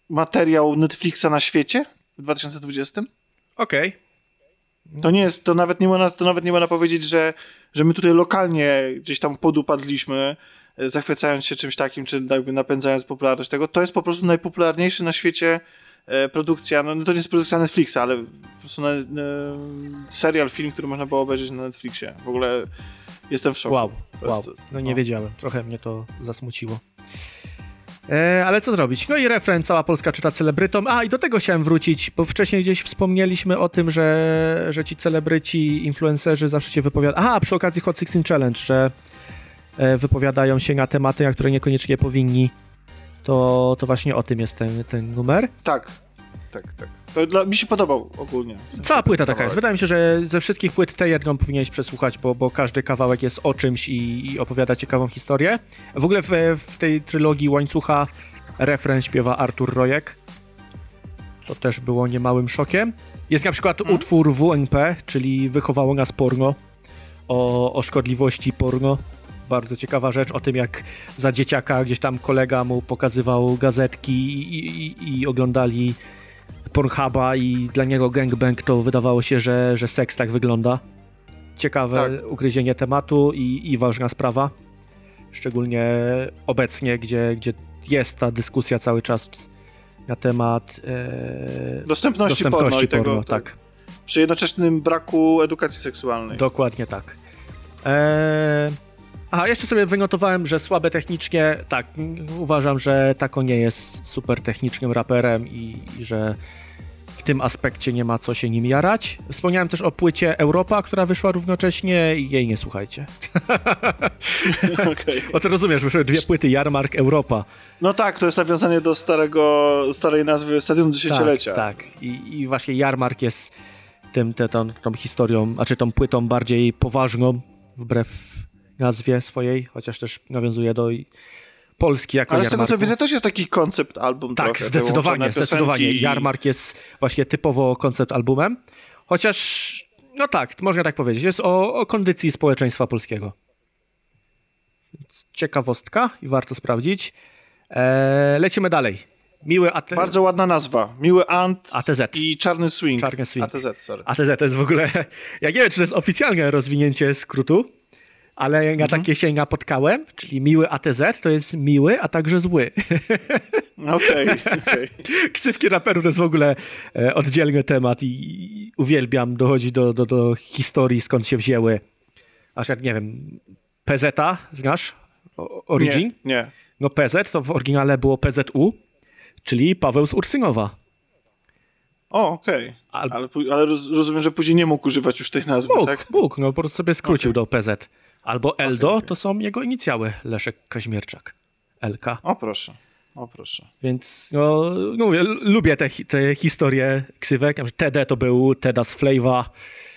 materiał Netflixa na świecie w dwa tysiące dwudziestym. Okej. Okay. To nie jest, to nawet nie można, to nawet nie można powiedzieć, że, że my tutaj lokalnie gdzieś tam podupadliśmy, zachwycając się czymś takim, czy jakby napędzając popularność tego. To jest po prostu najpopularniejszy na świecie e, produkcja, no to nie jest produkcja Netflixa, ale po prostu na, e, serial, film, który można było obejrzeć na Netflixie. W ogóle jestem w szoku. Wow, to wow. Jest, no nie no. wiedziałem, trochę mnie to zasmuciło. E, ale co zrobić? No i refren, cała Polska czyta celebrytom. A, i do tego chciałem wrócić, bo wcześniej gdzieś wspomnieliśmy o tym, że, że ci celebryci, influencerzy zawsze się wypowiadają. Aha, przy okazji Hot sixteen Challenge, że e, wypowiadają się na tematy, na które niekoniecznie powinni. To, to właśnie o tym jest ten, ten numer. Tak, tak, tak. To dla, mi się podobał ogólnie. W sensie cała płyta kawałek. taka jest. Wydaje mi się, że ze wszystkich płyt tę jedną powinieneś przesłuchać, bo, bo każdy kawałek jest o czymś i, i opowiada ciekawą historię. W ogóle w, w tej trylogii Łańcucha refren śpiewa Artur Rojek, co też było niemałym szokiem. Jest na przykład hmm? utwór W N P, czyli Wychowało nas porno, o, o szkodliwości porno. Bardzo ciekawa rzecz o tym, jak za dzieciaka gdzieś tam kolega mu pokazywał gazetki i, i, i oglądali Pornhuba i dla niego gangbang to wydawało się, że, że seks tak wygląda. Ciekawe tak. ugryzienie tematu i, i ważna sprawa. Szczególnie obecnie, gdzie, gdzie jest ta dyskusja cały czas na temat e, dostępności, dostępności porno, i porno, tego, tak. Przy jednoczesnym braku edukacji seksualnej. Dokładnie tak. E, aha, jeszcze sobie wynotowałem, że słabe technicznie, tak, uważam, że Tako nie jest super technicznym raperem i, i że w tym aspekcie nie ma co się nim jarać. Wspomniałem też o płycie Europa, która wyszła równocześnie i jej nie słuchajcie. Okay. Bo to rozumiesz, wyszły dwie płyty, Jarmark, Europa. No tak, to jest nawiązanie do starego, starej nazwy Stadionu Dziesięciolecia. Tak, tak. I, i właśnie Jarmark jest tym, te, tą, tą historią, znaczy tą płytą bardziej poważną, wbrew nazwie swojej, chociaż też nawiązuje do Polski jako Ale Jarmarku. z tego co widzę, też jest taki koncept album tak, trochę. zdecydowanie, zdecydowanie. I... Jarmark jest właśnie typowo koncept albumem, chociaż, no tak, można tak powiedzieć, jest o, o kondycji społeczeństwa polskiego. Ciekawostka i warto sprawdzić. Eee, lecimy dalej. Miły A T Z. Bardzo ładna nazwa. Miły Ant A T Z. I Czarny Swing. Czarny Swing. A T Z, sorry. A T Z to jest w ogóle, ja nie wiem, czy to jest oficjalne rozwinięcie skrótu, ale ja mhm. takie się napotkałem, czyli miły A T Z to jest miły, a także zły. Okej, okay, okej. Okay. Ksywki raperów to jest w ogóle e, oddzielny temat i, i uwielbiam dochodzić do, do, do historii, skąd się wzięły. Aż jak, nie wiem, P Z A, znasz? O, Origin? Nie, nie. No P Z to w oryginale było P Z U, czyli Paweł z Ursynowa. O, okej. Okay. Ale, ale rozumiem, że później nie mógł używać już tej nazwy, mógł, tak? Mógł, no po prostu sobie skrócił okay. do P Z. Albo Eldo, okay, okay. to są jego inicjały, Leszek Kaźmierczak. L K. O proszę, o proszę. Więc no, no mówię, lubię te, te historie ksywek. T D to był Tedas Flavor.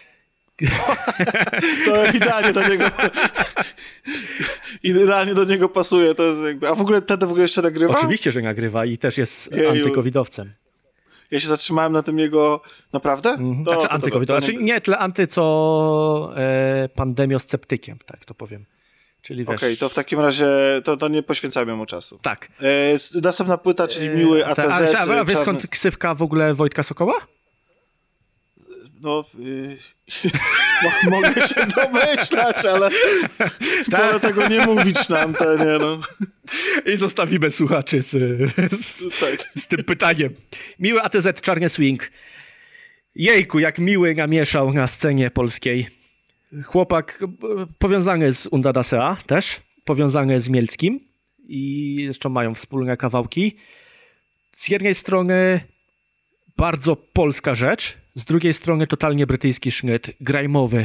To idealnie do niego idealnie do niego pasuje. To jest jakby... A w ogóle T D w ogóle jeszcze nagrywa? Oczywiście, że nagrywa i też jest Jeju. antykowidowcem. Ja się zatrzymałem na tym jego... Naprawdę? Mm-hmm. To, znaczy antykowidowcem. Znaczy nie tyle anty, co e, pandemiosceptykiem, tak to powiem. Czyli wiesz... Okej, okay, to w takim razie to, to nie poświęcamy mu czasu. Tak. E, następna płyta, czyli Miły A T Z. E, a, a wiesz skąd ksywka w ogóle Wojtka Sokoła? No... Y... Mogę się domyślać, ale wolę tego nie mówić na antenie. No. I zostawimy słuchaczy z, z, tak. z tym pytaniem. Miły A T Z, Czarny Swing. Jejku, jak Miły namieszał na scenie polskiej. Chłopak powiązany z Undadasea też, powiązany z Mielskim i jeszcze mają wspólne kawałki. Z jednej strony bardzo polska rzecz, z drugiej strony totalnie brytyjski sznyt, grajmowy.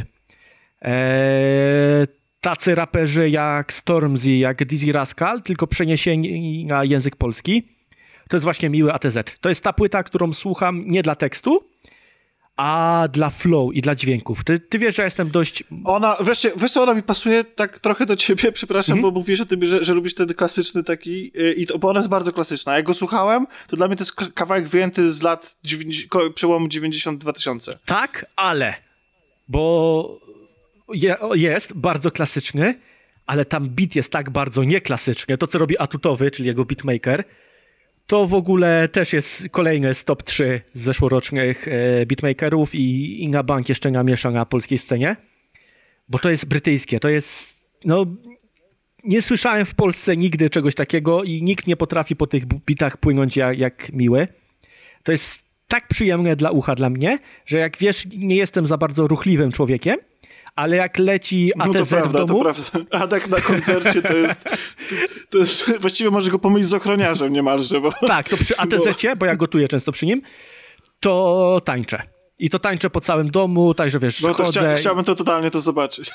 Eee, tacy raperzy jak Stormzy, jak Dizzy Rascal, tylko przeniesieni na język polski. To jest właśnie Miły A T Z. To jest ta płyta, którą słucham nie dla tekstu, a dla flow i dla dźwięków. Ty, ty wiesz, że jestem dość... Ona, wiesz, wiesz co, ona mi pasuje tak trochę do ciebie, przepraszam, mm-hmm. bo mówisz o tym, że, że lubisz ten klasyczny taki, i to, bo ona jest bardzo klasyczna. Jak go słuchałem, to dla mnie to jest kawałek wyjęty z lat dziewięćdziesiątych, przełomu dziewięćdziesiąt dwa tysiące. Tak, ale, bo je, jest bardzo klasyczny, ale tam beat jest tak bardzo nieklasyczny. To, co robi Atutowy, czyli jego beatmaker, To w ogóle też jest kolejne z top trzy z zeszłorocznych e, beatmakerów i Inga Bank jeszcze namiesza na polskiej scenie, bo to jest brytyjskie, to jest, no, nie słyszałem w Polsce nigdy czegoś takiego i nikt nie potrafi po tych bitach płynąć jak, jak Miły. To jest tak przyjemne dla ucha dla mnie, że jak wiesz, nie jestem za bardzo ruchliwym człowiekiem, ale jak leci A T Z no to prawda, w domu... to prawda. A tak na koncercie to jest, to jest... Właściwie może go pomylić z ochroniarzem niemalże, bo... Tak, to przy A T Z-cie, bo ja gotuję często przy nim, to tańczę. I to tańczę po całym domu, także wiesz, no to chodzę... chcia, chciałbym to totalnie to zobaczyć.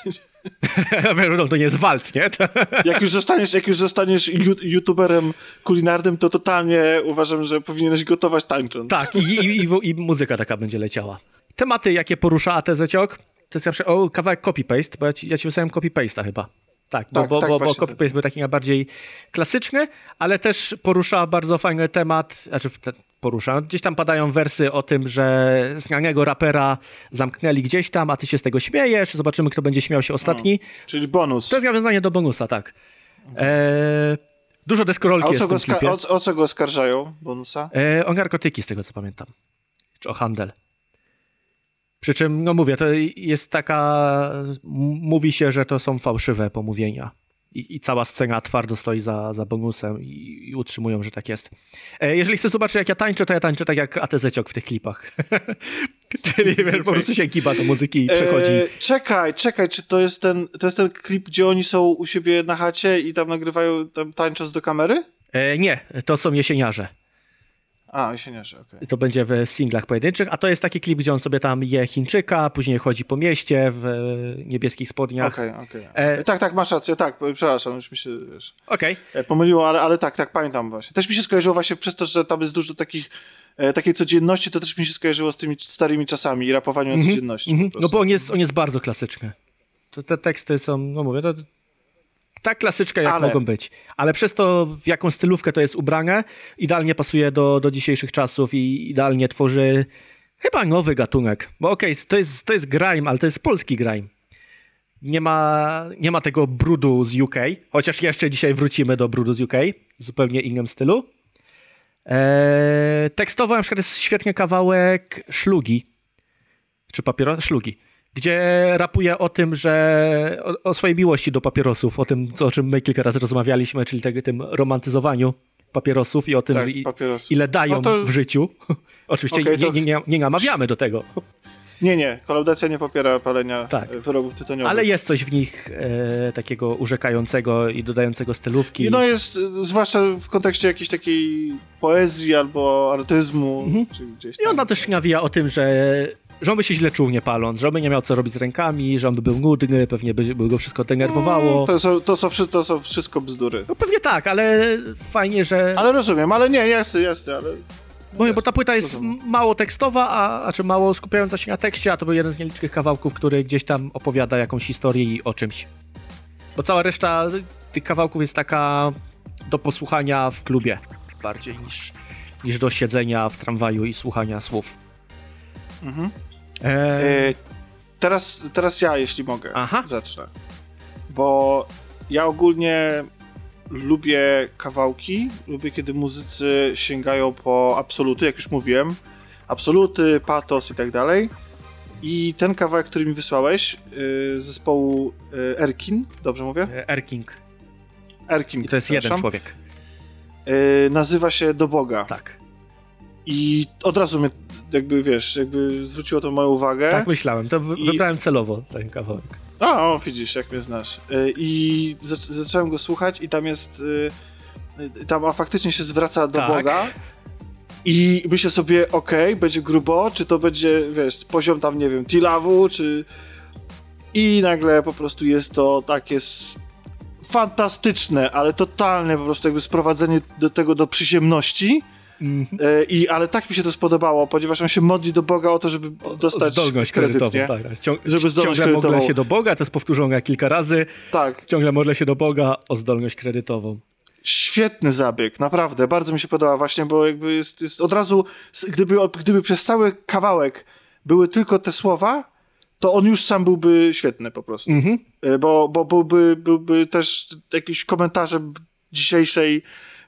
no to nie jest walc, nie? jak już zostaniesz, jak już zostaniesz youtuberem kulinarnym, to totalnie uważam, że powinieneś gotować tańcząc. Tak, i, i, i, i muzyka taka będzie leciała. Tematy, jakie porusza A T Z-ciok, to jest zawsze o, kawałek copy-paste, bo ja ci, ja ci wysłałem copy-paste'a chyba. Tak, bo, tak, bo, tak, bo, bo copy-paste tak. był taki najbardziej klasyczny, ale też porusza bardzo fajny temat, znaczy te, porusza, gdzieś tam padają wersy o tym, że znanego rapera zamknęli gdzieś tam, a ty się z tego śmiejesz, zobaczymy, kto będzie śmiał się ostatni. No, czyli bonus. To jest nawiązanie do bonusa, tak. Eee, dużo deskorolki a o jest co w tym go ska- klipie. o, o co go oskarżają, bonusa? Eee, o narkotyki, z tego co pamiętam. Czy o handel. Przy czym, no mówię, to jest taka... Mówi się, że to są fałszywe pomówienia. I, i cała scena twardo stoi za, za bonusem i, i utrzymują, że tak jest. E, jeżeli chcesz zobaczyć, jak ja tańczę, to ja tańczę tak jak A T Z-ciok w tych klipach. Czyli wiesz, po prostu się kiba do muzyki i przechodzi. E, czekaj, czekaj, czy to jest, ten, to jest ten klip, gdzie oni są u siebie na chacie i tam nagrywają, tam tańcząc do kamery? E, nie, to są jesieniarze. A, jesieniarze, okej. Okay. To będzie w singlach pojedynczych, a to jest taki klip, gdzie on sobie tam je Chińczyka, później chodzi po mieście w niebieskich spodniach. Okej, okay, okej. Okay. E... Tak, tak, masz rację, tak, przepraszam, już mi się, wiesz, okay. pomyliło, ale, ale tak, tak, pamiętam właśnie. Też mi się skojarzyło właśnie przez to, że tam jest dużo takich, e, takiej codzienności, to też mi się skojarzyło z tymi starymi czasami i rapowaniem mm-hmm, o codzienności. Mm-hmm. No bo on jest, on jest bardzo klasyczny. To te teksty są, no mówię, to... Tak klasyczka, jak ale... mogą być. Ale przez to, w jaką stylówkę to jest ubrane, idealnie pasuje do, do dzisiejszych czasów i idealnie tworzy chyba nowy gatunek. Bo okej, okay, to, jest, to jest grime, ale to jest polski grime. Nie ma, nie ma tego brudu z U K, chociaż jeszcze dzisiaj wrócimy do brudu z U K w zupełnie innym stylu. Eee, tekstowo na przykład jest świetny kawałek Szlugi. Czy papiero? Szlugi. Gdzie rapuje o tym, że o, o swojej miłości do papierosów, o tym, co, o czym my kilka razy rozmawialiśmy, czyli tego, tym romantyzowaniu papierosów i o tym, tak, i, papierosy. ile dają no to... w życiu. Oczywiście okay, nie, to... nie, nie, nie namawiamy do tego. Nie, nie, kolaudacja nie popiera palenia tak. wyrobów tytoniowych. Ale jest coś w nich e, takiego urzekającego i dodającego stylówki. I no jest, zwłaszcza w kontekście jakiejś takiej poezji albo artyzmu. Mhm. Czy gdzieś tam. I ona też nawija o tym, że że on by się źle czuł nie paląc, że on by nie miał co robić z rękami, że on by był nudny, pewnie by, by go wszystko denerwowało. To są, to, są, to są wszystko bzdury. No pewnie tak, ale fajnie, że... Ale rozumiem, ale nie, jasne, jasne, ale... Bo, jasne, bo ta płyta jest rozumiem. mało tekstowa, a, a czy mało skupiająca się na tekście, a to był jeden z nielicznych kawałków, który gdzieś tam opowiada jakąś historię i o czymś. Bo cała reszta tych kawałków jest taka do posłuchania w klubie bardziej niż, niż do siedzenia w tramwaju i słuchania słów. Mhm. E... Teraz, teraz ja, jeśli mogę, Aha. zacznę. Bo ja ogólnie lubię kawałki, lubię kiedy muzycy sięgają po absoluty, jak już mówiłem, absoluty, patos i tak dalej. I ten kawałek, który mi wysłałeś, z zespołu Erkin, dobrze mówię? Erking. Erking. I to jest jeden człowiek. Nazywa się Do Boga. Tak. I od razu mnie, jakby wiesz, jakby zwróciło to moją uwagę. Tak myślałem, to I... wybrałem celowo ten kawałek. A, o, widzisz, jak mnie znasz. I zac- zacząłem go słuchać i tam jest, tam a faktycznie się zwraca do tak. Boga i myślę sobie, okej, okay, będzie grubo, czy to będzie, wiesz, poziom tam, nie wiem, Tilawu, czy... I nagle po prostu jest to takie s- fantastyczne, ale totalne po prostu jakby sprowadzenie do tego do przyziemności. Mm-hmm. I, ale tak mi się to spodobało, ponieważ on się modli do Boga o to, żeby dostać zdolność kredyt, kredytową. Tak, tak. Ciąg, żeby zdolność ciągle kredytową. modlę się do Boga, to jest powtórzone kilka razy. Tak. Ciągle modlę się do Boga o zdolność kredytową. Świetny zabieg, naprawdę, bardzo mi się podoba właśnie, bo jakby jest, jest od razu, gdyby, gdyby przez cały kawałek były tylko te słowa, to on już sam byłby świetny po prostu. Mm-hmm. Bo, bo byłby, byłby też jakimś komentarzem dzisiejszej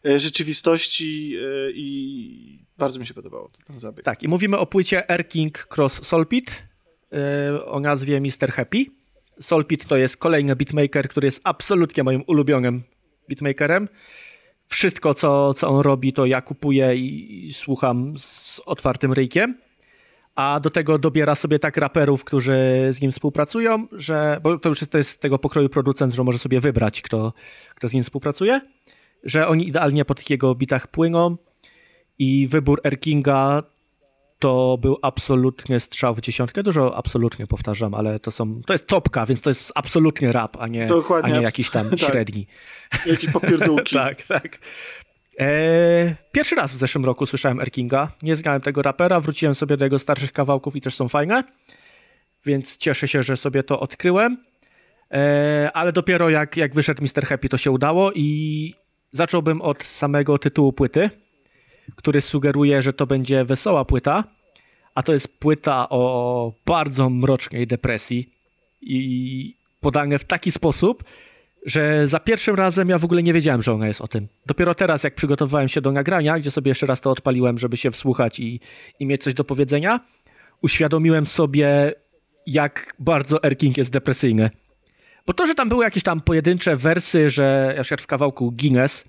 e, rzeczywistości e, i bardzo mi się podobało to, ten zabieg. Tak, i mówimy o płycie Erking Cross Soulpit e, o nazwie mister Happy. Soulpit to jest kolejny beatmaker, który jest absolutnie moim ulubionym beatmakerem. Wszystko, co, co on robi, to ja kupuję i, i słucham z otwartym ryjkiem. A do tego dobiera sobie tak raperów, którzy z nim współpracują, że, bo to już jest, to jest tego pokroju producent, że może sobie wybrać, kto, kto z nim współpracuje, że oni idealnie po tych jego bitach płyną i wybór Erkinga to był absolutnie strzał w dziesiątkę. Dużo absolutnie powtarzam, ale to są, to jest topka, więc to jest absolutnie rap, a nie, a nie jakiś tam tak. średni. Jakiś popierdółki. tak, tak. Eee, pierwszy raz w zeszłym roku słyszałem Erkinga. Nie znałem tego rapera, wróciłem sobie do jego starszych kawałków i też są fajne, więc cieszę się, że sobie to odkryłem. Eee, ale dopiero jak, jak wyszedł mister Happy, to się udało i zacząłbym od samego tytułu płyty, który sugeruje, że to będzie wesoła płyta, a to jest płyta o bardzo mrocznej depresji i podane w taki sposób, że za pierwszym razem ja w ogóle nie wiedziałem, że ona jest o tym. Dopiero teraz, jak przygotowywałem się do nagrania, gdzie sobie jeszcze raz to odpaliłem, żeby się wsłuchać i, i mieć coś do powiedzenia, uświadomiłem sobie, jak bardzo Erking jest depresyjny. Bo to, że tam były jakieś tam pojedyncze wersy, że na przykład w kawałku Guinness,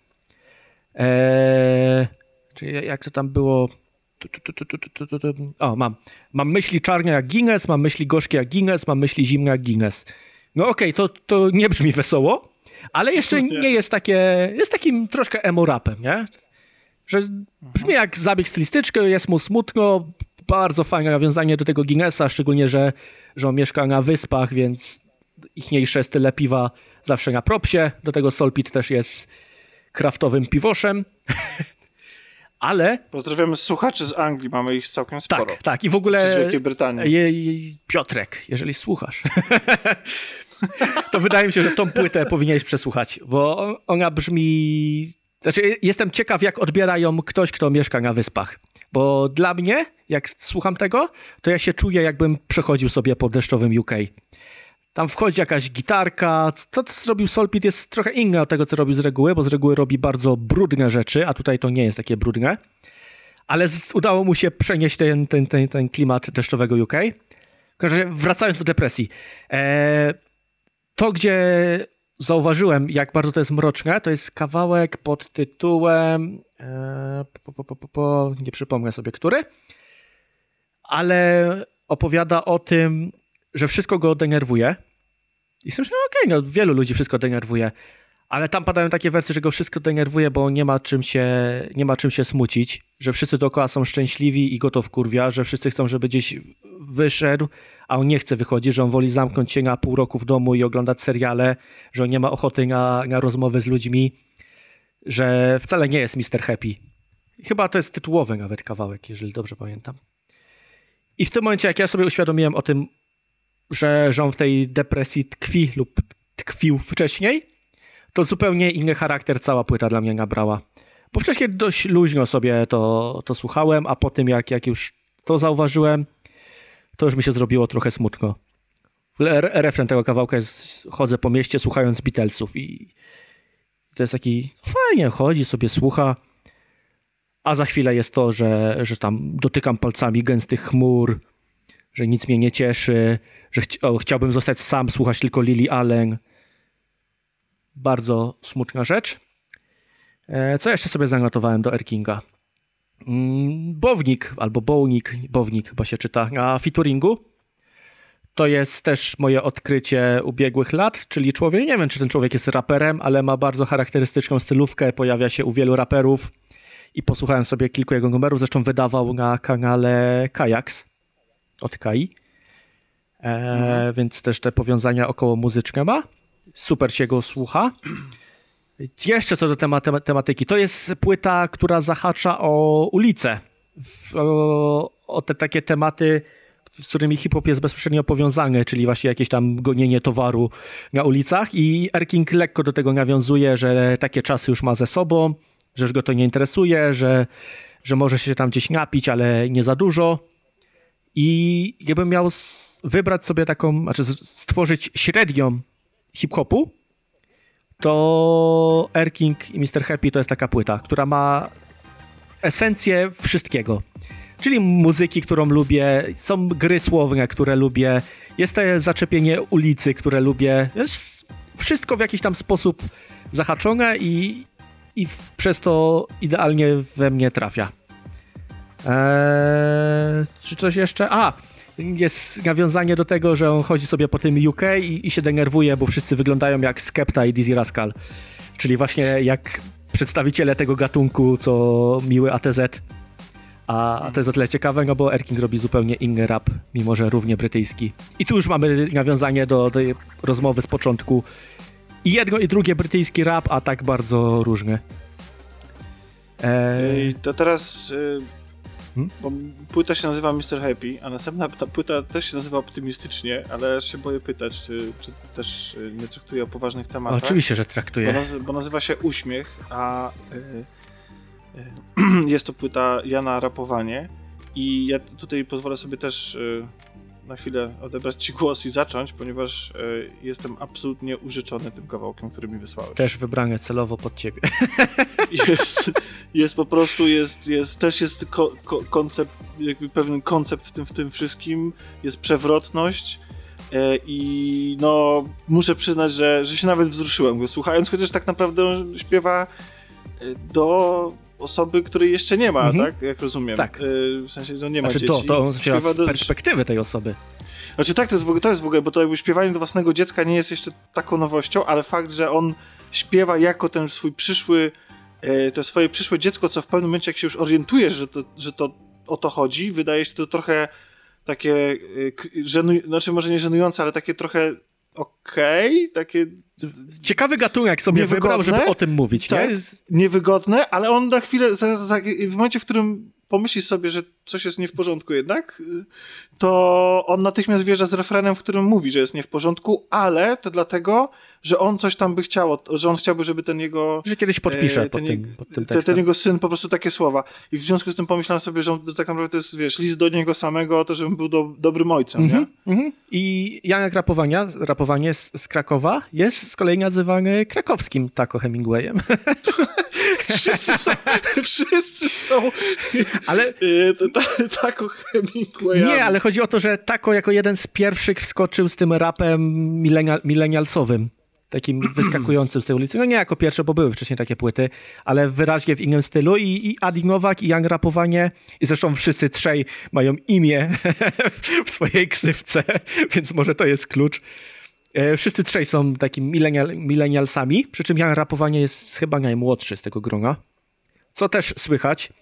ee, czyli jak to tam było... Tu, tu, tu, tu, tu, tu, tu. O, mam. Mam myśli czarne jak Guinness, mam myśli gorzkie jak Guinness, mam myśli zimne jak Guinness. No okej, okay, to, to nie brzmi wesoło, ale jeszcze nie jest takie, jest takim troszkę emo-rapem, nie? Że brzmi jak zabieg stylistyczny, jest mu smutno, bardzo fajne nawiązanie do tego Guinnessa, szczególnie, że, że on mieszka na wyspach, więc ichniejsze style piwa zawsze na propsie. Do tego Soulpit też jest kraftowym piwoszem. Ale... Pozdrawiamy słuchaczy z Anglii, mamy ich całkiem sporo. Tak, tak. I w ogóle... Czy z Wielkiej Brytanii. Je, je, Piotrek, jeżeli słuchasz, to wydaje mi się, że tą płytę powinieneś przesłuchać, bo ona brzmi... Znaczy, jestem ciekaw, jak odbiera ją ktoś, kto mieszka na wyspach. Bo dla mnie, jak słucham tego, to ja się czuję, jakbym przechodził sobie po deszczowym U K. Tam wchodzi jakaś gitarka. To, co zrobił Soulpit, jest trochę inne od tego, co robił z reguły, bo z reguły robi bardzo brudne rzeczy, a tutaj to nie jest takie brudne. Ale z, udało mu się przenieść ten, ten, ten, ten klimat deszczowego U K. Wracając do depresji. E, to, gdzie zauważyłem, jak bardzo to jest mroczne, to jest kawałek pod tytułem... E, po, po, po, po, po, nie przypomnę sobie, który. Ale opowiada o tym, że wszystko go denerwuje. I myślę, no okej, okay, no wielu ludzi wszystko denerwuje, ale tam padają takie wersy, że go wszystko denerwuje, bo nie ma czym się, nie ma czym się smucić, że wszyscy dookoła są szczęśliwi i go to wkurwia, że wszyscy chcą, żeby gdzieś wyszedł, a on nie chce wychodzić, że on woli zamknąć się na pół roku w domu i oglądać seriale, że on nie ma ochoty na, na rozmowy z ludźmi, że wcale nie jest mister Happy. Chyba to jest tytułowy nawet kawałek, jeżeli dobrze pamiętam. I w tym momencie, jak ja sobie uświadomiłem o tym, że, że on w tej depresji tkwi lub tkwił wcześniej, to zupełnie inny charakter cała płyta dla mnie nabrała. Bo wcześniej dość luźno sobie to, to słuchałem, a po tym jak, jak już to zauważyłem, to już mi się zrobiło trochę smutno. Refren tego kawałka jest: chodzę po mieście słuchając Beatlesów i to jest taki, fajnie chodzi, sobie słucha, a za chwilę jest to, że, że tam dotykam palcami gęstych chmur, że nic mnie nie cieszy, że chci- o, chciałbym zostać sam, słuchać tylko Lily Allen. Bardzo smutna rzecz. E, co jeszcze sobie zanotowałem do Erkinga? Mm, Bownik, albo Bownik, Bownik chyba się czyta, na featuringu. To jest też moje odkrycie ubiegłych lat, czyli człowiek, nie wiem, czy ten człowiek jest raperem, ale ma bardzo charakterystyczną stylówkę, pojawia się u wielu raperów i posłuchałem sobie kilku jego numerów, zresztą wydawał na kanale Kajaks od Kai, e, mhm. więc też te powiązania około muzyczne ma. Super się go słucha. Jeszcze co do temat- tematyki, to jest płyta, która zahacza o ulicę, w, o, o te takie tematy, z którymi hip-hop jest bezpośrednio powiązany, czyli właśnie jakieś tam gonienie towaru na ulicach i Erking lekko do tego nawiązuje, że takie czasy już ma ze sobą, że już go to nie interesuje, że, że może się tam gdzieś napić, ale nie za dużo. I jakbym miał wybrać sobie taką, znaczy stworzyć średnią hip-hopu, to to Erking i mister Happy to jest taka płyta, która ma esencję wszystkiego. Czyli muzyki, którą lubię, są gry słowne, które lubię, jest to zaczepienie ulicy, które lubię. Jest wszystko w jakiś tam sposób zahaczone i, i przez to idealnie we mnie trafia. Eee, czy coś jeszcze? A, jest nawiązanie do tego, że on chodzi sobie po tym U K i, i się denerwuje, bo wszyscy wyglądają jak Skepta i Dizzy Rascal. Czyli właśnie jak przedstawiciele tego gatunku, co miły A T Z. A to jest o tyle ciekawe, no bo Erking robi zupełnie inny rap, mimo że równie brytyjski. I tu już mamy nawiązanie do tej rozmowy z początku. I jedno i drugie brytyjski rap, a tak bardzo różny. Eee... To teraz... Y... Hmm? Bo płyta się nazywa mister Happy, a następna ta płyta też się nazywa optymistycznie, ale się boję pytać, czy, czy też nie traktuje o poważnych tematach. Oczywiście, że traktuje. Bo, naz- bo nazywa się Uśmiech, a y, y, jest to płyta Jana Rapowanie i ja tutaj pozwolę sobie też y, na chwilę odebrać ci głos i zacząć, ponieważ y, jestem absolutnie użyczony tym kawałkiem, który mi wysłałeś. Też wybrane celowo pod ciebie. Jest, jest po prostu, jest, jest też jest ko, ko, koncept, jakby pewien koncept w tym, w tym wszystkim, jest przewrotność e, i no muszę przyznać, że, że się nawet wzruszyłem go słuchając, chociaż tak naprawdę on śpiewa do osoby, której jeszcze nie ma, mhm. tak? Jak rozumiem. Tak. E, w sensie, no nie ma znaczy, dzieci. To, to on śpiewa z do... perspektywy tej osoby. Znaczy tak, to jest, w ogóle, to jest w ogóle, bo to jakby śpiewanie do własnego dziecka nie jest jeszcze taką nowością, ale fakt, że on śpiewa jako ten swój przyszły, e, to swoje przyszłe dziecko, co w pewnym momencie jak się już orientujesz, że to, że to o to chodzi, wydaje się to trochę takie, e, żenu, znaczy może nie żenujące, ale takie trochę okej, okay, takie... Ciekawy gatunek sobie wybrał, żeby o tym mówić, tak, nie? Niewygodne, ale on na chwilę, za, za, w momencie, w którym pomyślisz sobie, że coś jest nie w porządku jednak, to on natychmiast wjeżdża z refrenem, w którym mówi, że jest nie w porządku, ale to dlatego, że on coś tam by chciał, że on chciałby, żeby ten jego... Że kiedyś podpisze e, pod, ten, tym, pod tym ten, ten jego syn po prostu takie słowa. I w związku z tym pomyślałem sobie, że on, tak naprawdę to jest, wiesz, list do niego samego o to, żebym był do, dobrym ojcem, mm-hmm, nie? Mm-hmm. I Janek Rapowania, rapowanie z, z Krakowa jest z kolei nazywany krakowskim Taco Hemingwayem. Wszyscy są, wszyscy są ale Taco Hemingwayami. Nie, ale chodzi o to, że Taco jako jeden z pierwszych wskoczył z tym rapem milenia, milenialsowym, takim wyskakującym z tej ulicy. No nie jako pierwsze, bo były wcześniej takie płyty, ale wyraźnie w innym stylu i, i Adi Nowak i Jan Rapowanie i zresztą wszyscy trzej mają imię w swojej ksywce, więc może to jest klucz. Wszyscy trzej są takimi milenial, milenialsami, przy czym Jan Rapowanie jest chyba najmłodszy z tego grona, co też słychać,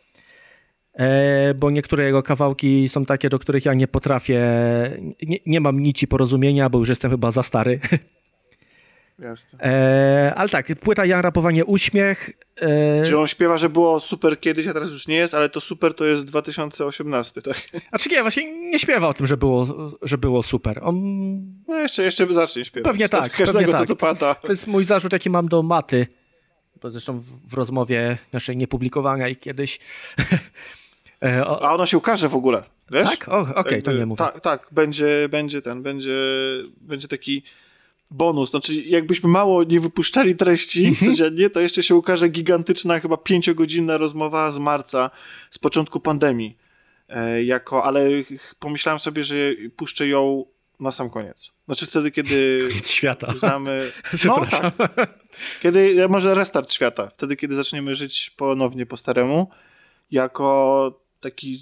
e, bo niektóre jego kawałki są takie, do których ja nie potrafię, nie, nie mam nici porozumienia, bo już jestem chyba za stary. Jasne. E, ale tak, płyta Jan Rapowanie Uśmiech. E... Czyli on śpiewa, że było super kiedyś, a teraz już nie jest, ale to super to jest dwa tysiące osiemnasty, tak? Znaczy nie, właśnie nie śpiewa o tym, że było, że było super. On... No jeszcze, jeszcze zacznie śpiewać. Pewnie tak. Każdego pewnie to tak. dopada. To jest mój zarzut, jaki mam do Maty. Bo zresztą w, w rozmowie naszej niepublikowanej kiedyś... o... A ona się ukaże w ogóle, wiesz? Tak? Okej, okay, to nie mówię. Tak, tak, będzie, będzie ten, będzie, będzie taki... bonus, znaczy jakbyśmy mało nie wypuszczali treści codziennie, to jeszcze się ukaże gigantyczna, chyba pięciogodzinna rozmowa z marca, z początku pandemii, e, jako, ale pomyślałem sobie, że puszczę ją na sam koniec. Znaczy wtedy, kiedy koniec świata. znamy... No tak. Kiedy, może restart świata. Wtedy, kiedy zaczniemy żyć ponownie po staremu, jako taki...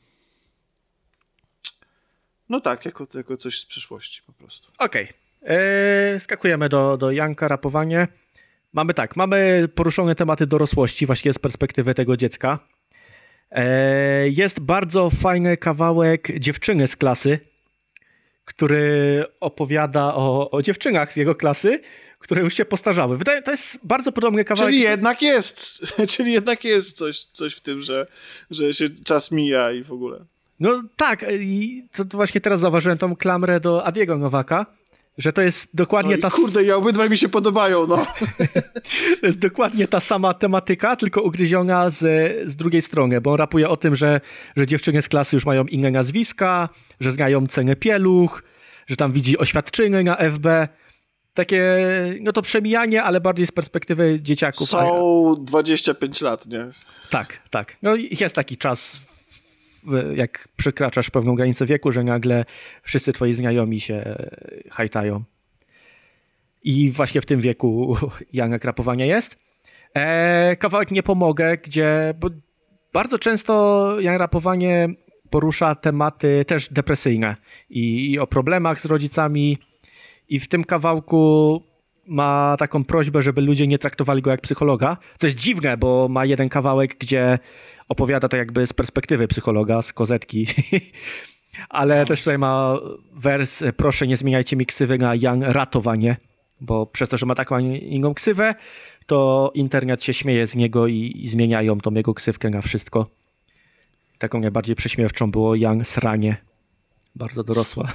No tak, jako, jako coś z przyszłości po prostu. Okej. Okay. Eee, skakujemy do, do Janka Rapowanie. Mamy tak, mamy poruszone tematy dorosłości właśnie z perspektywy tego dziecka. Eee, jest bardzo fajny kawałek dziewczyny z klasy, który opowiada o, o dziewczynach z jego klasy, które już się postarzały. Wydaje, to jest bardzo podobny kawałek. Czyli jednak jest, czyli jednak jest coś, coś w tym, że, że się czas mija i w ogóle. No tak, i to, to właśnie teraz zauważyłem tą klamrę do Adiego Nowaka, że to jest dokładnie no ta... Kurde, i obydwaj mi się podobają, no. To jest dokładnie ta sama tematyka, tylko ugryziona z, z drugiej strony, bo on rapuje o tym, że, że dziewczyny z klasy już mają inne nazwiska, że znają cenę pieluch, że tam widzi oświadczyny na F B takie, no to przemijanie, ale bardziej z perspektywy dzieciaków. Są dwadzieścia pięć lat, nie? Tak, tak. No i jest taki czas, jak przekraczasz pewną granicę wieku, że nagle wszyscy twoi znajomi się hajtają. I właśnie w tym wieku Jana rapowania jest. E, kawałek Nie pomogę, gdzie bo bardzo często Jan rapowanie porusza tematy też depresyjne i, i o problemach z rodzicami. I w tym kawałku ma taką prośbę, żeby ludzie nie traktowali go jak psychologa. Co jest dziwne, bo ma jeden kawałek, gdzie opowiada to jakby z perspektywy psychologa, z kozetki. Ale no. też tutaj ma wers: proszę nie zmieniajcie mi ksywy na Jan ratowanie, bo przez to, że ma taką, a nie inną ksywę, to internet się śmieje z niego i, i zmieniają tą jego ksywkę na wszystko. Taką najbardziej prześmiewczą było Jan sranie. Bardzo dorosła.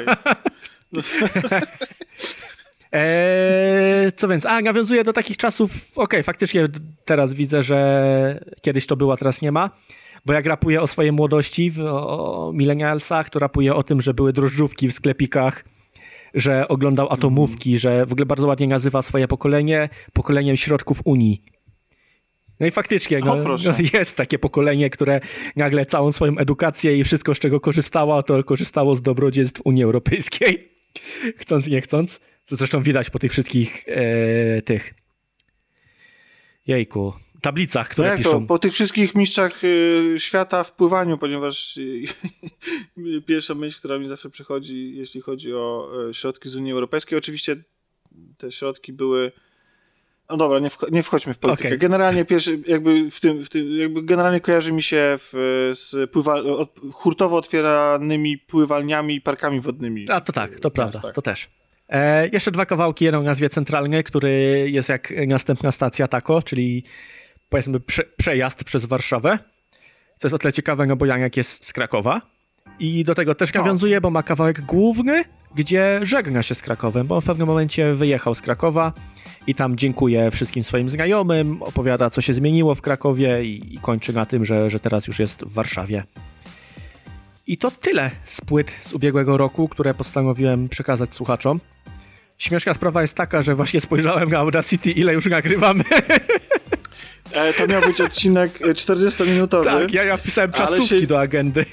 eee, co więc? A, nawiązuje do takich czasów, okej, okay, faktycznie teraz widzę, że kiedyś to było, teraz nie ma, bo jak rapuję o swojej młodości, o millennialsach, to rapuję o tym, że były drożdżówki w sklepikach, że oglądał atomówki, mm. że w ogóle bardzo ładnie nazywa swoje pokolenie pokoleniem środków Unii. No i faktycznie no, no jest takie pokolenie, które nagle całą swoją edukację i wszystko, z czego korzystało, to korzystało z dobrodziejstw Unii Europejskiej. Chcąc nie chcąc. To zresztą widać po tych wszystkich e, tych jejku, tablicach, które no jak piszą. To, po tych wszystkich mistrzach y, świata w pływaniu, ponieważ y, y, pierwsza myśl, która mi zawsze przychodzi, jeśli chodzi o y, środki z Unii Europejskiej, oczywiście te środki były. No dobra, nie, wch- nie wchodźmy w politykę. Okay. Generalnie pierwszy, jakby w tym, w tym, jakby generalnie kojarzy mi się w, z pływa, od, hurtowo otwieranymi pływalniami i parkami wodnymi. A to tak, to prawda, miastach. To też. E, jeszcze dwa kawałki, jeden o nazwie Centralny, który jest jak następna stacja Tako, czyli powiedzmy prze, przejazd przez Warszawę, co jest o tyle ciekawe, no bo Janek jest z Krakowa i do tego też nawiązuje, bo ma kawałek główny, gdzie żegna się z Krakowem, bo w pewnym momencie wyjechał z Krakowa i tam dziękuję wszystkim swoim znajomym, opowiada, co się zmieniło w Krakowie i, i kończy na tym, że, że teraz już jest w Warszawie. I to tyle z płyt z ubiegłego roku, które postanowiłem przekazać słuchaczom. Śmieszna sprawa jest taka, że właśnie spojrzałem na Audacity, ile już nagrywamy. E, to miał być odcinek czterdziestominutowy. Tak, ja, ja wpisałem czasówki się... do agendy.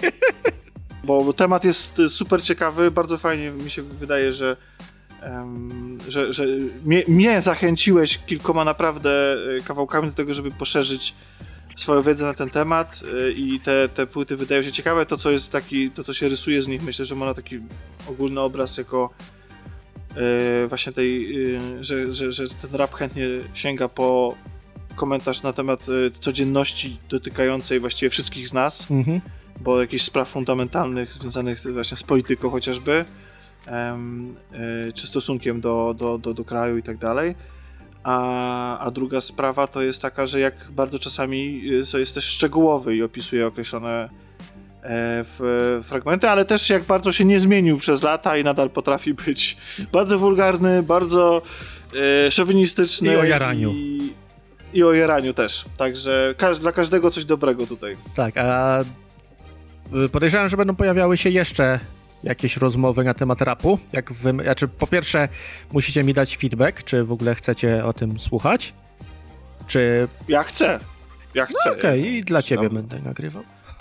Bo temat jest super ciekawy, bardzo fajnie mi się wydaje, że Um, że, że mnie, mnie zachęciłeś kilkoma naprawdę kawałkami do tego, żeby poszerzyć swoją wiedzę na ten temat i te, te płyty wydają się ciekawe. To, co jest taki, to, co się rysuje z nich, myślę, że ma taki ogólny obraz jako e, właśnie tej, e, że, że, że ten rap chętnie sięga po komentarz na temat e, codzienności dotykającej właściwie wszystkich z nas, mm-hmm. bo jakichś spraw fundamentalnych związanych właśnie z polityką chociażby, Um, y, czy stosunkiem do, do, do, do kraju i tak dalej. A, a druga sprawa to jest taka, że jak bardzo czasami y, jest też szczegółowy i opisuje określone e, w, fragmenty, ale też jak bardzo się nie zmienił przez lata i nadal potrafi być bardzo wulgarny, bardzo e, szowinistyczny. I o jaraniu. I, i o jaraniu też. Także każ, dla każdego coś dobrego tutaj. Tak, a podejrzewam, że będą pojawiały się jeszcze jakieś rozmowy na temat rapu. Jak wy, znaczy, po pierwsze musicie mi dać feedback, czy w ogóle chcecie o tym słuchać, czy... Ja chcę, ja chcę. No okej, okay. I dla ciebie będę nagrywał.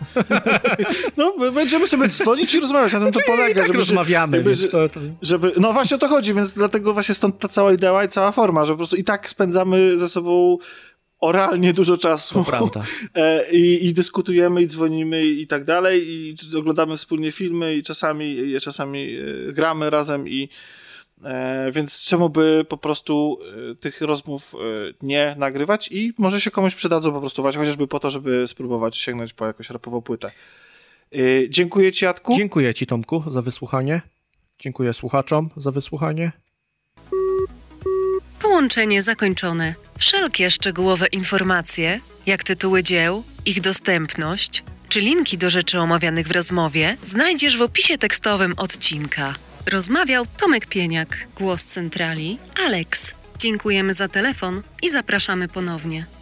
No, będziemy sobie dzwonić i rozmawiać, na tym to polega. I tak żeby, rozmawiamy, żeby, więc to, to... żeby, no właśnie o to chodzi, więc dlatego właśnie stąd ta cała idea i cała forma, że po prostu i tak spędzamy ze sobą oralnie dużo czasu. To prawda. I, i dyskutujemy, i dzwonimy, i tak dalej, i oglądamy wspólnie filmy, i czasami, i czasami gramy razem, i e, więc czemu by po prostu e, tych rozmów e, nie nagrywać i może się komuś przydadzą po prostu, chociażby po to, żeby spróbować sięgnąć po jakąś rapową płytę. E, dziękuję ci, Jacku. Dziękuję ci, Tomku, za wysłuchanie. Dziękuję słuchaczom za wysłuchanie. Połączenie zakończone. Wszelkie szczegółowe informacje, jak tytuły dzieł, ich dostępność, czy linki do rzeczy omawianych w rozmowie, znajdziesz w opisie tekstowym odcinka. Rozmawiał Tomek Pieniak, głos centrali, Alex. Dziękujemy za telefon i zapraszamy ponownie.